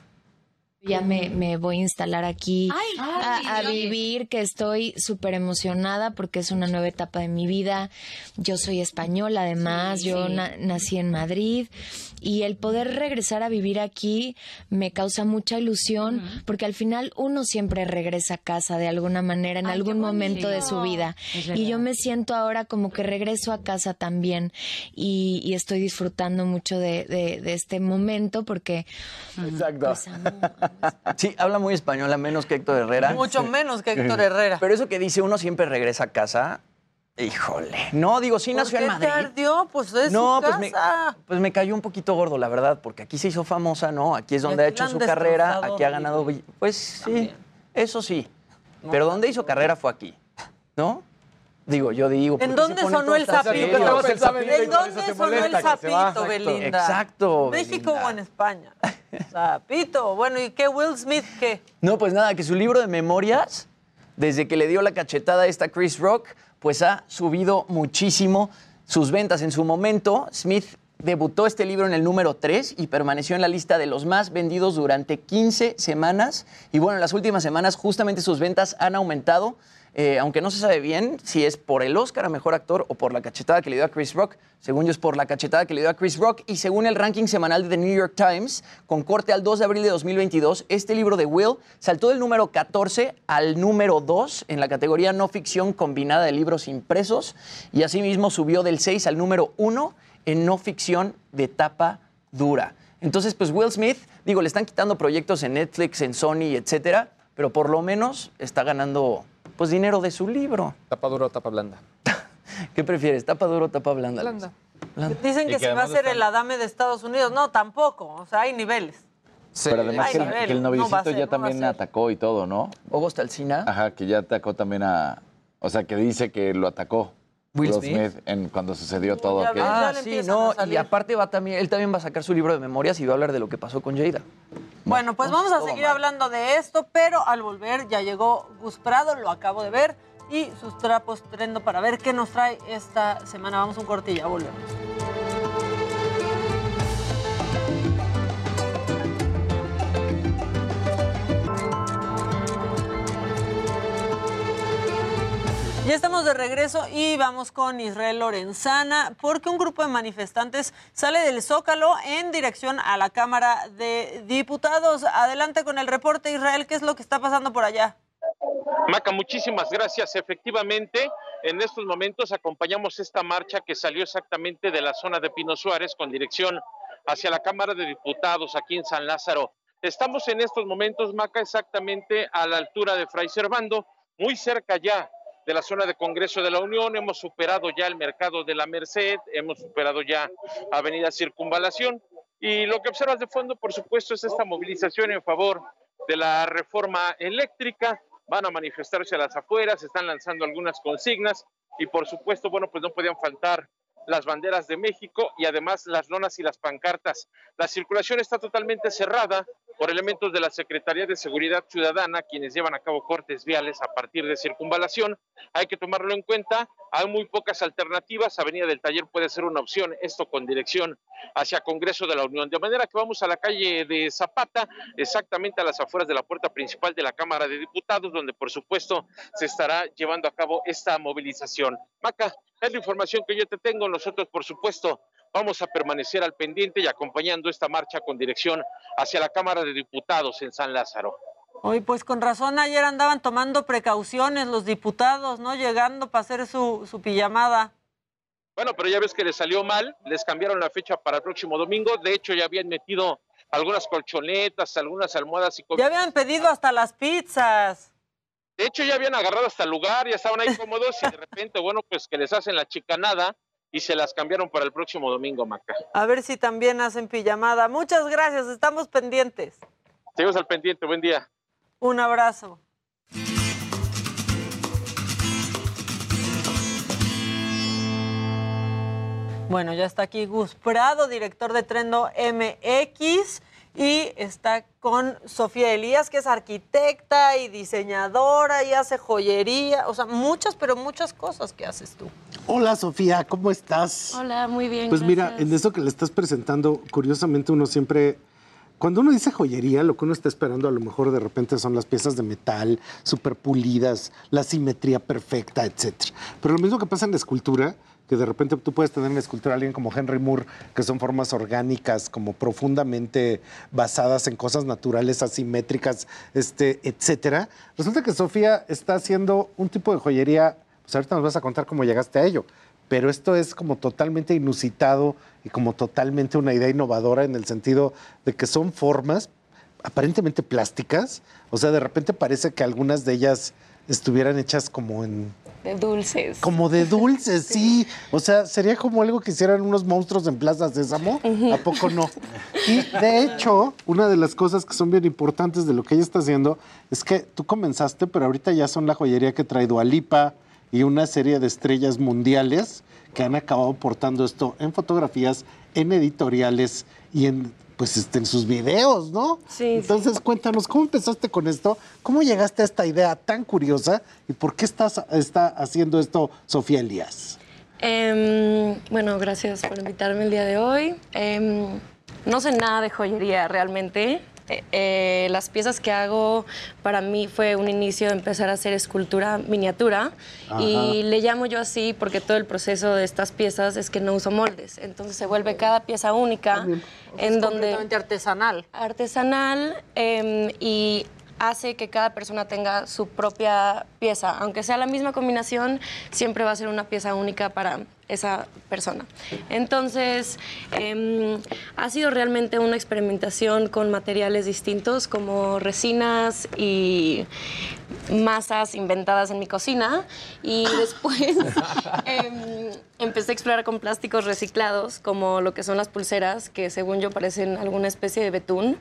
Speaker 8: Ya me, me voy a instalar aquí ay, a, ay, a vivir, que estoy súper emocionada porque es una nueva etapa de mi vida. Yo soy española, además, sí, yo sí. Na, nací en Madrid y el poder regresar a vivir aquí me causa mucha ilusión uh-huh. porque al final uno siempre regresa a casa de alguna manera en ay, algún momento de su vida y yo me siento ahora como que regreso a casa también y, y estoy disfrutando mucho de, de, de este momento porque
Speaker 3: Exacto.
Speaker 8: Pues, amo,
Speaker 3: Sí, habla muy española, menos que Héctor Herrera.
Speaker 2: Mucho menos que Héctor Herrera.
Speaker 3: Pero eso que dice, uno siempre regresa a casa, Híjole. No, digo, sí nació en Madrid.
Speaker 2: ¿Por qué te ardió? Pues es
Speaker 3: no,
Speaker 2: su
Speaker 3: pues me,
Speaker 2: casa.
Speaker 3: pues me cayó un poquito gordo, la verdad, porque aquí se hizo famosa, ¿no? Aquí es donde ha hecho su carrera, aquí ha ganado... Pues sí, también. Eso sí. No, pero donde hizo carrera fue aquí, ¿no? Digo, yo digo...
Speaker 2: ¿En dónde sonó el sapito? ¿En dónde sonó el sapito, Belinda?
Speaker 3: Exacto,
Speaker 2: ¿México o en España? Sapito. Bueno, ¿y qué Will Smith qué?
Speaker 3: No, pues nada, que su libro de memorias, desde que le dio la cachetada a esta Chris Rock, pues ha subido muchísimo sus ventas. En su momento, Smith debutó este libro en el número tres y permaneció en la lista de los más vendidos durante quince semanas. Y bueno, en las últimas semanas justamente sus ventas han aumentado. Eh, aunque no se sabe bien si es por el Oscar a Mejor Actor o por la cachetada que le dio a Chris Rock. Según yo es por la cachetada que le dio a Chris Rock. Y según el ranking semanal de The New York Times, con corte al dos de abril de dos mil veintidós, este libro de Will saltó del número catorce al número dos en la categoría no ficción combinada de libros impresos. Y asimismo subió del seis al número uno en no ficción de tapa dura. Entonces, pues Will Smith, digo, le están quitando proyectos en Netflix, en Sony, etcétera, pero por lo menos está ganando... pues dinero de su libro.
Speaker 1: ¿Tapa dura o tapa blanda?
Speaker 3: ¿Qué prefieres, tapa dura o tapa blanda?
Speaker 1: Blanda.
Speaker 3: blanda.
Speaker 2: Dicen que, que si va a ser están... el Adame de Estados Unidos. No, tampoco. O sea, hay niveles.
Speaker 24: Sí. Pero además que el, que el noviecito no ser, ya no también atacó y todo, ¿no?
Speaker 3: ¿Hugo Stalcina?
Speaker 24: Ajá, que ya atacó también a... O sea, que dice que lo atacó.
Speaker 3: Will
Speaker 24: Will
Speaker 3: Smith,
Speaker 24: Smith en, cuando sucedió todo
Speaker 3: ya
Speaker 24: aquello.
Speaker 3: Ah, sí, no, y aparte va también, él también va a sacar su libro de memorias y va a hablar de lo que pasó con Jada.
Speaker 2: Bueno, pues vamos a seguir hablando de esto, pero al volver ya llegó Gus Prado, lo acabo de ver, y sus trapos trendo para ver qué nos trae esta semana. Vamos a un corte y ya volvemos. Ya estamos de regreso y vamos con Israel Lorenzana porque un grupo de manifestantes sale del Zócalo en dirección a la Cámara de Diputados. Adelante con el reporte, Israel, ¿qué es lo que está pasando por allá?
Speaker 9: Maca, muchísimas gracias. Efectivamente, en estos momentos acompañamos esta marcha que salió exactamente de la zona de Pino Suárez con dirección hacia la Cámara de Diputados aquí en San Lázaro. Estamos en estos momentos, Maca, exactamente a la altura de Fray Servando, muy cerca ya de la zona de Congreso de la Unión. Hemos superado ya el Mercado de la Merced, hemos superado ya Avenida Circunvalación, y lo que observas de fondo, por supuesto, es esta movilización en favor de la reforma eléctrica. Van a manifestarse a las afueras, están lanzando algunas consignas y, por supuesto, bueno, pues no podían faltar las banderas de México y además las lonas y las pancartas. La circulación está totalmente cerrada por elementos de la Secretaría de Seguridad Ciudadana, quienes llevan a cabo cortes viales a partir de Circunvalación. Hay que tomarlo en cuenta, hay muy pocas alternativas. Avenida del Taller puede ser una opción, esto con dirección hacia Congreso de la Unión. De manera que vamos a la calle de Zapata, exactamente a las afueras de la puerta principal de la Cámara de Diputados, donde por supuesto se estará llevando a cabo esta movilización. Maca, es la información que yo te tengo. Nosotros, por supuesto, vamos a permanecer al pendiente y acompañando esta marcha con dirección hacia la Cámara de Diputados en San Lázaro.
Speaker 2: Hoy, pues con razón, ayer andaban tomando precauciones los diputados, ¿no? Llegando para hacer su, su pijamada.
Speaker 9: Bueno, pero ya ves que les salió mal, les cambiaron la fecha para el próximo domingo. De hecho, ya habían metido algunas colchonetas, algunas almohadas y...
Speaker 2: Ya habían pedido hasta las pizzas.
Speaker 9: De hecho, ya habían agarrado hasta el lugar, ya estaban ahí cómodos y de repente, bueno, pues que les hacen la chicanada y se las cambiaron para el próximo domingo, Maca.
Speaker 2: A ver si también hacen pijamada. Muchas gracias, estamos pendientes.
Speaker 9: Seguimos al pendiente, buen día.
Speaker 2: Un abrazo. Bueno, ya está aquí Gus Prado, director de Trendo M X, y está con Sofía Elías, que es arquitecta y diseñadora y hace joyería, o sea, muchas, pero muchas cosas que haces tú.
Speaker 18: Hola, Sofía, ¿cómo estás?
Speaker 19: Hola, muy bien,
Speaker 18: Pues
Speaker 19: gracias.
Speaker 18: mira, en eso que le estás presentando, curiosamente uno siempre... Cuando uno dice joyería, lo que uno está esperando a lo mejor de repente son las piezas de metal, súper pulidas, la simetría perfecta, etcétera. Pero lo mismo que pasa en la escultura, que de repente tú puedes tener en la escultura a alguien como Henry Moore, que son formas orgánicas, como profundamente basadas en cosas naturales, asimétricas, este, etcétera. Resulta que Sofía está haciendo un tipo de joyería, pues ahorita nos vas a contar cómo llegaste a ello, pero esto es como totalmente inusitado y como totalmente una idea innovadora en el sentido de que son formas aparentemente plásticas, o sea, de repente parece que algunas de ellas estuvieran hechas como en
Speaker 8: De dulces.
Speaker 10: Como de dulces, sí. O sea, sería como algo que hicieran unos monstruos en Plaza Sésamo. ¿A poco no? Y de hecho, una de las cosas que son bien importantes de lo que ella está haciendo es que tú comenzaste, pero ahorita ya son la joyería que trae Dua Lipa y una serie de estrellas mundiales que han acabado portando esto en fotografías, en editoriales y en, pues, este, en sus videos, ¿no?
Speaker 8: Sí.
Speaker 10: Entonces,
Speaker 8: sí.
Speaker 10: cuéntanos, ¿cómo empezaste con esto? ¿Cómo llegaste a esta idea tan curiosa? ¿Y por qué estás está haciendo esto Sofía Elías?
Speaker 8: Eh, bueno, gracias por invitarme el día de hoy. Eh, no sé nada de joyería realmente. Eh, eh, las piezas que hago para mí fue un inicio de empezar a hacer escultura miniatura. Ajá. Y le llamo yo así porque todo el proceso de estas piezas es que no uso moldes, entonces se vuelve cada pieza única.
Speaker 2: También.
Speaker 8: En
Speaker 2: es
Speaker 8: donde
Speaker 2: completamente artesanal.
Speaker 8: Artesanal eh, y hace que cada persona tenga su propia pieza, aunque sea la misma combinación, siempre va a ser una pieza única para esa persona. Entonces, eh, ha sido realmente una experimentación con materiales distintos como resinas y masas inventadas en mi cocina, y después eh, empecé a explorar con plásticos reciclados como lo que son las pulseras, que según yo parecen alguna especie de betún.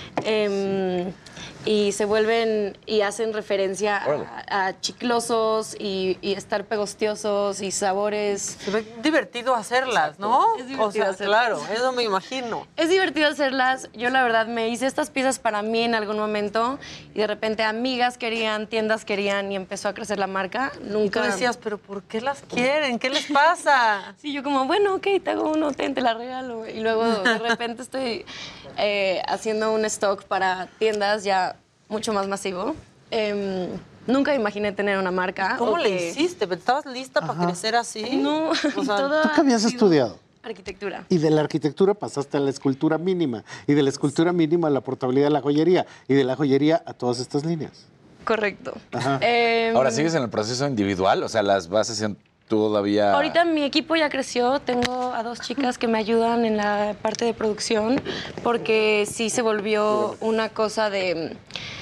Speaker 8: Eh, y se vuelven y hacen referencia a, a chiclosos y, y estar pegostiosos y sabores.
Speaker 2: Se ve divertido hacerlas, ¿no?
Speaker 8: Es divertido
Speaker 2: o sea,
Speaker 8: hacerlas.
Speaker 2: claro, eso me imagino.
Speaker 8: Es divertido hacerlas. Yo la verdad me hice estas piezas para mí en algún momento y de repente amigas querían, tiendas querían y empezó a crecer la marca. Nunca...
Speaker 2: Y tú decías, pero ¿por qué las quieren? ¿Qué les pasa?
Speaker 8: Sí, yo como, bueno, ok, te hago uno, ten, te la regalo. Y luego de repente estoy eh, haciendo un stock para tiendas ya mucho más masivo. Eh, nunca imaginé tener una marca.
Speaker 2: ¿Cómo le
Speaker 8: que...
Speaker 2: hiciste? ¿Estabas lista Ajá. para crecer así?
Speaker 8: No,
Speaker 2: o sea,
Speaker 8: toda...
Speaker 10: ¿Tú qué habías estudiado?
Speaker 8: Arquitectura.
Speaker 10: Y de la arquitectura pasaste a la escultura mínima, y de la escultura mínima a la portabilidad de la joyería, y de la joyería a todas estas líneas.
Speaker 8: Correcto.
Speaker 24: Eh, Ahora, ¿sigues en el proceso individual? O sea, las vas haciendo todavía...
Speaker 8: Ahorita mi equipo ya creció, tengo a dos chicas que me ayudan en la parte de producción, porque sí se volvió una cosa de...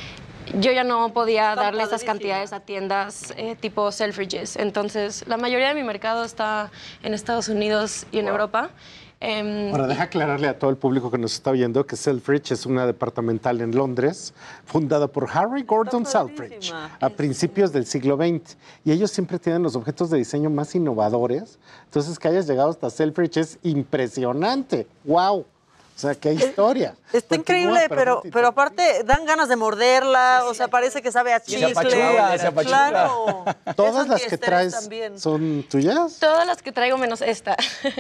Speaker 8: Yo ya no podía darle esas cantidades a tiendas eh, tipo Selfridges. Entonces, la mayoría de mi mercado está en Estados Unidos y en wow. Europa. Eh,
Speaker 10: Ahora, deja aclararle a todo el público que nos está viendo que Selfridge es una departamental en Londres, fundada por Harry Gordon Selfridge a principios del siglo veinte. Y ellos siempre tienen los objetos de diseño más innovadores. Entonces, que hayas llegado hasta Selfridge es impresionante. ¡Wow! O sea, qué historia.
Speaker 2: Está Continúa, increíble, pero, pero aparte dan ganas de morderla, o sea, parece que sabe a chicle.
Speaker 24: Se apachurra, se apachurra.
Speaker 2: Claro.
Speaker 10: ¿Todas las que traes también. son tuyas?
Speaker 8: Todas las que traigo menos esta.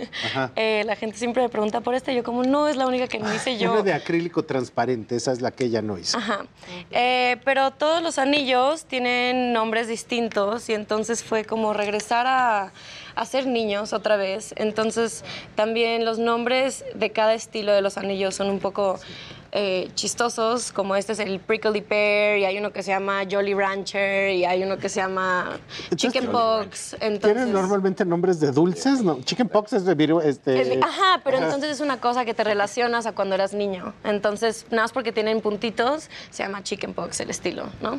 Speaker 8: eh, la gente siempre me pregunta por esta, yo como, no, es la única que no hice yo.
Speaker 10: Una de acrílico transparente, esa es la que ella no hizo.
Speaker 8: Ajá. Eh, pero todos los anillos tienen nombres distintos y entonces fue como regresar a... a ser niños otra vez. Entonces, también los nombres de cada estilo de los anillos son un poco eh, chistosos, como este es el Prickly Pear, y hay uno que se llama Jolly Rancher, y hay uno que se llama Chicken Pox.
Speaker 10: Entonces, ¿tienen normalmente nombres de dulces? No, Chicken Pox es de virus. Este...
Speaker 8: Es de, ajá, pero ajá. entonces es una cosa que te relacionas a cuando eras niño. Entonces, nada más porque tienen puntitos, se llama Chicken Pox el estilo, ¿no?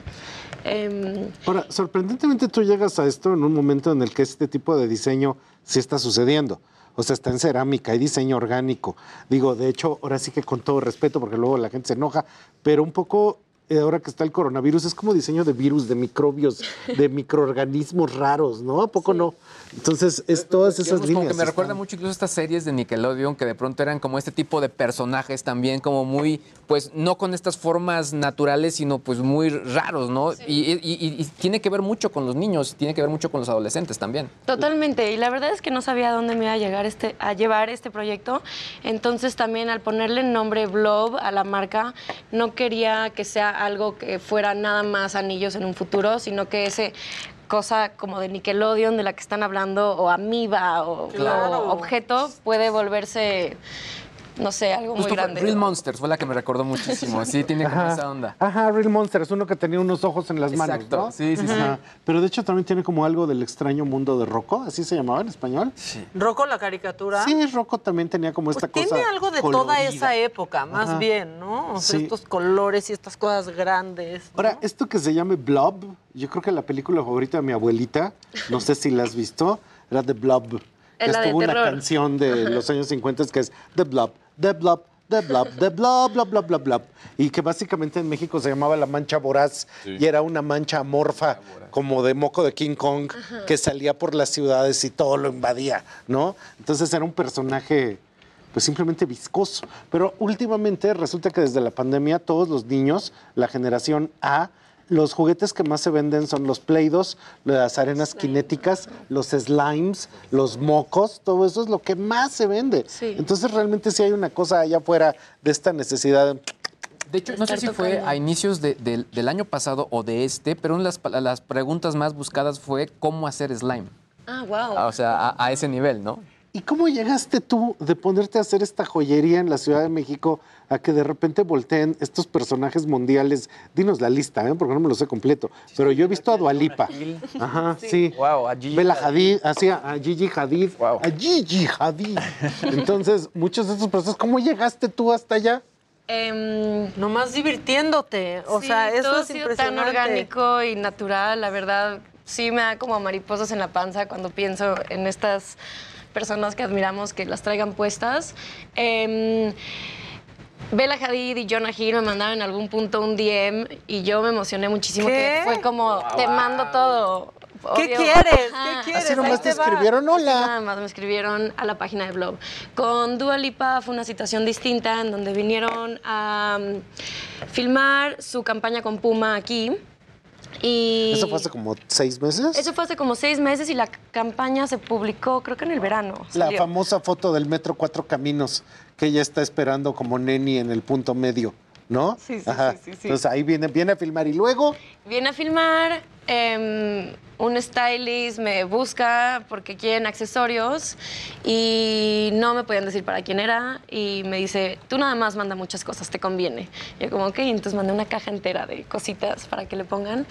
Speaker 8: Eh,
Speaker 10: Ahora, sorprendentemente tú llegas a esto en un momento en el que este tipo de diseño sí está sucediendo. O sea, está en cerámica, hay diseño orgánico. Digo, de hecho, ahora sí que con todo respeto, porque luego la gente se enoja, pero un poco, eh, ahora que está el coronavirus, es como diseño de virus, de microbios, de microorganismos raros, ¿no? ¿A poco sí. no? Entonces, es todas esas líneas.
Speaker 1: Como que me están... recuerda mucho incluso estas series de Nickelodeon, que de pronto eran como este tipo de personajes también, como muy, pues, no con estas formas naturales, sino pues muy raros, ¿no? Sí. Y, y, y, y tiene que ver mucho con los niños, tiene que ver mucho con los adolescentes también.
Speaker 8: Totalmente, y la verdad es que no sabía a dónde me iba a llegar este, a llevar este proyecto, entonces también al ponerle el nombre Blob a la marca, no quería que sea algo que fuera nada más anillos en un futuro, sino que ese cosa como de Nickelodeon de la que están hablando, o amiba, o, claro. o objeto, puede volverse no sé, algo muy
Speaker 1: Justo fue
Speaker 8: grande.
Speaker 1: Real Monsters fue la que me recordó muchísimo. Sí, tiene como
Speaker 10: Ajá.
Speaker 1: esa onda.
Speaker 10: Ajá, Real Monsters, uno que tenía unos ojos en las manos,
Speaker 1: Exacto.
Speaker 10: ¿no?
Speaker 1: Sí, sí, sí.
Speaker 10: Ajá. Pero de hecho también tiene como algo del extraño mundo de Rocco, así se llamaba en español.
Speaker 3: Sí.
Speaker 2: ¿Rocco la caricatura?
Speaker 10: Sí, Rocco también tenía como esta
Speaker 2: Pues
Speaker 10: cosa
Speaker 2: tiene algo de
Speaker 10: colorida.
Speaker 2: toda esa época, más
Speaker 10: Ajá.
Speaker 2: bien, ¿no? O sea,
Speaker 10: Sí.
Speaker 2: estos colores y estas cosas grandes. ¿no?
Speaker 10: Ahora, esto que se llame Blob, yo creo que la película favorita de mi abuelita, no sé si la has visto, era The Blob.
Speaker 8: Es la de
Speaker 10: Estuvo una
Speaker 8: terror.
Speaker 10: canción de los años cincuenta que es The Blob, The Blob, The Blob, The Blob, Blob, Blob, Blob, Blob. Y que básicamente en México se llamaba La Mancha Voraz
Speaker 24: Sí.
Speaker 10: y era una mancha amorfa como de moco de King Kong que salía por las ciudades y todo lo invadía, ¿no? Entonces era un personaje pues simplemente viscoso. Pero últimamente resulta que desde la pandemia todos los niños, la generación A, los juguetes que más se venden son los Play-Dohs, las arenas cinéticas, los slimes, los mocos, todo eso es lo que más se vende.
Speaker 8: Sí.
Speaker 10: Entonces realmente sí hay una cosa allá afuera de esta necesidad de...
Speaker 1: De hecho, no sé si fue a inicios de- del- del año pasado o de este, pero una de las, pa- las preguntas más buscadas fue cómo hacer slime.
Speaker 8: Ah, wow.
Speaker 1: Ah, O sea, a, a ese nivel, ¿no?
Speaker 10: ¿Y cómo llegaste tú de ponerte a hacer esta joyería en la Ciudad de México a que de repente volteen estos personajes mundiales? Dinos la lista, ¿eh? Porque no me lo sé completo. Pero yo he visto a Dua Lipa. Ajá, sí.
Speaker 3: Wow, a Gigi
Speaker 10: Bella Hadid, así a a Gigi Hadid.
Speaker 3: Wow.
Speaker 10: A Gigi Hadid. Entonces, muchos de estos procesos, ¿cómo llegaste tú hasta allá?
Speaker 8: Em,
Speaker 2: Nomás divirtiéndote. O
Speaker 8: sí,
Speaker 2: sea, eso
Speaker 8: todo ha
Speaker 2: es
Speaker 8: sido tan
Speaker 2: impresionante.
Speaker 8: orgánico y natural, la verdad. Sí me da como mariposas en la panza cuando pienso en estas personas que admiramos que las traigan puestas. Em, Bella Hadid y Jonah Hill me mandaron en algún punto un D M y yo me emocioné muchísimo.
Speaker 2: ¿Qué?
Speaker 8: Que fue como, te mando todo.
Speaker 2: ¿Qué
Speaker 8: Obvio.
Speaker 2: quieres?
Speaker 8: Ajá.
Speaker 2: ¿Qué quieres?
Speaker 10: Así nomás
Speaker 2: Ahí
Speaker 10: te
Speaker 2: te va.
Speaker 10: escribieron,
Speaker 8: Así
Speaker 10: hola.
Speaker 8: nada más me escribieron a la página de blog. Con Dua Lipa fue una situación distinta en donde vinieron a um, filmar su campaña con Puma aquí. Y
Speaker 10: ¿Eso fue hace como seis meses?
Speaker 8: Eso fue hace como seis meses y la campaña se publicó, creo que en el verano.
Speaker 10: La
Speaker 8: salió.
Speaker 10: famosa foto del Metro Cuatro Caminos que ella está esperando como neni en el punto medio, ¿no?
Speaker 8: Sí, sí,
Speaker 10: Ajá.
Speaker 8: sí, sí, sí.
Speaker 10: Entonces ahí viene, viene a filmar y luego...
Speaker 8: Viene a filmar, em, un stylist me busca porque quieren accesorios y no me podían decir para quién era y me dice, tú nada más manda muchas cosas, te conviene. Yo como, ok, entonces mandé una caja entera de cositas para que le pongan.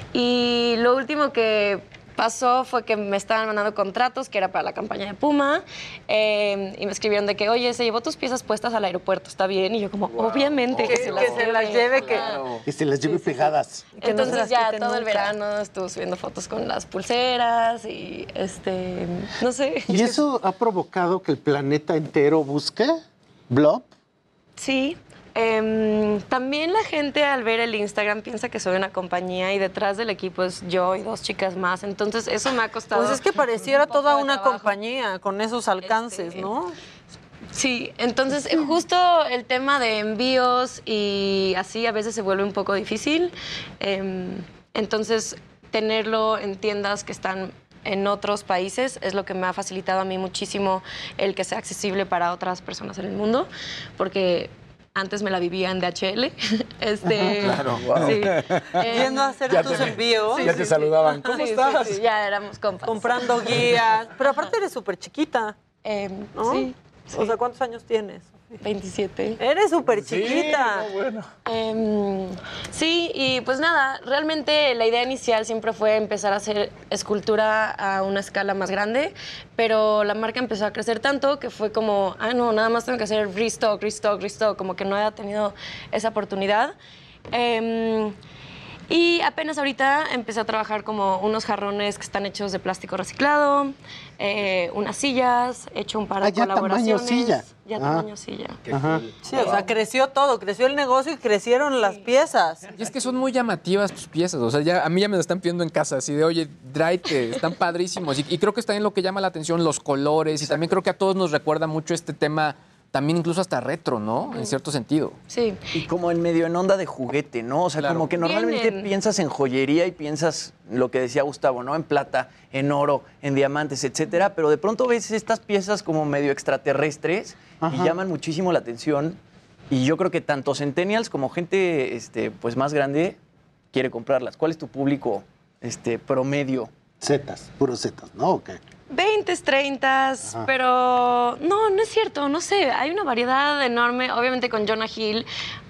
Speaker 8: Y lo último que pasó fue que me estaban mandando contratos que era para la campaña de Puma eh, y me escribieron de que, oye, se llevó tus piezas puestas al aeropuerto, ¿está bien? Y yo como, obviamente que,
Speaker 2: Que-
Speaker 8: se las
Speaker 2: que se las lleve, que-
Speaker 8: Claro.
Speaker 10: Que se las lleve pegadas.
Speaker 2: Que no se
Speaker 8: Entonces
Speaker 2: las
Speaker 8: ya
Speaker 2: quiten
Speaker 8: todo el
Speaker 2: nunca.
Speaker 8: verano estuve subiendo fotos con las pulseras y este, no sé.
Speaker 10: ¿Y eso ha provocado que el planeta entero busque Blob?
Speaker 8: Sí. Em, también la gente al ver el Instagram piensa que soy una compañía y detrás del equipo es yo y dos chicas más. Entonces eso me ha costado.
Speaker 2: Pues es que pareciera
Speaker 8: un poco
Speaker 2: toda
Speaker 8: de
Speaker 2: una
Speaker 8: trabajo.
Speaker 2: compañía con esos alcances, ¿no?
Speaker 8: Sí, entonces eh, justo el tema de envíos y así a veces se vuelve un poco difícil. Em, entonces tenerlo en tiendas que están en otros países es lo que me ha facilitado a mí muchísimo el que sea accesible para otras personas en el mundo, porque antes me la vivía en D H L. Este,
Speaker 24: Claro.
Speaker 8: sí.
Speaker 2: Yendo a hacer
Speaker 8: Ya
Speaker 2: tus
Speaker 8: te-
Speaker 2: envíos.
Speaker 8: sí,
Speaker 24: Ya
Speaker 8: sí,
Speaker 24: te
Speaker 8: sí.
Speaker 24: saludaban. ¿Cómo
Speaker 8: Sí, sí,
Speaker 24: estás?
Speaker 8: sí, ya éramos compas.
Speaker 2: Comprando guías. Pero aparte eres súper chiquita,
Speaker 8: Em,
Speaker 2: ¿no?
Speaker 8: Sí.
Speaker 2: O sea, ¿cuántos años tienes?
Speaker 8: veintisiete.
Speaker 2: Eres súper chiquita.
Speaker 24: Sí, no, bueno.
Speaker 8: Em, sí, y pues nada, realmente la idea inicial siempre fue empezar a hacer escultura a una escala más grande, pero la marca empezó a crecer tanto que fue como, ah, no, nada más tengo que hacer restock, restock, restock, como que no había tenido esa oportunidad. Em, y apenas ahorita empecé a trabajar como unos jarrones que están hechos de plástico reciclado, eh, unas sillas, he hecho un par de
Speaker 10: Ah, ya tamaño
Speaker 8: colaboraciones.
Speaker 10: silla.
Speaker 8: Ya
Speaker 10: Ah.
Speaker 8: tamaño silla.
Speaker 10: Ajá.
Speaker 2: Sí, o sea, creció todo, creció el negocio y crecieron las piezas.
Speaker 1: Y es que son muy llamativas tus piezas. O sea, ya, a mí ya me lo están pidiendo en casa. Así de, oye, tráete, están padrísimos. Y, y creo que es también lo que llama la atención, los colores. Y también creo que a todos nos recuerda mucho este tema, también incluso hasta retro, ¿no? En cierto sentido.
Speaker 8: Sí.
Speaker 3: Y como en medio en onda de juguete, ¿no? O sea,
Speaker 1: Claro.
Speaker 3: como que normalmente
Speaker 8: Vienen.
Speaker 3: piensas en joyería y piensas lo que decía Gustavo, ¿no? En plata, en oro, en diamantes, etcétera. Pero de pronto ves estas piezas como medio extraterrestres
Speaker 10: Ajá.
Speaker 3: y llaman muchísimo la atención. Y yo creo que tanto centennials como gente este, pues más grande quiere comprarlas. ¿Cuál es tu público este, promedio?
Speaker 10: Zetas, puros zetas, ¿no? ¿O qué?
Speaker 11: veintes, treintas, pero no, no es cierto, no sé, hay una variedad enorme, obviamente con Jonah Hill,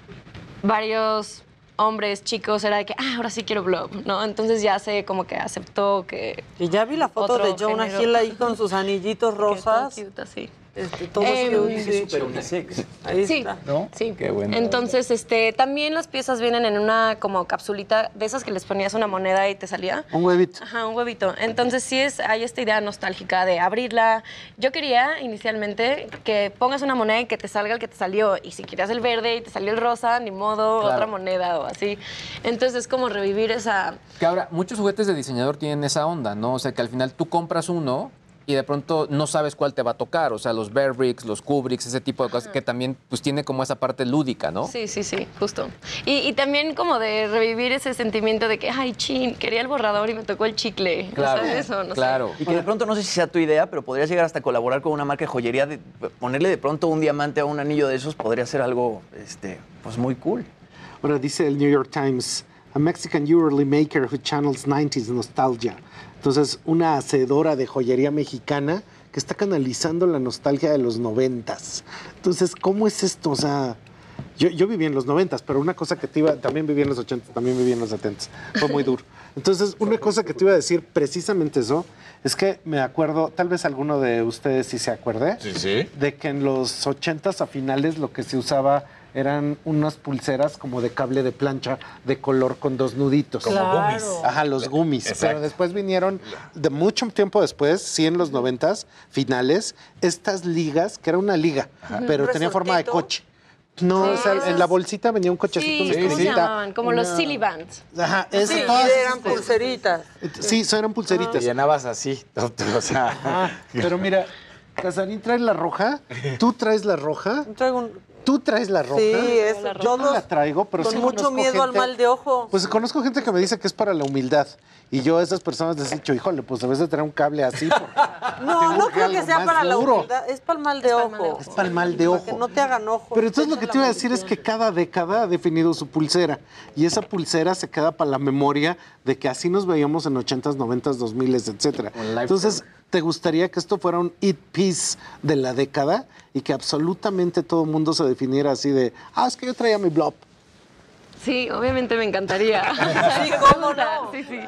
Speaker 11: varios hombres, chicos, era de que, ah, ahora sí quiero blow, ¿no? Entonces ya se como que aceptó que...
Speaker 2: Y ya vi la foto de Jonah género. Hill ahí con sus anillitos rosas.
Speaker 11: Cute, así.
Speaker 2: Este, todo
Speaker 11: Eh,
Speaker 2: cute, sí.
Speaker 3: Súper unisex.
Speaker 2: Ahí
Speaker 11: Sí,
Speaker 2: está.
Speaker 3: ¿No?
Speaker 11: sí.
Speaker 3: Qué bueno.
Speaker 11: Entonces, este, también las piezas vienen en una como capsulita de esas que les ponías una moneda y te salía.
Speaker 10: Un huevito.
Speaker 11: Ajá, un huevito. Entonces sí es, hay esta idea nostálgica de abrirla. Yo quería inicialmente que pongas una moneda y que te salga el que te salió. Y si querías el verde y te salió el rosa, ni modo,
Speaker 1: Claro.
Speaker 11: otra moneda o así. Entonces es como revivir esa...
Speaker 1: Que ahora, muchos juguetes de diseñador tienen esa onda, ¿no? O sea, que al final tú compras uno y de pronto no sabes cuál te va a tocar. O sea, los Bear Bricks, los Kubricks, ese tipo de cosas que también pues tiene como esa parte lúdica, ¿no?
Speaker 11: Sí, sí, sí, justo. Y, y también como de revivir ese sentimiento de que, ay, chin, quería el borrador y me tocó el chicle.
Speaker 3: Claro,
Speaker 11: ¿Sabes? O no
Speaker 3: claro.
Speaker 11: sé.
Speaker 3: Y que de pronto, no sé si sea tu idea, pero podrías llegar hasta colaborar con una marca de joyería, de ponerle de pronto un diamante a un anillo de esos, podría ser algo, este, pues muy cool.
Speaker 10: Ahora dice el New York Times, a Mexican jewelry maker who channels nineties nostalgia. Entonces, una hacedora de joyería mexicana que está canalizando la nostalgia de los noventas. Entonces, ¿cómo es esto? O sea, yo, yo viví en los noventas, pero una cosa que te iba, también viví en los ochentas, también viví en los setentas. Fue muy duro. Entonces, una cosa que te iba a decir precisamente eso, es que me acuerdo, tal vez alguno de ustedes sí se acuerde,
Speaker 24: Sí, sí.
Speaker 10: de que en los ochentas a finales lo que se usaba eran unas pulseras como de cable de plancha de color con dos nuditos.
Speaker 24: Como Claro. gummies.
Speaker 10: Ajá, los gummies.
Speaker 24: Exacto.
Speaker 10: Pero después vinieron, de mucho tiempo después, sí en los noventas, finales, estas ligas, que era una liga,
Speaker 11: Ajá.
Speaker 10: pero
Speaker 11: ¿Un
Speaker 10: tenía forma de
Speaker 11: resortito?
Speaker 10: coche. No,
Speaker 11: Sí,
Speaker 10: o sea,
Speaker 11: esas-
Speaker 10: en la bolsita venía un cochecito,
Speaker 11: Sí,
Speaker 10: una
Speaker 11: ¿cómo se
Speaker 10: esponjita,
Speaker 11: llamaban? Como los
Speaker 10: una-
Speaker 11: silly bands.
Speaker 10: Ajá,
Speaker 2: Sí,
Speaker 10: eso,
Speaker 2: y
Speaker 10: todas
Speaker 2: eran
Speaker 10: esas-
Speaker 2: pulseritas.
Speaker 10: Sí, eso eran pulseritas.
Speaker 24: Te llenabas así, o sea...
Speaker 10: Ajá, pero mira, Casarín trae la roja, tú traes la roja.
Speaker 2: Traigo un...
Speaker 10: Tú traes la roja.
Speaker 2: Sí, eso,
Speaker 10: Yo no
Speaker 2: todos
Speaker 10: la traigo, pero
Speaker 2: con
Speaker 10: sí
Speaker 2: mucho
Speaker 10: conozco
Speaker 2: miedo al
Speaker 10: gente-
Speaker 2: mal de ojo.
Speaker 10: Pues conozco gente que me dice que es para la humildad. Y yo a esas personas les he dicho, híjole, pues debes de tener un cable así. porque
Speaker 2: No,
Speaker 10: te
Speaker 2: no
Speaker 10: urge
Speaker 2: creo que
Speaker 10: algo
Speaker 2: sea
Speaker 10: más
Speaker 2: para la
Speaker 10: duro.
Speaker 2: humildad, es para el mal de ojo.
Speaker 10: Es para el mal de ojo.
Speaker 2: Que no te hagan ojo.
Speaker 10: Pero entonces lo que te iba a decir es que cada década ha definido su pulsera. Y esa pulsera se queda para la memoria de que así nos veíamos en ochentas, noventas, dos miles, etcétera. Entonces, ¿te gustaría que esto fuera un it piece de la década y que absolutamente todo el mundo se definiera así de, ah, es que yo traía mi blob?
Speaker 11: Sí, obviamente me encantaría.
Speaker 2: Sí, ¿cómo no?
Speaker 11: Sí, sí.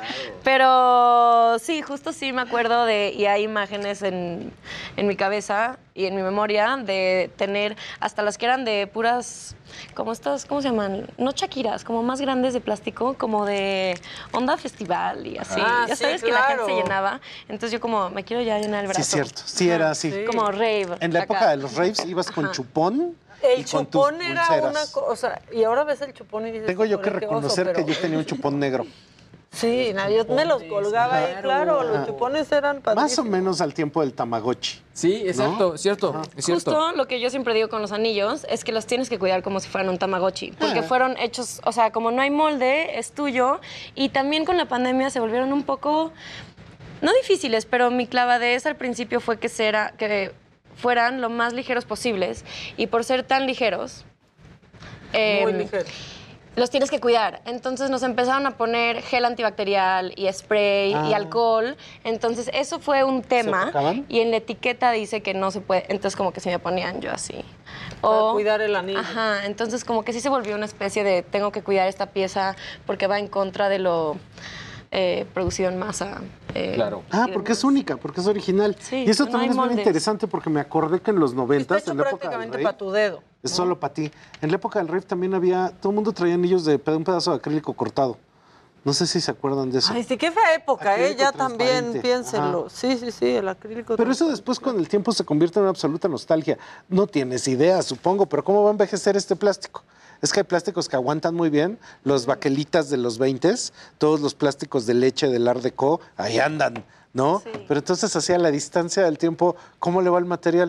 Speaker 11: Pero sí, justo sí me acuerdo de, y hay imágenes en, en mi cabeza y en mi memoria de tener hasta las que eran de puras, como estas, ¿cómo se llaman? No chaquiras, como más grandes de plástico, como de onda festival y así.
Speaker 2: Ah,
Speaker 11: ya
Speaker 2: sí,
Speaker 11: sabes que la gente
Speaker 2: claro.
Speaker 11: se llenaba. Entonces yo como, me quiero ya llenar el brazo.
Speaker 10: Sí, es cierto. Sí, era así.
Speaker 11: Como rave.
Speaker 10: En la
Speaker 11: acá.
Speaker 10: época de los raves ibas con
Speaker 11: Ajá.
Speaker 10: chupón
Speaker 2: El
Speaker 10: y con tus
Speaker 2: chupón era
Speaker 10: pulseras.
Speaker 2: una cosa, y ahora ves el chupón y dices...
Speaker 10: Tengo yo que
Speaker 2: "Híjole, qué oso",
Speaker 10: reconocer que
Speaker 2: pero-
Speaker 10: yo tenía un chupón negro.
Speaker 2: Sí, na- yo me los colgaba ahí, claro, los chupones eran
Speaker 10: Más o
Speaker 2: padrísimos.
Speaker 10: menos al tiempo del Tamagotchi.
Speaker 1: Sí, exacto,
Speaker 10: ¿No?
Speaker 1: cierto, es cierto.
Speaker 11: Justo lo que yo siempre digo con los anillos es que los tienes que cuidar como si fueran un Tamagotchi, porque
Speaker 10: Ah.
Speaker 11: fueron hechos, o sea, como no hay molde, es tuyo, y también con la pandemia se volvieron un poco, no difíciles, pero mi clavadez al principio fue que, sera, que fueran lo más ligeros posibles, y por ser tan ligeros...
Speaker 2: Muy
Speaker 11: em,
Speaker 2: ligero.
Speaker 11: los tienes que cuidar. Entonces nos empezaron a poner gel antibacterial y spray y
Speaker 10: Ah.
Speaker 11: alcohol. Entonces eso fue un tema.
Speaker 10: tocaban?
Speaker 11: Y en la etiqueta dice que no se puede. Entonces como que se me ponían yo así.
Speaker 2: Para cuidar el anillo.
Speaker 11: Ajá. Entonces como que sí se volvió una especie de tengo que cuidar esta pieza porque va en contra de lo eh, producido en masa. eh,
Speaker 1: Claro.
Speaker 10: Ah,
Speaker 11: y
Speaker 10: porque
Speaker 11: demás.
Speaker 10: es única, porque es original.
Speaker 11: Sí,
Speaker 10: y eso
Speaker 11: no
Speaker 10: también
Speaker 11: hay
Speaker 10: es muy
Speaker 11: moldes.
Speaker 10: interesante porque me acordé que en los
Speaker 2: Está
Speaker 10: noventas,
Speaker 2: hecho
Speaker 10: en la época del
Speaker 2: prácticamente
Speaker 10: rave,
Speaker 2: para tu dedo.
Speaker 10: es solo para ti. En la época del rave también había, todo el mundo traía anillos de pe- un pedazo de acrílico cortado. No sé si se acuerdan de eso.
Speaker 2: Ay, sí, qué fea época, ¿eh?
Speaker 10: Acrílico
Speaker 2: Ya también
Speaker 10: transparente.
Speaker 2: piénsenlo.
Speaker 10: Ajá.
Speaker 2: Sí, sí, sí, el acrílico.
Speaker 10: Pero eso después con el tiempo se convierte en una absoluta nostalgia. No tienes idea, supongo, pero ¿cómo va a envejecer este plástico? Es que hay plásticos que aguantan muy bien, los baquelitas de los veintes, todos los plásticos de leche del Art Deco, ahí andan, ¿no?
Speaker 11: Sí.
Speaker 10: Pero entonces, así a la distancia del tiempo, ¿cómo le va el material?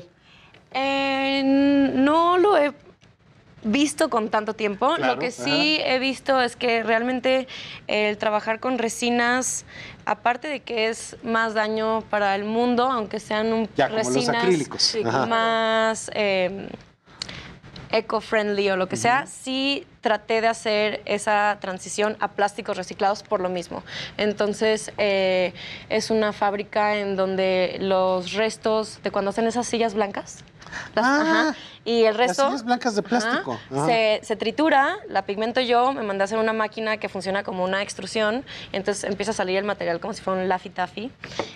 Speaker 11: Eh, no lo he visto con tanto tiempo.
Speaker 10: Claro,
Speaker 11: Lo que sí he visto es que realmente el trabajar con resinas, aparte de que es más daño para el mundo, aunque sean un,
Speaker 10: Ya, como los
Speaker 11: resinas
Speaker 10: acrílicos.
Speaker 11: sí,
Speaker 10: Ajá.
Speaker 11: más... eh, eco-friendly o lo que sea, sí traté de hacer esa transición a plásticos reciclados por lo mismo. Entonces, eh, es una fábrica en donde los restos de cuando hacen esas sillas blancas, las,
Speaker 10: Ah,
Speaker 11: ajá, y el resto...
Speaker 10: Las sillas blancas de plástico.
Speaker 11: Ajá,
Speaker 10: Ajá.
Speaker 11: se, se tritura, la pigmento yo, me mandé a hacer una máquina que funciona como una extrusión, entonces empieza a salir el material como si fuera un Laffy Taffy.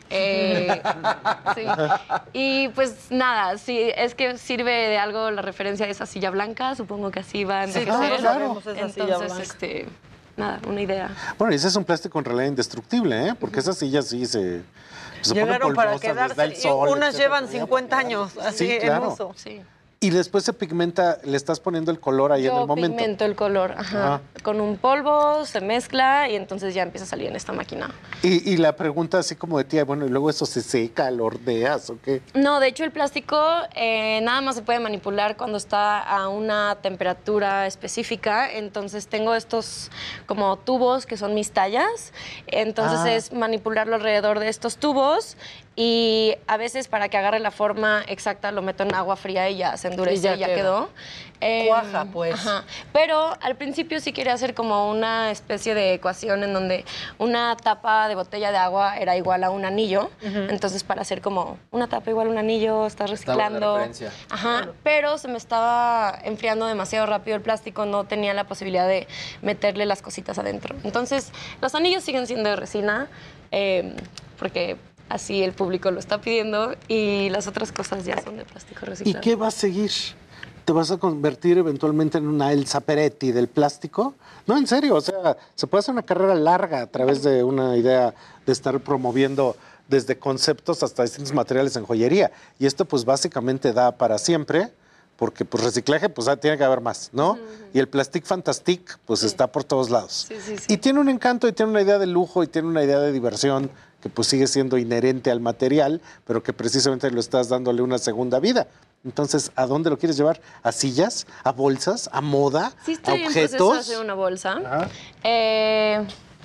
Speaker 11: Eh, sí. Y pues nada, sí, es que sirve de algo la referencia de esa silla blanca, supongo que así va a
Speaker 2: Sí,
Speaker 11: envejecer.
Speaker 2: todos sabemos esa silla
Speaker 11: Entonces,
Speaker 2: blanca.
Speaker 11: este, nada, una idea.
Speaker 10: Bueno, y ese es un plástico en realidad indestructible, ¿eh? Porque esas sillas sí se, se ponen
Speaker 2: Llegaron para
Speaker 10: polvosas, les da
Speaker 2: quedarse.
Speaker 10: el
Speaker 2: Y
Speaker 10: sol,
Speaker 2: unas
Speaker 10: etcétera.
Speaker 2: llevan cincuenta años así
Speaker 10: Sí,
Speaker 2: en
Speaker 10: claro.
Speaker 2: uso.
Speaker 11: Sí.
Speaker 10: Y después se pigmenta, le estás poniendo el color ahí en
Speaker 11: Yo
Speaker 10: el momento.
Speaker 11: pigmento el color, ajá.
Speaker 10: Ajá.
Speaker 11: Con un polvo, se mezcla y entonces ya empieza a salir en esta máquina.
Speaker 10: Y, y la pregunta así como de tía, bueno, y luego eso se seca, lo horneas o qué.
Speaker 11: No, de hecho el plástico eh, nada más se puede manipular cuando está a una temperatura específica. Entonces tengo estos como tubos que son mis tallas. Entonces
Speaker 12: Ah.
Speaker 11: es manipularlo alrededor de estos tubos y a veces para que agarre la forma exacta lo meto en agua fría y ya se endurece
Speaker 2: Y ya
Speaker 11: y ya
Speaker 2: queda.
Speaker 11: quedó. Eh,
Speaker 2: Cuaja, pues.
Speaker 11: Ajá. Pero al principio sí quería hacer como una especie de ecuación en donde una tapa de botella de agua era igual a un anillo.
Speaker 2: Ujú.
Speaker 11: Entonces, para hacer como una tapa igual a un anillo, estás
Speaker 1: Está buena la
Speaker 11: reciclando.
Speaker 1: referencia.
Speaker 11: Ajá. Pero se me estaba enfriando demasiado rápido el plástico, no tenía la posibilidad de meterle las cositas adentro. Entonces, los anillos siguen siendo de resina, eh, porque así el público lo está pidiendo, y las otras cosas ya son de plástico
Speaker 10: ¿Y
Speaker 11: reciclado.
Speaker 10: qué va a seguir? ¿Te vas a convertir eventualmente en una Elsa Peretti del plástico? No, en serio, o sea, se puede hacer una carrera larga a través de una idea de estar promoviendo desde conceptos hasta distintos materiales en joyería. Y esto pues básicamente da para siempre, porque pues reciclaje pues ah, tiene que haber más, ¿no? Y el Plastic Fantastic pues está por todos lados.
Speaker 11: Sí, sí, sí.
Speaker 10: Y tiene un encanto y tiene una idea de lujo y tiene una idea de diversión que pues sigue siendo inherente al material, pero que precisamente lo estás dándole una segunda vida. Entonces, ¿a dónde lo quieres llevar? ¿A sillas? ¿A bolsas? ¿A moda?
Speaker 11: Sí,
Speaker 10: ¿A
Speaker 11: estoy en proceso de
Speaker 10: objetos?
Speaker 11: hacer una bolsa.
Speaker 10: Ajá.
Speaker 11: Eh,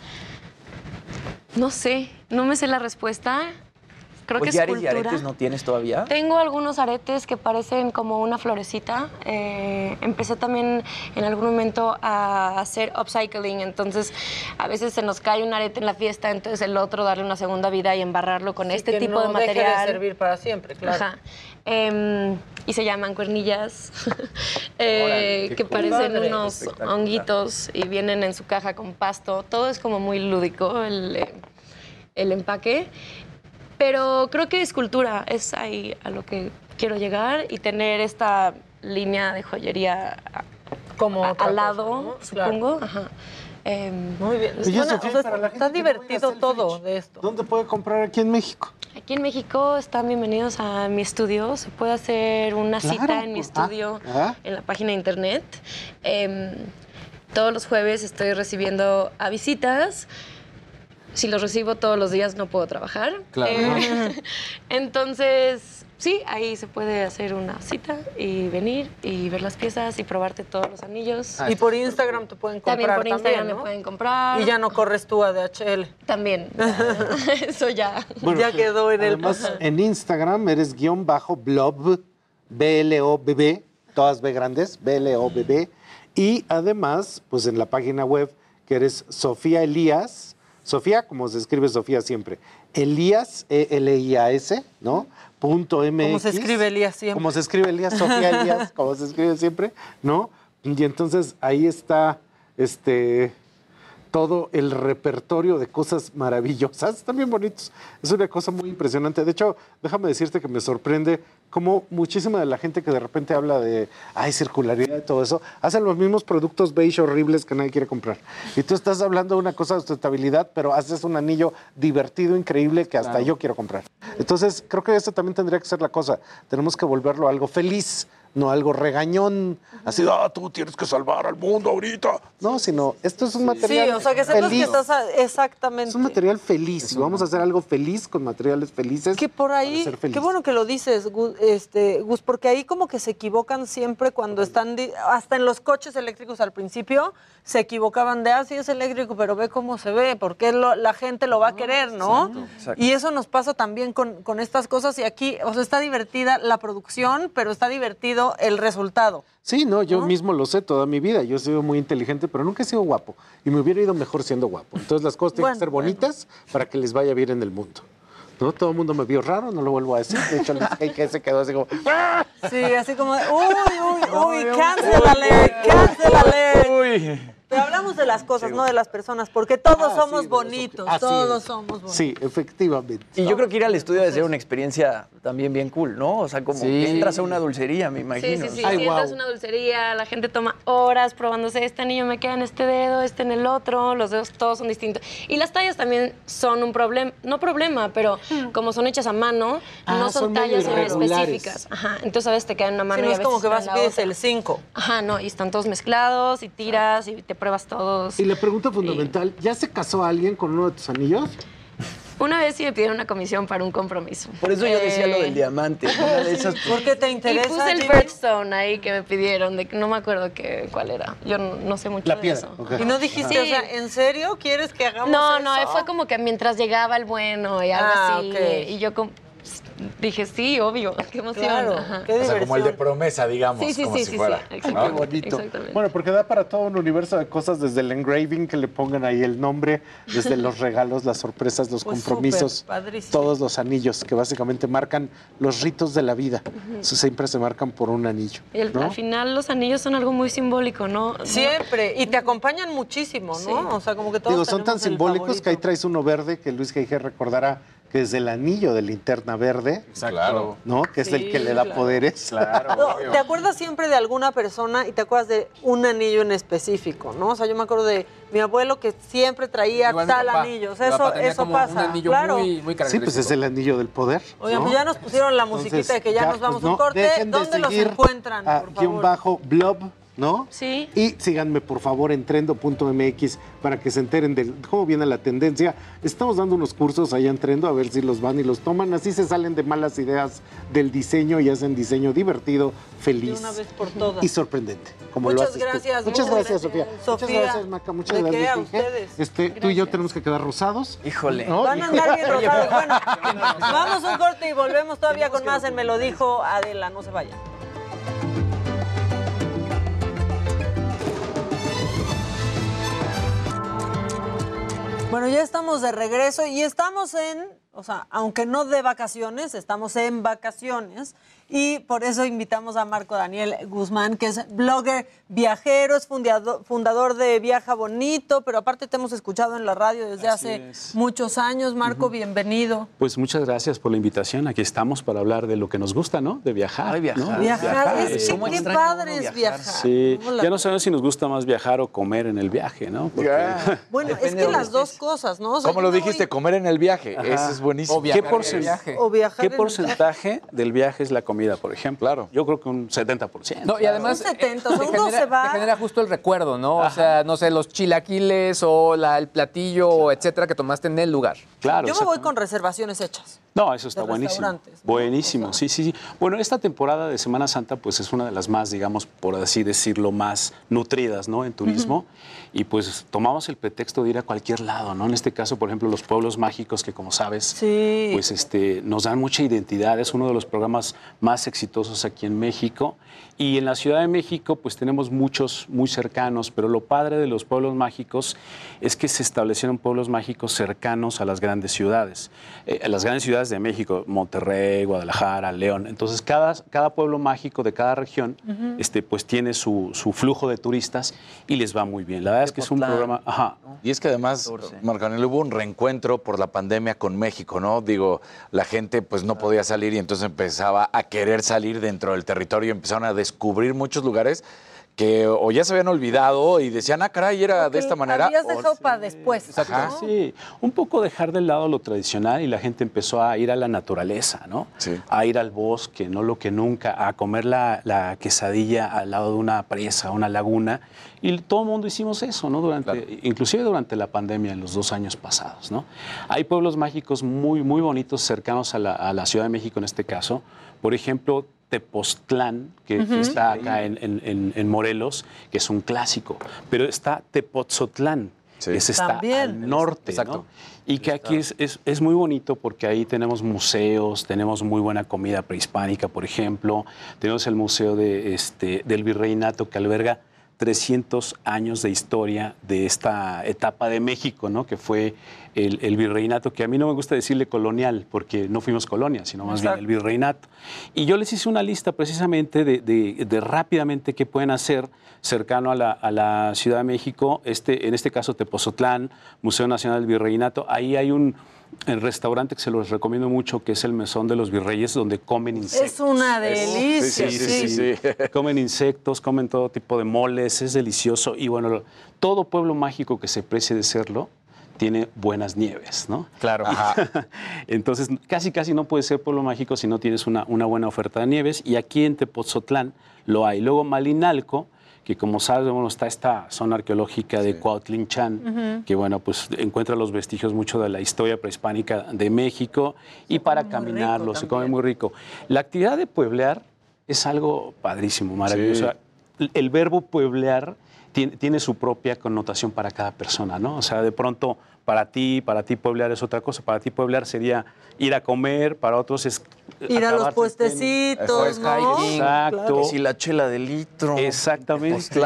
Speaker 11: no sé, no me sé la respuesta. Creo que es
Speaker 3: ¿Collares y
Speaker 11: cultura.
Speaker 3: aretes no tienes todavía?
Speaker 11: Tengo algunos aretes que parecen como una florecita. Eh, empecé también en algún momento a hacer upcycling, entonces a veces se nos cae un arete en la fiesta, entonces el otro darle una segunda vida y embarrarlo con
Speaker 2: Sí,
Speaker 11: este
Speaker 2: que
Speaker 11: tipo
Speaker 2: no
Speaker 11: de
Speaker 2: deje
Speaker 11: material.
Speaker 2: de servir para siempre, claro.
Speaker 11: Ajá. Em, y se llaman cuernillas, eh,
Speaker 2: Órale, qué
Speaker 11: que
Speaker 2: cool.
Speaker 11: parecen
Speaker 2: Padre.
Speaker 11: unos
Speaker 2: Espectacular.
Speaker 11: honguitos y vienen en su caja con pasto. Todo es como muy lúdico el, eh, el empaque. Pero creo que escultura es ahí a lo que quiero llegar y tener esta línea de joyería
Speaker 2: como
Speaker 11: a-
Speaker 2: otra
Speaker 11: al
Speaker 2: cosa,
Speaker 11: lado,
Speaker 2: ¿no?
Speaker 11: supongo. Ajá. Em,
Speaker 2: Muy bien.
Speaker 10: Oye,
Speaker 2: Suena-
Speaker 10: Sofía,
Speaker 2: o sea,
Speaker 10: para la
Speaker 2: está divertido todo de esto.
Speaker 10: ¿Dónde puede comprar aquí en México?
Speaker 11: Aquí en México están bienvenidos a mi estudio. Se puede hacer una
Speaker 10: Claro,
Speaker 11: cita en mi
Speaker 10: pues, ah,
Speaker 11: estudio,
Speaker 10: ajá.
Speaker 11: en la página de internet. Em, todos los jueves estoy recibiendo a visitas. Si los recibo todos los días no puedo trabajar.
Speaker 1: Claro.
Speaker 11: Eh, entonces, sí, ahí se puede hacer una cita y venir y ver las piezas y probarte todos los anillos.
Speaker 2: Y por Instagram te pueden comprar
Speaker 11: También por Instagram
Speaker 2: ¿no?
Speaker 11: me pueden comprar.
Speaker 2: Y ya no corres tú a D H L.
Speaker 11: También. Eso ya.
Speaker 10: Bueno,
Speaker 2: ya quedó en el
Speaker 10: Además,
Speaker 2: pasado.
Speaker 10: en Instagram eres guión bajo blob, B L O B B, todas B grandes, B L O B B. Y además, pues en la página web que eres Sofía Elías, Sofía, como se escribe Sofía siempre, Elías, E L I A S, ¿no? Punto M X.
Speaker 2: Como se escribe Elías siempre.
Speaker 10: Como se escribe Elías, Sofía Elías, como se escribe siempre, ¿no? Y entonces ahí está, este... todo el repertorio de cosas maravillosas, están bien bonitos. Es una cosa muy impresionante. De hecho, déjame decirte que me sorprende cómo muchísima de la gente que de repente habla de, ay, circularidad y todo eso, hacen los mismos productos beige horribles que nadie quiere comprar. Y tú estás hablando de una cosa de sustentabilidad, pero haces un anillo divertido, increíble, que hasta
Speaker 1: Claro.
Speaker 10: yo quiero comprar. Entonces, creo que eso también tendría que ser la cosa. Tenemos que volverlo algo feliz, no algo regañón, así, ah, tú tienes que salvar al mundo ahorita. No, sino, esto es un material
Speaker 2: Sí, o sea, que sepas
Speaker 10: feliz.
Speaker 2: que estás a- exactamente.
Speaker 10: Es un material feliz y vamos a hacer algo feliz con materiales felices.
Speaker 2: Que por ahí,
Speaker 10: para ser feliz.
Speaker 2: qué bueno que lo dices, Gus, este, Gus, porque ahí como que se equivocan siempre cuando están, di- hasta en los coches eléctricos al principio, se equivocaban de, ah, sí es eléctrico, pero ve cómo se ve, porque lo- la gente lo va a querer, ¿no?
Speaker 3: exacto, exacto.
Speaker 2: Y eso nos pasa también con, con estas cosas y aquí, o sea, está divertida la producción, pero está divertido viendo el resultado.
Speaker 10: Sí, no, yo ¿no? mismo lo sé toda mi vida. Yo he sido muy inteligente, pero nunca he sido guapo. Y me hubiera ido mejor siendo guapo. Entonces las cosas tienen bueno, que ser bonitas bueno. para que les vaya bien en el mundo. ¿No? Todo el mundo me vio raro, no lo vuelvo a decir. De hecho, el que se quedó así como...
Speaker 2: Sí, así como... Uy, uy, uy, cancel alert, cancel alert. Uy. Pero hablamos de las cosas, sí, no de las personas, porque todos ah, somos sí, bonitos, todos es. somos bonitos.
Speaker 10: Sí, efectivamente.
Speaker 3: Y yo creo que ir al estudio debe ser una experiencia también bien cool, ¿no? O sea, como sí. que entras a una dulcería, me imagino.
Speaker 11: Sí, sí, sí,
Speaker 3: Ay,
Speaker 11: sí wow. entras a una dulcería, la gente toma horas probándose, este anillo me queda en este dedo, este en el otro, los dedos todos son distintos. Y las tallas también son un problema, no problema, pero hmm. como son hechas a mano, ah, no son, son tallas específicas. Ajá, entonces a veces te queda en una mano
Speaker 2: sí,
Speaker 11: y
Speaker 2: no
Speaker 11: a
Speaker 2: es como que vas
Speaker 11: y
Speaker 2: pides el cinco.
Speaker 11: Ajá, no, y están todos mezclados y tiras y te pruebas todos.
Speaker 10: Y la pregunta fundamental, ¿ya se casó alguien con uno de tus anillos?
Speaker 11: Una vez sí me pidieron una comisión para un compromiso.
Speaker 3: Por eso yo decía eh... lo del diamante. Una de esas...
Speaker 2: ¿Por qué te interesa?
Speaker 11: Y puse el birthstone ahí que me pidieron, de, no me acuerdo qué, cuál era. Yo no, no sé mucho
Speaker 10: la
Speaker 11: de
Speaker 10: piedra,
Speaker 11: eso.
Speaker 10: Okay.
Speaker 2: Y no dijiste, sí. o sea, ¿en serio quieres que hagamos
Speaker 11: no,
Speaker 2: eso?
Speaker 11: No, no, fue como que mientras llegaba el bueno y algo
Speaker 2: ah,
Speaker 11: así.
Speaker 2: Okay.
Speaker 11: Y yo como... Dije, sí, obvio, qué emoción.
Speaker 2: Claro,
Speaker 11: Ajá.
Speaker 2: qué
Speaker 24: o sea, como el de promesa, digamos,
Speaker 11: sí, sí,
Speaker 24: como
Speaker 11: sí,
Speaker 24: si
Speaker 11: sí,
Speaker 24: fuera.
Speaker 11: Sí,
Speaker 10: Ay, qué bonito. Bueno, porque da para todo un universo de cosas, desde el engraving, que le pongan ahí el nombre, desde los regalos, las sorpresas, los pues compromisos, todos los anillos, que básicamente marcan los ritos de la vida. Uh-huh. Eso siempre se marcan por un anillo.
Speaker 11: Y el,
Speaker 10: ¿no?
Speaker 11: al final los anillos son algo muy simbólico, ¿no?
Speaker 2: Siempre, y te acompañan muchísimo, ¿no? Sí. O sea, como que todos
Speaker 10: Digo, son tan simbólicos que ahí traes uno verde, que Luis G G recordará que es el anillo de linterna verde,
Speaker 24: claro.
Speaker 10: ¿no? Que es
Speaker 2: sí,
Speaker 10: el que le da
Speaker 2: claro.
Speaker 10: poderes.
Speaker 24: Claro.
Speaker 2: No, ¿te acuerdas siempre de alguna persona y te acuerdas de un anillo en específico, no? O sea, yo me acuerdo de mi abuelo que siempre traía Igual tal papá, anillo. O sea, eso, eso pasa. Un anillo
Speaker 10: claro.
Speaker 2: muy,
Speaker 10: muy sí, pues es el anillo del poder.
Speaker 2: Oigan,
Speaker 10: ¿no?
Speaker 2: pues ya nos pusieron la musiquita Entonces, de que ya, ya nos vamos
Speaker 10: pues no,
Speaker 2: a un corte. ¿Dónde de los encuentran,
Speaker 10: a,
Speaker 2: por favor?
Speaker 10: Guión bajo, blob, ¿no?
Speaker 11: Sí.
Speaker 10: Y síganme, por favor, en trendo punto m x para que se enteren de cómo viene la tendencia. Estamos dando unos cursos allá en Trendo, a ver si los van y los toman. Así se salen de malas ideas del diseño y hacen diseño divertido, feliz.
Speaker 2: Y una vez por todas.
Speaker 10: Y sorprendente. Como
Speaker 2: muchas
Speaker 10: lo haces
Speaker 2: gracias.
Speaker 10: Tú. Muchas gracias, Sofía.
Speaker 2: Sofía.
Speaker 10: Muchas gracias, Maca. Muchas
Speaker 2: ¿De
Speaker 10: gracias.
Speaker 2: Qué a ustedes?
Speaker 10: Este, tú y yo tenemos que quedar rosados.
Speaker 3: Híjole.
Speaker 10: ¿No?
Speaker 2: Van a andar bien rosados. Bueno, vamos a un corte y volvemos todavía con más en Me lo dijo Adela. No se vayan. Bueno, ya estamos de regreso y estamos en, o sea, aunque no de vacaciones, estamos en vacaciones y por eso invitamos a Marco Daniel Guzmán, que es blogger viajero, es fundador, fundador de Viaja Bonito, pero aparte te hemos escuchado en la radio desde
Speaker 12: Así
Speaker 2: hace
Speaker 12: es.
Speaker 2: muchos años. Marco, uh-huh. bienvenido.
Speaker 12: Pues muchas gracias por la invitación. Aquí estamos para hablar de lo que nos gusta, ¿no? De viajar.
Speaker 3: Ay, viajar.
Speaker 12: ¿no?
Speaker 2: Viajar,
Speaker 12: viajar.
Speaker 2: es que qué padre es viajar.
Speaker 12: Sí, ya no sabemos si nos gusta más viajar o comer en el viaje, ¿no? Porque...
Speaker 3: Yeah.
Speaker 2: Bueno, Depende es que las dos cosas, ¿no? O sea,
Speaker 24: ¿Cómo lo dijiste?
Speaker 2: Voy...
Speaker 24: Comer en el viaje. Ajá. Eso es buenísimo.
Speaker 12: O ¿Qué, porcent...
Speaker 2: viaje. O viajar
Speaker 12: ¿Qué porcentaje del viaje es la comida, por ejemplo? Claro. Yo creo que un setenta por ciento.
Speaker 1: No, y además
Speaker 2: un setenta,
Speaker 1: eh,
Speaker 2: o sea,
Speaker 1: te,
Speaker 2: uno
Speaker 1: genera,
Speaker 2: se va...
Speaker 1: te genera justo el recuerdo, ¿no? Ajá. O sea, no sé, los chilaquiles o la, el platillo, etcétera, que tomaste en el lugar.
Speaker 12: Claro.
Speaker 2: Yo me voy con reservaciones hechas.
Speaker 12: No, eso está buenísimo. ¿No? Buenísimo, sí, sí, sí. Bueno, esta temporada de Semana Santa pues es una de las más, digamos, por así decirlo, más nutridas, ¿no? En turismo. Uh-huh. Y pues tomamos el pretexto de ir a cualquier lado, ¿no? En este caso, por ejemplo, los pueblos mágicos, que como sabes,
Speaker 2: sí.
Speaker 12: pues este, nos dan mucha identidad. Es uno de los programas más exitosos aquí en México. Y en la Ciudad de México, pues tenemos muchos muy cercanos, pero lo padre de los pueblos mágicos es que se establecieron pueblos mágicos cercanos a las grandes ciudades. Eh, a las grandes ciudades de México, Monterrey, Guadalajara, León. Entonces, cada, cada pueblo mágico de cada región, uh-huh. este, pues tiene su, su flujo de turistas y les va muy bien. La verdad es que es un programa... Ajá.
Speaker 24: Y es que además, Marco Daniel, hubo un reencuentro por la pandemia con México, ¿no? Digo, la gente pues no podía salir y entonces empezaba a querer salir dentro del territorio y empezaron a descubrir muchos lugares que o ya se habían olvidado y decían, ah, caray, era okay, de esta manera.
Speaker 2: Habías dejado
Speaker 12: o,
Speaker 2: para después.
Speaker 12: Ajá. ¿No? Sí, un poco dejar de lado lo tradicional y la gente empezó a ir a la naturaleza, ¿no?
Speaker 24: Sí.
Speaker 12: A ir al bosque, no lo que nunca, a comer la, la quesadilla al lado de una presa, una laguna. Y todo el mundo hicimos eso, ¿no? Durante, claro. Inclusive durante la pandemia, en los dos años pasados, ¿no? Hay pueblos mágicos muy, muy bonitos cercanos a la, a la Ciudad de México en este caso. Por ejemplo, Tepoztlán, que, uh-huh. que está acá en, en, en Morelos, que es un clásico, pero está Tepotzotlán,
Speaker 24: Sí.
Speaker 12: Ese está
Speaker 2: También.
Speaker 12: al norte,
Speaker 24: Exacto.
Speaker 12: ¿no? Y que aquí es, es, es muy bonito porque ahí tenemos museos, tenemos muy buena comida prehispánica, por ejemplo. Tenemos el Museo de, este, del Virreinato que alberga trescientos años de historia de esta etapa de México, ¿no? Que fue el, el virreinato, que a mí no me gusta decirle colonial, porque no fuimos colonia, sino más
Speaker 2: Exacto.
Speaker 12: bien el virreinato. Y yo les hice una lista precisamente de, de, de rápidamente qué pueden hacer cercano a la, a la Ciudad de México, este, en este caso Tepozotlán, Museo Nacional del Virreinato. Ahí hay un el restaurante que se los recomiendo mucho, que es el Mesón de los Virreyes, donde comen insectos.
Speaker 2: Es una delicia.
Speaker 12: Sí, sí, sí, sí. Comen insectos, comen todo tipo de moles, es delicioso. Y bueno, todo pueblo mágico que se precie de serlo tiene buenas nieves, ¿no?
Speaker 24: Claro. Ajá.
Speaker 12: Entonces, casi, casi no puede ser pueblo mágico si no tienes una, una buena oferta de nieves. Y aquí en Tepozotlán lo hay. Luego Malinalco, que como sabes, bueno, está esta zona arqueológica de sí. Cuautlinchan, uh-huh. que bueno, pues encuentra los vestigios mucho de la historia prehispánica de México y para caminarlo, se come muy rico. La actividad de pueblear es algo padrísimo, maravilloso. Sí. El verbo pueblear tiene, tiene su propia connotación para cada persona, ¿no? O sea, de pronto, para ti, para ti pueblear es otra cosa. Para ti pueblear sería ir a comer, para otros es
Speaker 2: ir a los puestecitos, ¿no?
Speaker 12: Exacto.
Speaker 24: Claro. Si la chela de litro.
Speaker 12: Exactamente.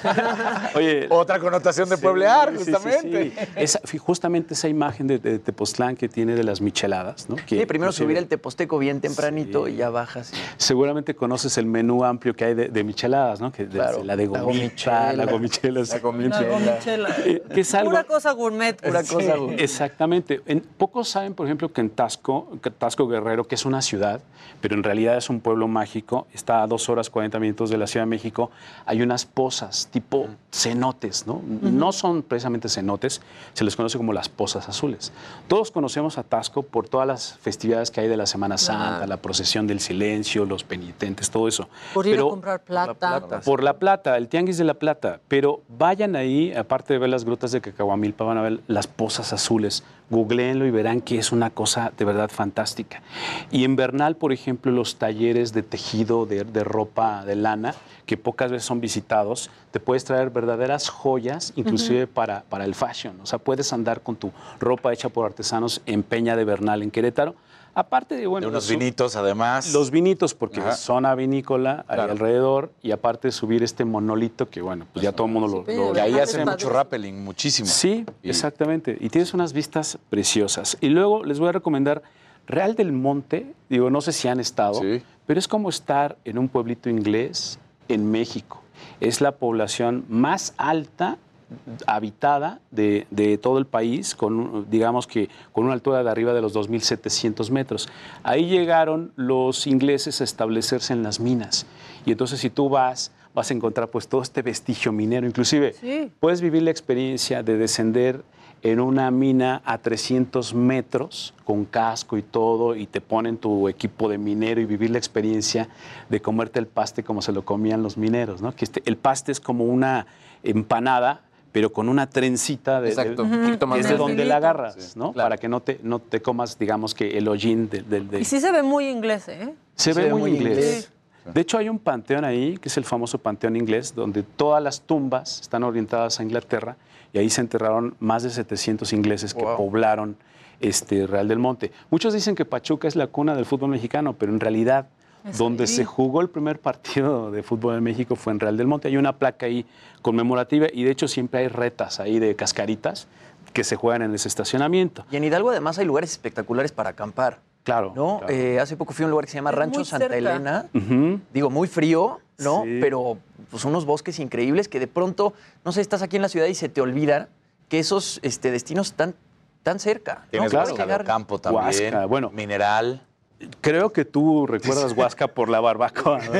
Speaker 24: Oye, otra connotación de sí, pueblear, justamente.
Speaker 12: Sí, sí, sí. Esa, justamente esa imagen de, de Tepoztlán que tiene de las micheladas, ¿no? Que,
Speaker 3: sí, primero subir el teposteco bien tempranito sí. y ya bajas.
Speaker 12: Seguramente conoces el menú amplio que hay de, de micheladas, ¿no? Que
Speaker 3: claro.
Speaker 12: la de gomita, la gomichela.
Speaker 3: La gomichela.
Speaker 2: La gomichela.
Speaker 12: Eh, que es algo,
Speaker 2: pura cosa gourmet.
Speaker 3: Pura
Speaker 12: sí,
Speaker 3: cosa gourmet.
Speaker 12: Exactamente. En, pocos saben, por ejemplo, que en Tasco, que Tasco Guerrero, que es una ciudad, pero en realidad es un pueblo mágico, está a dos horas, cuarenta minutos de la Ciudad de México, hay unas pozas tipo cenotes, ¿no? Uh-huh. No son precisamente cenotes, se les conoce como las pozas azules. Todos conocemos a Tasco por todas las festividades que hay de la Semana Santa, ah. la procesión del silencio, los penitentes, todo eso.
Speaker 2: Por ir
Speaker 12: pero,
Speaker 2: a comprar plata.
Speaker 12: Por la plata, por la plata, el tianguis de la plata. Pero vayan ahí, aparte de ver las grutas de Cacahuamilpa, van a ver las pozas azules. Googleenlo y verán que es una cosa de verdad fantástica. Y en Bernal, por ejemplo, los talleres de tejido de, de ropa de lana, que pocas veces son visitados, te puedes traer verdaderas joyas, inclusive uh-huh. para, para el fashion. O sea, puedes andar con tu ropa hecha por artesanos en Peña de Bernal, en Querétaro. Aparte de, bueno,
Speaker 24: de unos los, vinitos, además.
Speaker 12: Los vinitos, porque es zona vinícola
Speaker 24: claro.
Speaker 12: ahí alrededor, y aparte de subir este monolito, que bueno, pues ya todo el mundo lo...
Speaker 24: Sí,
Speaker 12: lo
Speaker 24: y ahí hace mucho rappelling, muchísimo.
Speaker 12: Sí, y... exactamente. Y tienes unas vistas preciosas. Y luego les voy a recomendar Real del Monte, digo, no sé si han estado, sí. pero es como estar en un pueblito inglés en México. Es la población más alta habitada de, de todo el país, con, digamos que con una altura de arriba de los dos mil setecientos metros. Ahí llegaron los ingleses a establecerse en las minas. Y entonces si tú vas, vas a encontrar pues todo este vestigio minero. Inclusive sí. puedes vivir la experiencia de descender en una mina a trescientos metros, con casco y todo, y te ponen tu equipo de minero y vivir la experiencia de comerte el paste como se lo comían los mineros, ¿no? Que este, el paste es como una empanada, pero con una trencita de,
Speaker 24: Exacto.
Speaker 12: de,
Speaker 24: uh-huh.
Speaker 12: de, de donde la agarras, sí, ¿no? Claro. Para que no te, no te comas, digamos, que el hollín del... De, de...
Speaker 2: Y sí se ve muy inglés, ¿eh?
Speaker 12: Se, se ve, ve muy, muy inglés. inglés. Sí. De hecho, hay un panteón ahí, que es el famoso panteón inglés, donde todas las tumbas están orientadas a Inglaterra, y ahí se enterraron más de setecientos ingleses que wow. poblaron este Real del Monte. Muchos dicen que Pachuca es la cuna del fútbol mexicano, pero en realidad es donde ahí. se jugó el primer partido de fútbol en México fue en Real del Monte. Hay una placa ahí conmemorativa y de hecho siempre hay retas ahí de cascaritas que se juegan en ese estacionamiento.
Speaker 3: Y en Hidalgo además hay lugares espectaculares para acampar.
Speaker 12: Claro.
Speaker 3: ¿no?
Speaker 12: claro.
Speaker 3: Eh, hace poco fui a un lugar que se llama
Speaker 2: es
Speaker 3: Rancho Santa
Speaker 2: cerca.
Speaker 3: Elena.
Speaker 12: Uh-huh.
Speaker 3: Digo, muy frío, ¿no?
Speaker 12: Sí.
Speaker 3: Pero pues unos bosques increíbles que de pronto, no sé, estás aquí en la ciudad y se te olvida que esos este, destinos están tan cerca.
Speaker 24: Tienes
Speaker 3: ¿no?
Speaker 24: Huasca del Campo también,
Speaker 12: Huasca, bueno,
Speaker 24: Mineral.
Speaker 12: Creo que tú recuerdas Huasca por la barbacoa, ¿no?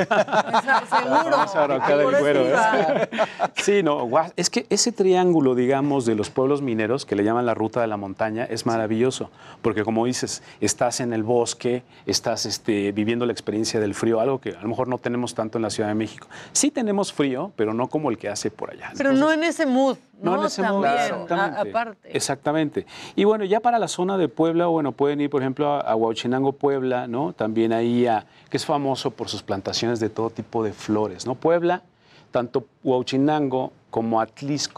Speaker 2: Seguro.
Speaker 12: Esa barbacoa del güero, ¿eh? Sí, no, es que ese triángulo, digamos, de los pueblos mineros, que le llaman la ruta de la montaña, es maravilloso, porque como dices, estás en el bosque, estás este, viviendo la experiencia del frío, algo que a lo mejor no tenemos tanto en la Ciudad de México. Sí tenemos frío, pero no como el que hace por allá.
Speaker 2: Pero Entonces, no en ese mood.
Speaker 12: No, no en ese
Speaker 2: mood,
Speaker 12: exactamente.
Speaker 2: A, aparte.
Speaker 12: Exactamente. Y bueno, ya para la zona de Puebla, bueno, pueden ir, por ejemplo, a, a Huauchinango, Puebla, ¿no? También ahí, a, que es famoso por sus plantaciones de todo tipo de flores, ¿no? Puebla, tanto Huauchinango como Atlisco,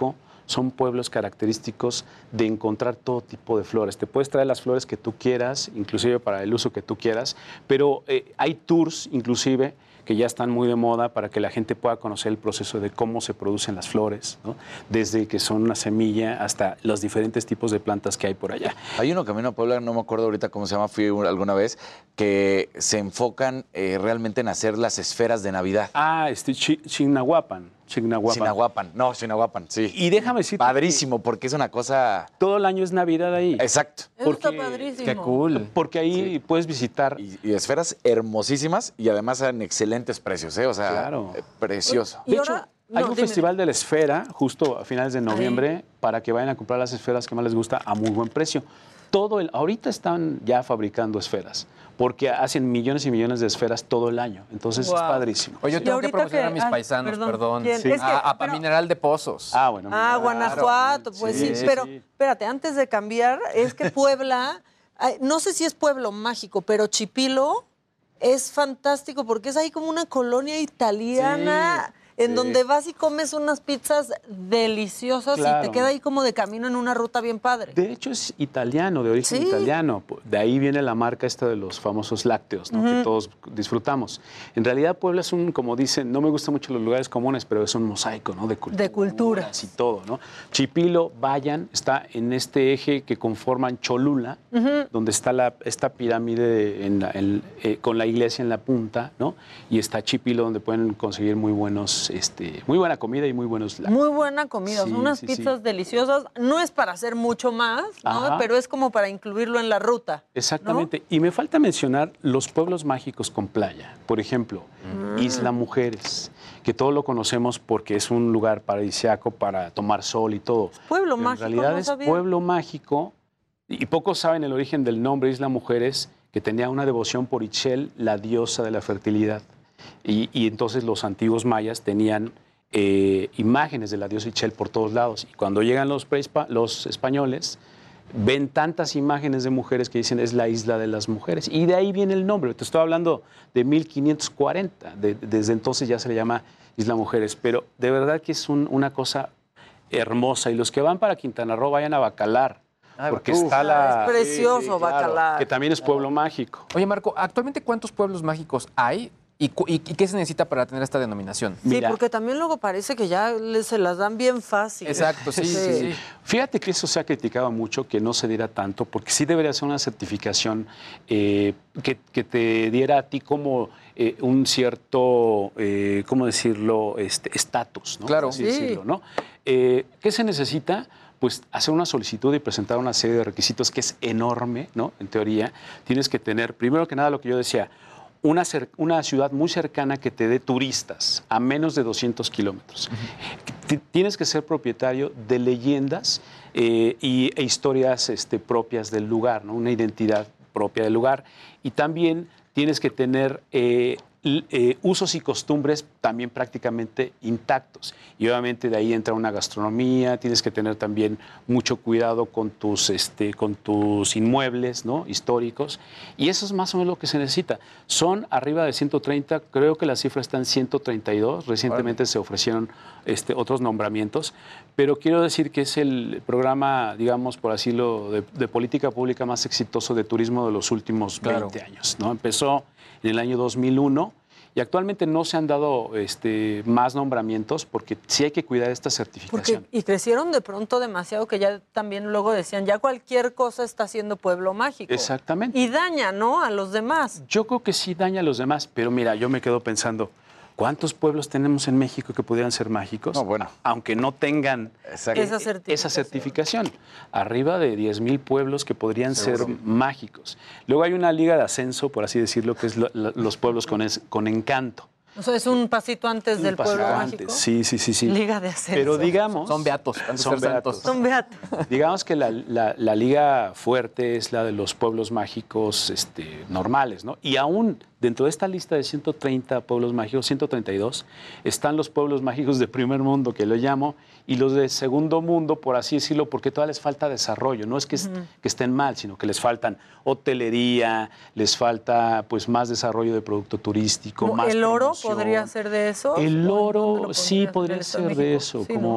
Speaker 12: son pueblos característicos de encontrar todo tipo de flores. Te puedes traer las flores que tú quieras, inclusive para el uso que tú quieras, pero eh, hay tours inclusive que ya están muy de moda para que la gente pueda conocer el proceso de cómo se producen las flores, ¿no? Desde que son una semilla hasta los diferentes tipos de plantas que hay por allá.
Speaker 24: Hay uno Camino a Puebla, no me acuerdo ahorita cómo se llama, fui alguna vez, que se enfocan eh, realmente en hacer las esferas de Navidad.
Speaker 12: Ah, este Chi- Chignahuapan. Chignahuapan.
Speaker 24: Chignahuapan, no, Chignahuapan, sí.
Speaker 12: Y déjame decirte...
Speaker 24: Padrísimo, porque es una cosa...
Speaker 12: Todo el año es Navidad ahí.
Speaker 24: Exacto.
Speaker 2: Eso está padrísimo.
Speaker 24: Qué cool.
Speaker 12: Porque ahí sí. puedes visitar...
Speaker 24: Y, y esferas hermosísimas y además en excelentes precios, ¿eh? O sea,
Speaker 12: claro.
Speaker 24: eh, precioso.
Speaker 12: De hecho, hay no, un dime. festival de la esfera justo a finales de noviembre Ay. para que vayan a comprar las esferas que más les gusta a muy buen precio. Todo el, ahorita están ya fabricando esferas, porque hacen millones y millones de esferas todo el año. Entonces wow. es padrísimo.
Speaker 1: Oye, yo tengo que promocionar que, a mis ay, paisanos, perdón. perdón.
Speaker 2: Sí.
Speaker 1: Es que, a, a, pero, a Mineral de Pozos.
Speaker 12: Ah, bueno.
Speaker 2: Ah,
Speaker 12: claro.
Speaker 2: Guanajuato, pues sí. sí pero sí. espérate, antes de cambiar, es que Puebla, no sé si es pueblo mágico, pero Chipilo es fantástico porque es ahí como una colonia italiana. Sí. En sí. donde vas y comes unas pizzas deliciosas claro. y te queda ahí como de camino en una ruta bien padre.
Speaker 12: De hecho es italiano, de origen
Speaker 2: ¿Sí?
Speaker 12: italiano. De ahí viene la marca esta de los famosos lácteos, ¿no? Uh-huh. que todos disfrutamos. En realidad Puebla es un, como dicen, no me gustan mucho los lugares comunes, pero es un mosaico, ¿no? De cultura.
Speaker 2: De culturas.
Speaker 12: Y todo, ¿no? Chipilo, vayan, está en este eje que conforman Cholula, uh-huh. donde está la, esta pirámide en la, en, eh, con la iglesia en la punta, ¿no? Y está Chipilo, donde pueden conseguir muy buenos Este, muy buena comida y muy buenos lácteos.
Speaker 2: Muy buena comida, sí, unas sí, pizzas sí. deliciosas. No es para hacer mucho más, ¿no? Pero es como para incluirlo en la ruta.
Speaker 12: Exactamente. ¿No? Y me falta mencionar los pueblos mágicos con playa. Por ejemplo, mm. Isla Mujeres, que todos lo conocemos porque es un lugar paradisíaco para tomar sol y todo.
Speaker 2: Pueblo
Speaker 12: Pero
Speaker 2: mágico,
Speaker 12: en realidad
Speaker 2: no
Speaker 12: es
Speaker 2: sabía.
Speaker 12: pueblo mágico y pocos saben el origen del nombre Isla Mujeres, que tenía una devoción por Ixchel, la diosa de la fertilidad. Y, y entonces los antiguos mayas tenían eh, imágenes de la diosa Ixchel por todos lados. Y cuando llegan los, los españoles, ven tantas imágenes de mujeres que dicen es la isla de las mujeres. Y de ahí viene el nombre. Te estoy hablando de mil quinientos cuarenta. De, desde entonces ya se le llama Isla Mujeres. Pero de verdad que es un, una cosa hermosa. Y los que van para Quintana Roo vayan a Bacalar. Ah, porque uf, está la...
Speaker 2: Es precioso, sí, sí,
Speaker 12: Bacalar.
Speaker 2: Claro,
Speaker 12: que también es pueblo mágico.
Speaker 1: Oye, Marco, ¿actualmente cuántos pueblos mágicos hay? ¿Y, y, ¿Y qué se necesita para tener esta denominación?
Speaker 2: Sí, Mira, porque también luego parece que ya se las dan bien fácil.
Speaker 1: Exacto, sí, sí, sí, sí.
Speaker 12: Fíjate que eso se ha criticado mucho, que no se diera tanto, porque sí debería ser una certificación eh, que, que te diera a ti como eh, un cierto, eh, ¿cómo decirlo?, estatus, este, ¿no?
Speaker 1: Claro.
Speaker 12: Así
Speaker 1: sí.
Speaker 12: decirlo, ¿no? Eh, ¿Qué se necesita? Pues hacer una solicitud y presentar una serie de requisitos que es enorme, ¿no? En teoría, tienes que tener, primero que nada, lo que yo decía, Una, una ciudad muy cercana que te dé turistas a menos de doscientos kilómetros. Uh-huh. Tienes que ser propietario de leyendas eh, y, e historias este, propias del lugar, ¿no? Una identidad propia del lugar. Y también tienes que tener eh, eh, usos y costumbres también prácticamente intactos. Y obviamente de ahí entra una gastronomía, tienes que tener también mucho cuidado con tus, este, con tus inmuebles, ¿no?, históricos. Y eso es más o menos lo que se necesita. Son arriba de ciento treinta, creo que la cifra está en ciento treinta y dos. Recientemente vale. se ofrecieron este, otros nombramientos, pero quiero decir que es el programa, digamos, por así lo de, de política pública más exitoso de turismo de los últimos claro. veinte años, ¿no? Empezó en el año dos mil uno y actualmente no se han dado este, más nombramientos porque sí hay que cuidar esta certificación.
Speaker 2: Porque, y crecieron de pronto demasiado que ya también luego decían, ya cualquier cosa está haciendo pueblo mágico.
Speaker 12: Exactamente.
Speaker 2: Y daña, ¿no?, a los demás.
Speaker 12: Yo creo que sí daña a los demás, pero mira, yo me quedo pensando, ¿cuántos pueblos tenemos en México que pudieran ser mágicos?
Speaker 24: No, bueno.
Speaker 12: Aunque no tengan
Speaker 2: esa certificación.
Speaker 12: esa certificación. Arriba de diez mil pueblos que podrían Seguro. ser mágicos. Luego hay una liga de ascenso, por así decirlo, que es lo, lo, los pueblos con, es, con encanto.
Speaker 2: O sea, es un pasito antes un del pasito pueblo antes. mágico.
Speaker 12: Sí, sí, sí, sí.
Speaker 2: Liga de ascenso.
Speaker 12: Pero digamos...
Speaker 1: Son beatos.
Speaker 12: Son beatos.
Speaker 2: Son beatos.
Speaker 12: Digamos que la, la, la liga fuerte es la de los pueblos mágicos este, normales, ¿no? Y aún dentro de esta lista de ciento treinta pueblos mágicos, ciento treinta y dos, están los pueblos mágicos de primer mundo, que lo llamo, y los de segundo mundo, por así decirlo, porque todavía les falta desarrollo. No es que, uh-huh. que estén mal, sino que les faltan hotelería, les falta pues más desarrollo de producto turístico, más
Speaker 2: ¿El oro
Speaker 12: promoción.
Speaker 2: podría ser de eso?
Speaker 12: El oro sí podría ser de eso, sí, como, ¿no?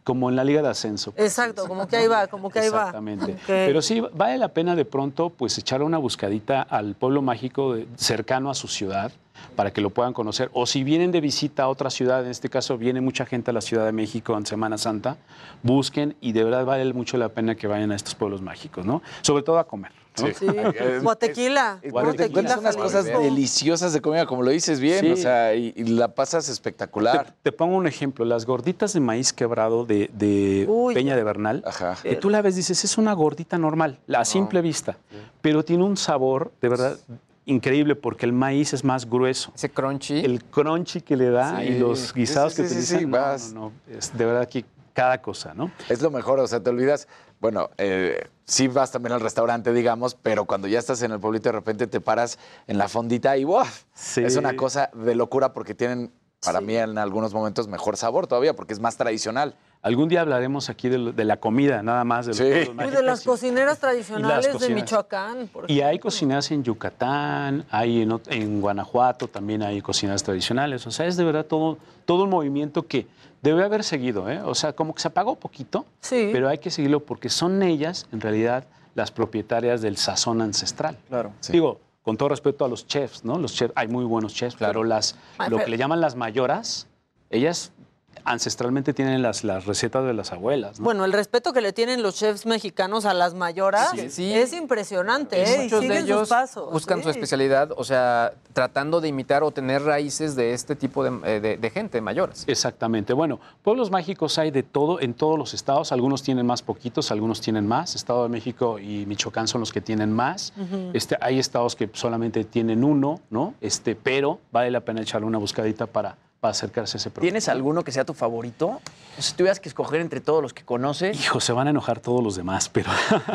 Speaker 12: como en la Liga de Ascenso.
Speaker 2: Exacto, como que ahí va, como que ahí va.
Speaker 12: Exactamente.
Speaker 2: Okay.
Speaker 12: Pero sí, vale la pena de pronto pues echar una buscadita al pueblo mágico de, cercano a su ciudad para que lo puedan conocer. O si vienen de visita a otra ciudad, en este caso viene mucha gente a la Ciudad de México en Semana Santa, busquen y de verdad vale mucho la pena que vayan a estos pueblos mágicos, ¿no? Sobre todo a comer. ¿no?
Speaker 2: Sí. Guatequila.
Speaker 24: Pero te encuentras unas cosas deliciosas de comida, como lo dices bien,
Speaker 12: Sí.
Speaker 24: o sea, y, y la pasas espectacular.
Speaker 12: Te, te pongo un ejemplo, las gorditas de maíz quebrado de, de
Speaker 2: Uy.
Speaker 12: Peña de Bernal,
Speaker 24: Ajá.
Speaker 12: que tú la ves, dices, es una gordita normal, a simple vista, pero tiene un sabor de verdad increíble porque el maíz es más grueso.
Speaker 1: Ese crunchy.
Speaker 12: El crunchy que le da
Speaker 24: Sí.
Speaker 12: y los guisados
Speaker 24: Sí, sí,
Speaker 12: que
Speaker 24: sí,
Speaker 12: utilizan,
Speaker 24: sí,
Speaker 12: no,
Speaker 24: vas.
Speaker 12: no, no, es de verdad que cada cosa, ¿no?
Speaker 24: Es lo mejor, o sea, te olvidas, bueno, eh, sí vas también al restaurante, digamos, pero cuando ya estás en el pueblito de repente te paras en la fondita y ¡wow!
Speaker 12: Sí.
Speaker 24: Es una cosa de locura porque tienen, para mí en algunos momentos, mejor sabor todavía porque es más tradicional.
Speaker 12: Algún día hablaremos aquí de, lo- de la comida, nada más. De los
Speaker 24: Sí.
Speaker 12: pueblos
Speaker 2: Uy,
Speaker 12: mágicos
Speaker 2: de las cocineras tradicionales de
Speaker 12: cocinas.
Speaker 2: Michoacán. Por
Speaker 12: Y hay cocineras en Yucatán, hay en, ot- en Guanajuato, también hay cocineras tradicionales. O sea, es de verdad todo, todo un movimiento que debe haber seguido, ¿eh? O sea, como que se apagó poquito,
Speaker 2: Sí.
Speaker 12: pero hay que seguirlo porque son ellas, en realidad, las propietarias del sazón ancestral.
Speaker 3: Claro.
Speaker 12: Digo, con todo respeto a los chefs, ¿no? Los chefs, hay muy buenos chefs, pero las,
Speaker 2: Ay,
Speaker 12: lo
Speaker 2: pero-
Speaker 12: que le llaman las mayoras, ellas ancestralmente tienen las, las recetas de las abuelas, ¿no?
Speaker 2: Bueno, el respeto que le tienen los chefs mexicanos a las mayoras
Speaker 1: Sí, sí.
Speaker 2: es impresionante, ¿eh? Y
Speaker 1: Muchos de
Speaker 2: siguen
Speaker 1: ellos
Speaker 2: sus pasos.
Speaker 1: buscan
Speaker 2: sí.
Speaker 1: su especialidad, o sea, tratando de imitar o tener raíces de este tipo de, eh, de- de gente mayores.
Speaker 12: Exactamente. Bueno, pueblos mágicos hay de todo en todos los estados. Algunos tienen más poquitos, algunos tienen más. Estado de México y Michoacán son los que tienen más.
Speaker 2: Ujú.
Speaker 12: Este, hay estados que solamente tienen uno, ¿no? Este, pero vale la pena echarle una buscadita para, para acercarse a ese producto.
Speaker 3: ¿Tienes alguno que sea tu favorito? O sea, si tuvieras que escoger entre todos los que conoces.
Speaker 12: Hijo, se van a enojar todos los demás, pero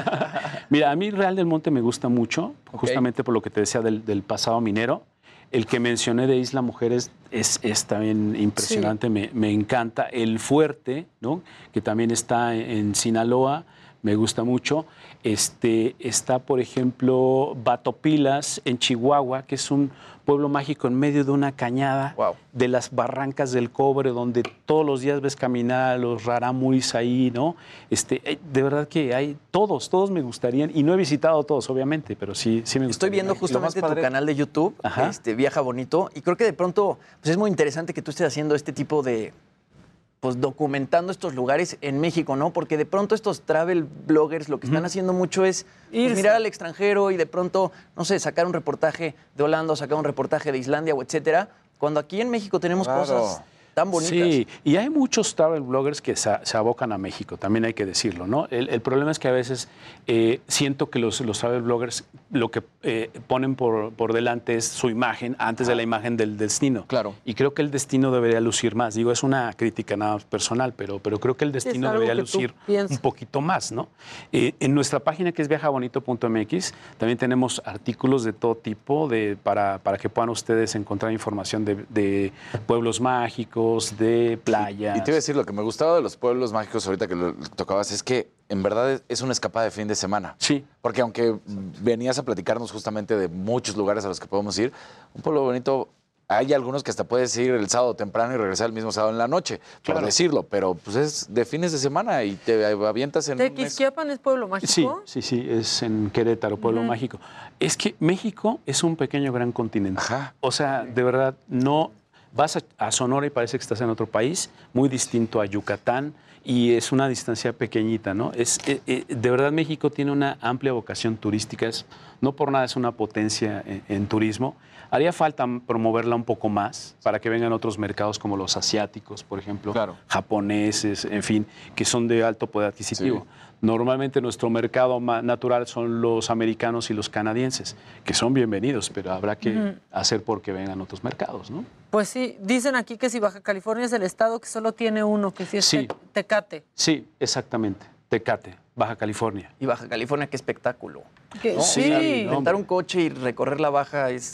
Speaker 12: mira, a mí Real del Monte me gusta mucho, justamente por lo que te decía del, del pasado minero. El que mencioné de Isla Mujeres es, es también impresionante, me, me encanta. El Fuerte, ¿no? Que también está en Sinaloa, me gusta mucho. Este, está, por ejemplo, Batopilas en Chihuahua, que es un pueblo mágico en medio de una cañada de las barrancas del cobre, donde todos los días ves caminar a los rarámuris ahí, ¿no? Este, eh, de verdad que hay todos, todos me gustarían, y no he visitado todos, obviamente, pero sí, sí me gustaría.
Speaker 3: Estoy viendo justamente tu canal de YouTube, este, Viaja Bonito, y creo que de pronto pues es muy interesante que tú estés haciendo este tipo de, pues documentando estos lugares en México, ¿no? Porque de pronto estos travel bloggers lo que están haciendo mucho es pues,
Speaker 2: Irse.
Speaker 3: mirar al extranjero y de pronto, no sé, sacar un reportaje de Holanda o sacar un reportaje de Islandia o etcétera, cuando aquí en México tenemos
Speaker 12: Claro.
Speaker 3: cosas tan bonitas.
Speaker 12: Sí, y hay muchos travel bloggers que se, se abocan a México, también hay que decirlo, ¿no? El, el problema es que a veces eh, siento que los, los travel bloggers lo que eh, ponen por, por delante es su imagen antes de la imagen del destino.
Speaker 3: Claro.
Speaker 12: Y creo que el destino debería lucir más. Digo, es una crítica nada más personal, pero, pero creo que el destino
Speaker 2: algo
Speaker 12: debería
Speaker 2: que tú
Speaker 12: lucir
Speaker 2: piensas.
Speaker 12: un poquito más, ¿no? Eh, en nuestra página que es viaja bonito punto m x también tenemos artículos de todo tipo de, para, para que puedan ustedes encontrar información de, de pueblos mágicos, de playas.
Speaker 24: Y te iba a decir, lo que me gustaba de los pueblos mágicos ahorita que lo tocabas es que en verdad es una escapada de fin de semana.
Speaker 12: Sí.
Speaker 24: Porque aunque venías a platicarnos justamente de muchos lugares a los que podemos ir, un pueblo bonito, hay algunos que hasta puedes ir el sábado temprano y regresar el mismo sábado en la noche, por
Speaker 12: Claro.
Speaker 24: decirlo, pero pues es de fines de semana y te avientas en un mes.
Speaker 2: ¿Tequisquiapan es pueblo mágico?
Speaker 12: Sí, sí, sí, es en Querétaro, pueblo
Speaker 2: Ujú.
Speaker 12: mágico. Es que México es un pequeño gran continente. O sea, de verdad, no vas a, a Sonora y parece que estás en otro país, muy distinto a Yucatán, y es una distancia pequeñita, ¿no? Es, eh, eh, de verdad, México tiene una amplia vocación turística, es, no por nada es una potencia en, en turismo. Haría falta promoverla un poco más para que vengan otros mercados como los asiáticos, por ejemplo, japoneses, en fin, que son de alto poder adquisitivo.
Speaker 24: Sí.
Speaker 12: Normalmente nuestro mercado ma- natural son los americanos y los canadienses, que son bienvenidos, pero habrá que
Speaker 2: Ujú.
Speaker 12: hacer porque vengan otros mercados, ¿no?
Speaker 2: Pues sí, dicen aquí que si Baja California es el estado que solo tiene uno, que sí es
Speaker 12: Sí.
Speaker 2: Te- Tecate.
Speaker 12: Sí, exactamente. Tecate, Baja California.
Speaker 3: Y Baja California, qué espectáculo.
Speaker 2: Que
Speaker 3: ¿no?
Speaker 2: sí.
Speaker 3: O sea, rentar un coche y recorrer la Baja es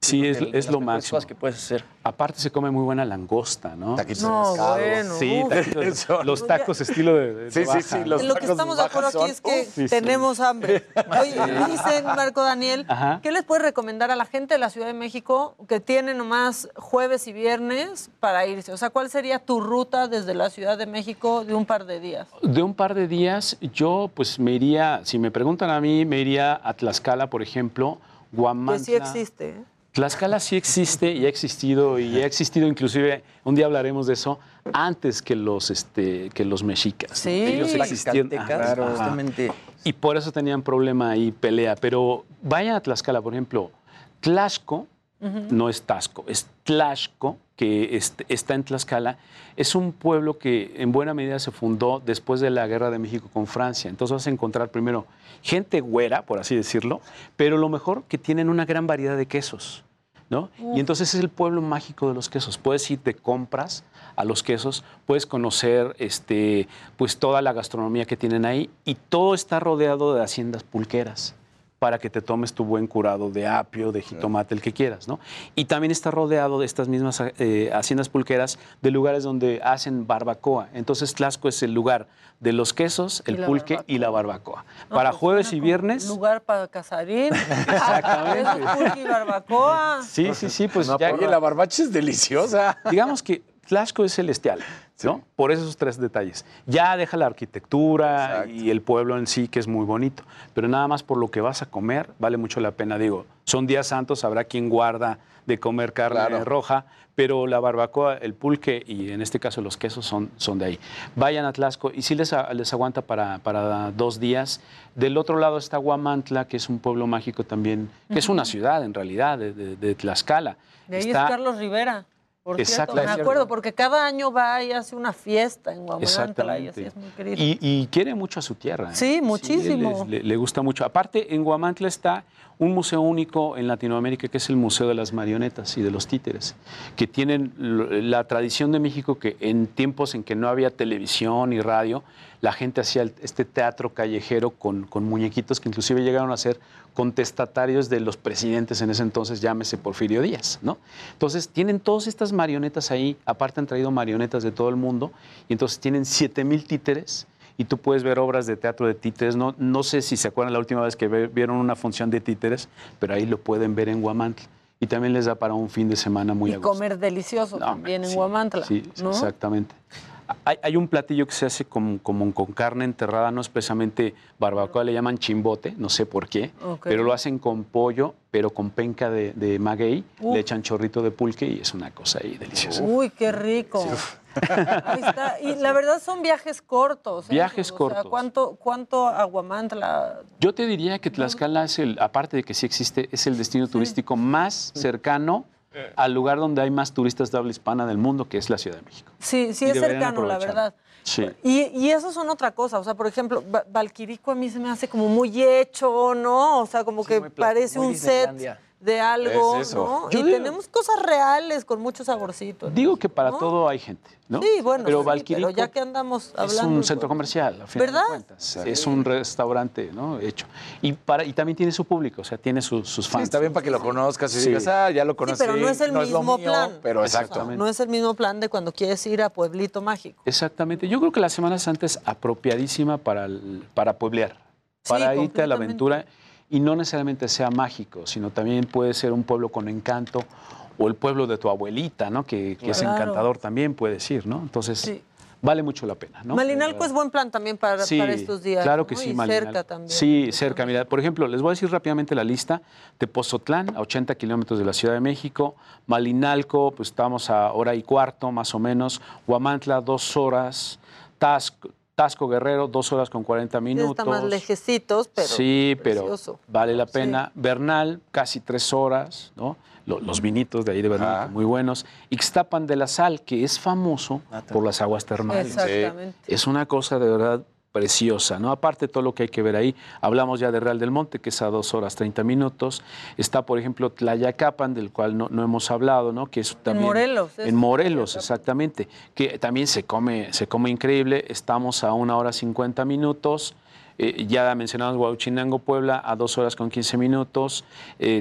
Speaker 12: Sí, es,
Speaker 3: de- de
Speaker 12: es
Speaker 3: las
Speaker 12: lo
Speaker 3: mejores
Speaker 12: máximo.
Speaker 3: cosas que puedes hacer.
Speaker 12: Aparte se come muy buena langosta, ¿no?
Speaker 24: Taquitos
Speaker 2: de No, pescado. bueno,
Speaker 12: Sí,
Speaker 2: uf.
Speaker 12: taquitos-
Speaker 24: Eso.
Speaker 12: los tacos estilo de, de
Speaker 24: Sí, sí,
Speaker 12: Baja.
Speaker 24: sí, los
Speaker 2: En lo que
Speaker 24: tacos
Speaker 2: estamos de acuerdo
Speaker 24: bajas
Speaker 2: aquí es que
Speaker 24: son-
Speaker 12: Sí, sí.
Speaker 2: tenemos hambre. Oye, dicen Marco Daniel,
Speaker 12: Ajá.
Speaker 2: ¿qué les puede recomendar a la gente de la Ciudad de México que tiene nomás jueves y viernes para irse? O sea, ¿cuál sería tu ruta desde la Ciudad de México de un par de días?
Speaker 12: De un par de días, yo pues me iría, si me preguntan a mí, me iría a Tlaxcala, por ejemplo, Huamantla.
Speaker 2: Que sí existe. ¿eh?
Speaker 12: Tlaxcala sí existe y ha existido, y ha existido inclusive, un día hablaremos de eso, antes que los, este, que los mexicas. ¿no?
Speaker 2: Sí.
Speaker 12: Ellos existían.
Speaker 3: Tlaxcaltecas,
Speaker 12: Ajá.
Speaker 3: justamente.
Speaker 12: Y por eso tenían problema ahí, pelea. Pero vayan a Tlaxcala, por ejemplo, Tlaxco, no es Tasco, es Tlaxco, que est- está en Tlaxcala, es un pueblo que en buena medida se fundó después de la Guerra de México con Francia. Entonces vas a encontrar primero gente güera, por así decirlo, pero lo mejor que tienen una gran variedad de quesos, ¿no? Y entonces es el pueblo mágico de los quesos. Puedes ir de compras a los quesos, puedes conocer este, pues toda la gastronomía que tienen ahí y todo está rodeado de haciendas pulqueras para que te tomes tu buen curado de apio, de jitomate, el que quieras, ¿no? Y también está rodeado de estas mismas eh, haciendas pulqueras de lugares donde hacen barbacoa. Entonces Tlaxco es el lugar de los quesos, el
Speaker 2: Y la
Speaker 12: pulque y la barbacoa. Para
Speaker 2: pues,
Speaker 12: jueves
Speaker 2: suena
Speaker 12: y
Speaker 2: como
Speaker 12: viernes...
Speaker 2: Lugar para casarín.
Speaker 12: Exactamente.
Speaker 2: Eso es pulque y barbacoa.
Speaker 12: Sí, sí, sí, pues
Speaker 24: No,
Speaker 12: ya...
Speaker 24: oye, la barbacha es deliciosa.
Speaker 12: Digamos que Tlaxco es celestial, ¿no? Por esos tres detalles. Ya deja la arquitectura y el pueblo en sí, que es muy bonito, pero nada más por lo que vas a comer, vale mucho la pena. Digo, son días santos, habrá quien guarda de comer carne
Speaker 24: Claro.
Speaker 12: roja, pero la barbacoa, el pulque y en este caso los quesos son, son de ahí. Vayan a Tlaxco y sí les, a- les aguanta para, para dos días. Del otro lado está Huamantla, que es un pueblo mágico también, que es una ciudad en realidad de, de- de Tlaxcala.
Speaker 2: De ahí
Speaker 12: Está-
Speaker 2: es Carlos Rivera. Por cierto,
Speaker 12: Exacto.
Speaker 2: me acuerdo, porque cada año va y hace una fiesta en Huamantla y
Speaker 12: Exactamente.
Speaker 2: así es muy querido.
Speaker 12: Y, y quiere mucho a su tierra. ¿eh?
Speaker 2: Sí, muchísimo.
Speaker 12: le, le- le gusta mucho. Aparte, en Huamantla está un museo único en Latinoamérica, que es el Museo de las Marionetas y de los Títeres, que tienen lo- la tradición de México que en tiempos en que no había televisión y radio, la gente hacía el- este teatro callejero con, con muñequitos que inclusive llegaron a ser contestatarios de los presidentes en ese entonces, llámese Porfirio Díaz, ¿no? Entonces, tienen todas estas marionetas ahí, aparte han traído marionetas de todo el mundo, y entonces tienen siete mil títeres, y tú puedes ver obras de teatro de títeres. No, no sé si se acuerdan la última vez que ve- vieron una función de títeres, pero ahí lo pueden ver en Huamantla. Y también les da para un fin de semana muy
Speaker 2: Y
Speaker 12: a gusto.
Speaker 2: comer delicioso también en
Speaker 12: sí,
Speaker 2: Huamantla.
Speaker 12: Sí,
Speaker 2: ¿no?
Speaker 12: exactamente. Hay, hay un platillo que se hace como, como con carne enterrada, no es precisamente barbacoa, le llaman chimbote, no sé por qué,
Speaker 2: Ok.
Speaker 12: pero lo hacen con pollo, pero con penca de, de maguey,
Speaker 2: Uf.
Speaker 12: le echan chorrito de pulque y es una cosa ahí deliciosa.
Speaker 2: Uy, qué rico. Ahí está. Y la verdad son viajes cortos. ¿eh?
Speaker 12: Viajes
Speaker 2: O sea,
Speaker 12: cortos.
Speaker 2: ¿cuánto, ¿Cuánto a Huamantla?
Speaker 12: Yo te diría que Tlaxcala es el, aparte de que sí existe, es el destino turístico más cercano al lugar donde hay más turistas de habla hispana del mundo, que es la Ciudad de México.
Speaker 2: Sí, sí
Speaker 12: Y
Speaker 2: es
Speaker 12: deberían
Speaker 2: cercano, la
Speaker 12: aprovecharlo.
Speaker 2: verdad.
Speaker 12: Sí.
Speaker 2: Y, y eso son otra cosa. O sea, por ejemplo, Va- Valquirico a mí se me hace como muy hecho, ¿no? O sea, como que parece
Speaker 3: muy
Speaker 2: un set
Speaker 3: Disneylandia.
Speaker 2: de algo,
Speaker 12: Es eso.
Speaker 2: ¿no?
Speaker 12: Yo
Speaker 2: y
Speaker 12: digo-
Speaker 2: tenemos cosas reales con mucho saborcito.
Speaker 12: Digo que para
Speaker 2: ¿no?
Speaker 12: todo hay gente, ¿no?
Speaker 2: Sí, bueno,
Speaker 12: pero
Speaker 2: sí,
Speaker 12: Valquirico
Speaker 2: pero ya que andamos
Speaker 12: es
Speaker 2: hablando...
Speaker 12: un centro comercial, a final
Speaker 2: ¿Verdad?
Speaker 12: de cuentas. Es un restaurante, ¿no? Hecho. Y, para, y también tiene su público, o sea, tiene sus, sus
Speaker 24: Sí,
Speaker 12: fans.
Speaker 24: está bien para que lo conozcas y
Speaker 12: Sí.
Speaker 24: digas, ah, ya lo
Speaker 2: Sí,
Speaker 24: conocí.
Speaker 2: pero no es el
Speaker 24: lo
Speaker 2: mismo
Speaker 24: mío,
Speaker 2: plan.
Speaker 24: Pero exacto.
Speaker 2: No es el mismo plan de cuando quieres ir a Pueblito Mágico.
Speaker 12: Exactamente. Yo creo que la Semana Santa es apropiadísima para, el- para pueblear, para irte a la aventura y no necesariamente sea mágico, sino también puede ser un pueblo con encanto o el pueblo de tu abuelita, ¿no? Que, que es
Speaker 2: Claro.
Speaker 12: encantador también, puedes ir, ¿no? Entonces,
Speaker 2: Sí.
Speaker 12: vale mucho la pena, ¿no?
Speaker 2: Malinalco es buen plan también para,
Speaker 12: Sí,
Speaker 2: para estos días.
Speaker 12: claro que
Speaker 2: ¿no?
Speaker 12: sí,
Speaker 2: Y
Speaker 12: Malinalco.
Speaker 2: cerca también.
Speaker 12: Sí, cerca. Mira, por ejemplo, les voy a decir rápidamente la lista. Tepozotlán, a ochenta kilómetros de la Ciudad de México. Malinalco, pues estamos a hora y cuarto, más o menos. Huamantla, dos horas. Tasco, Tasco Guerrero, dos horas con cuarenta minutos.
Speaker 2: Está más lejecitos, pero
Speaker 12: sí,
Speaker 2: precioso.
Speaker 12: pero vale la pena. Bernal, casi tres horas, ¿no? Lo- Los vinitos de ahí de Bernal, muy buenos. Ixtapan de la Sal, que es famoso por las aguas termales.
Speaker 2: Exactamente.
Speaker 12: Es una cosa de verdad preciosa, ¿no? Aparte de todo lo que hay que ver ahí, hablamos ya de Real del Monte, que es a dos horas treinta minutos. Está, por ejemplo, Tlayacapan, del cual no, no hemos hablado, ¿no? Que es también
Speaker 2: Morelos, es
Speaker 12: En Morelos, exactamente. Que también se come, se come increíble. Estamos a una hora cincuenta minutos. Eh, ya mencionamos Huauchinango, Puebla, a dos horas con quince minutos. Eh,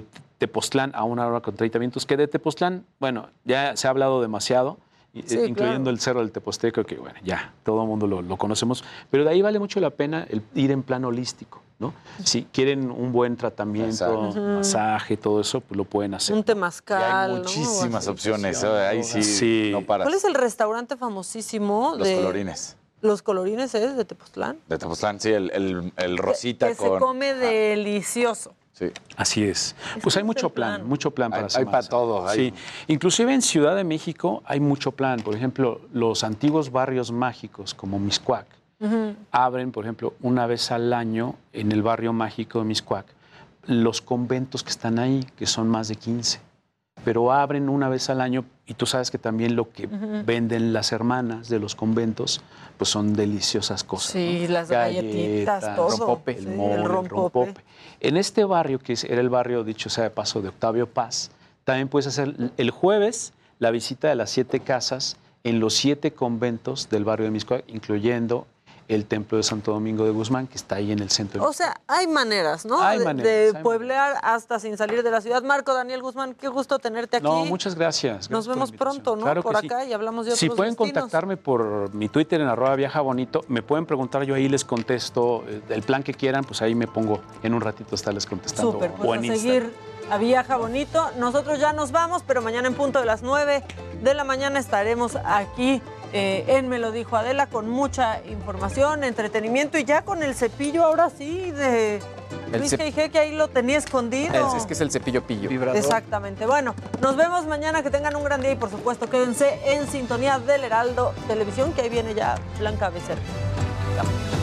Speaker 12: Tepoztlán a una hora con treinta minutos, que de Tepoztlán, bueno, ya se ha hablado demasiado, sí, eh, incluyendo claro. el Cerro del Teposteco, que bueno, ya todo el mundo lo, lo conocemos, pero de ahí vale mucho la pena el ir en plan holístico, ¿no? Si quieren un buen tratamiento, uh-huh. masaje, todo eso, pues lo pueden hacer.
Speaker 2: Un temazcal,
Speaker 24: hay muchísimas
Speaker 2: ¿no?
Speaker 24: opciones, ¿eh? Ahí sí,
Speaker 12: sí
Speaker 24: no paras.
Speaker 2: ¿Cuál es el restaurante famosísimo?
Speaker 24: Los
Speaker 2: de...
Speaker 24: Colorines.
Speaker 2: ¿Los Colorines es de Tepoztlán?
Speaker 24: De Tepoztlán, sí, el, el, el rosita
Speaker 2: que, que
Speaker 24: con...
Speaker 2: se come delicioso.
Speaker 24: Sí.
Speaker 12: Así es. Pues hay mucho plan, plan, mucho plan para
Speaker 24: hay, hay para todo. Hay...
Speaker 12: Sí. Inclusive en Ciudad de México hay mucho plan. Por ejemplo, los antiguos barrios mágicos como Mixcoac uh-huh. abren, por ejemplo, una vez al año en el barrio mágico de Mixcoac los conventos que están ahí, que son más de quince. Pero abren una vez al año y tú sabes que también lo que uh-huh. venden las hermanas de los conventos pues son deliciosas cosas.
Speaker 2: Sí,
Speaker 12: ¿no?
Speaker 2: las
Speaker 12: Galletas,
Speaker 2: galletitas, todo.
Speaker 12: Rompope, el,
Speaker 2: sí,
Speaker 12: mole,
Speaker 2: el rompope.
Speaker 12: el rompope. En este barrio, que era el barrio, dicho sea de paso, de Octavio Paz, también puedes hacer el jueves la visita de las siete casas en los siete conventos del barrio de Mixcoac, incluyendo el Templo de Santo Domingo de Guzmán, que está ahí en el centro. De
Speaker 2: o sea, hay maneras, ¿no?
Speaker 12: Hay
Speaker 2: de,
Speaker 12: maneras,
Speaker 2: de
Speaker 12: hay
Speaker 2: pueblear maneras. Hasta sin salir de la ciudad. Marco Daniel Guzmán, qué gusto tenerte aquí.
Speaker 12: No, muchas gracias. gracias
Speaker 2: Nos vemos pronto, ¿no?
Speaker 12: Claro
Speaker 2: por
Speaker 12: que
Speaker 2: acá
Speaker 12: sí.
Speaker 2: y hablamos de otros
Speaker 12: Si pueden
Speaker 2: destinos.
Speaker 12: contactarme por mi Twitter en arroba viaja bonito, me pueden preguntar, yo ahí les contesto el plan que quieran, pues ahí me pongo en un ratito estarles contestando.
Speaker 2: Súper, pues
Speaker 12: o en
Speaker 2: a seguir a Viaja Bonito. Nosotros ya nos vamos, pero mañana en punto de las nueve de la mañana estaremos aquí eh, en Me lo dijo Adela con mucha información, entretenimiento y ya con el cepillo ahora sí de
Speaker 1: el
Speaker 2: Luis G I G, que ahí lo tenía escondido.
Speaker 1: Es, es que es el cepillo pillo.
Speaker 2: Vibrador. Exactamente. Bueno, nos vemos mañana, que tengan un gran día y por supuesto quédense en sintonía del Heraldo Televisión, que ahí viene ya Blanca Becerra.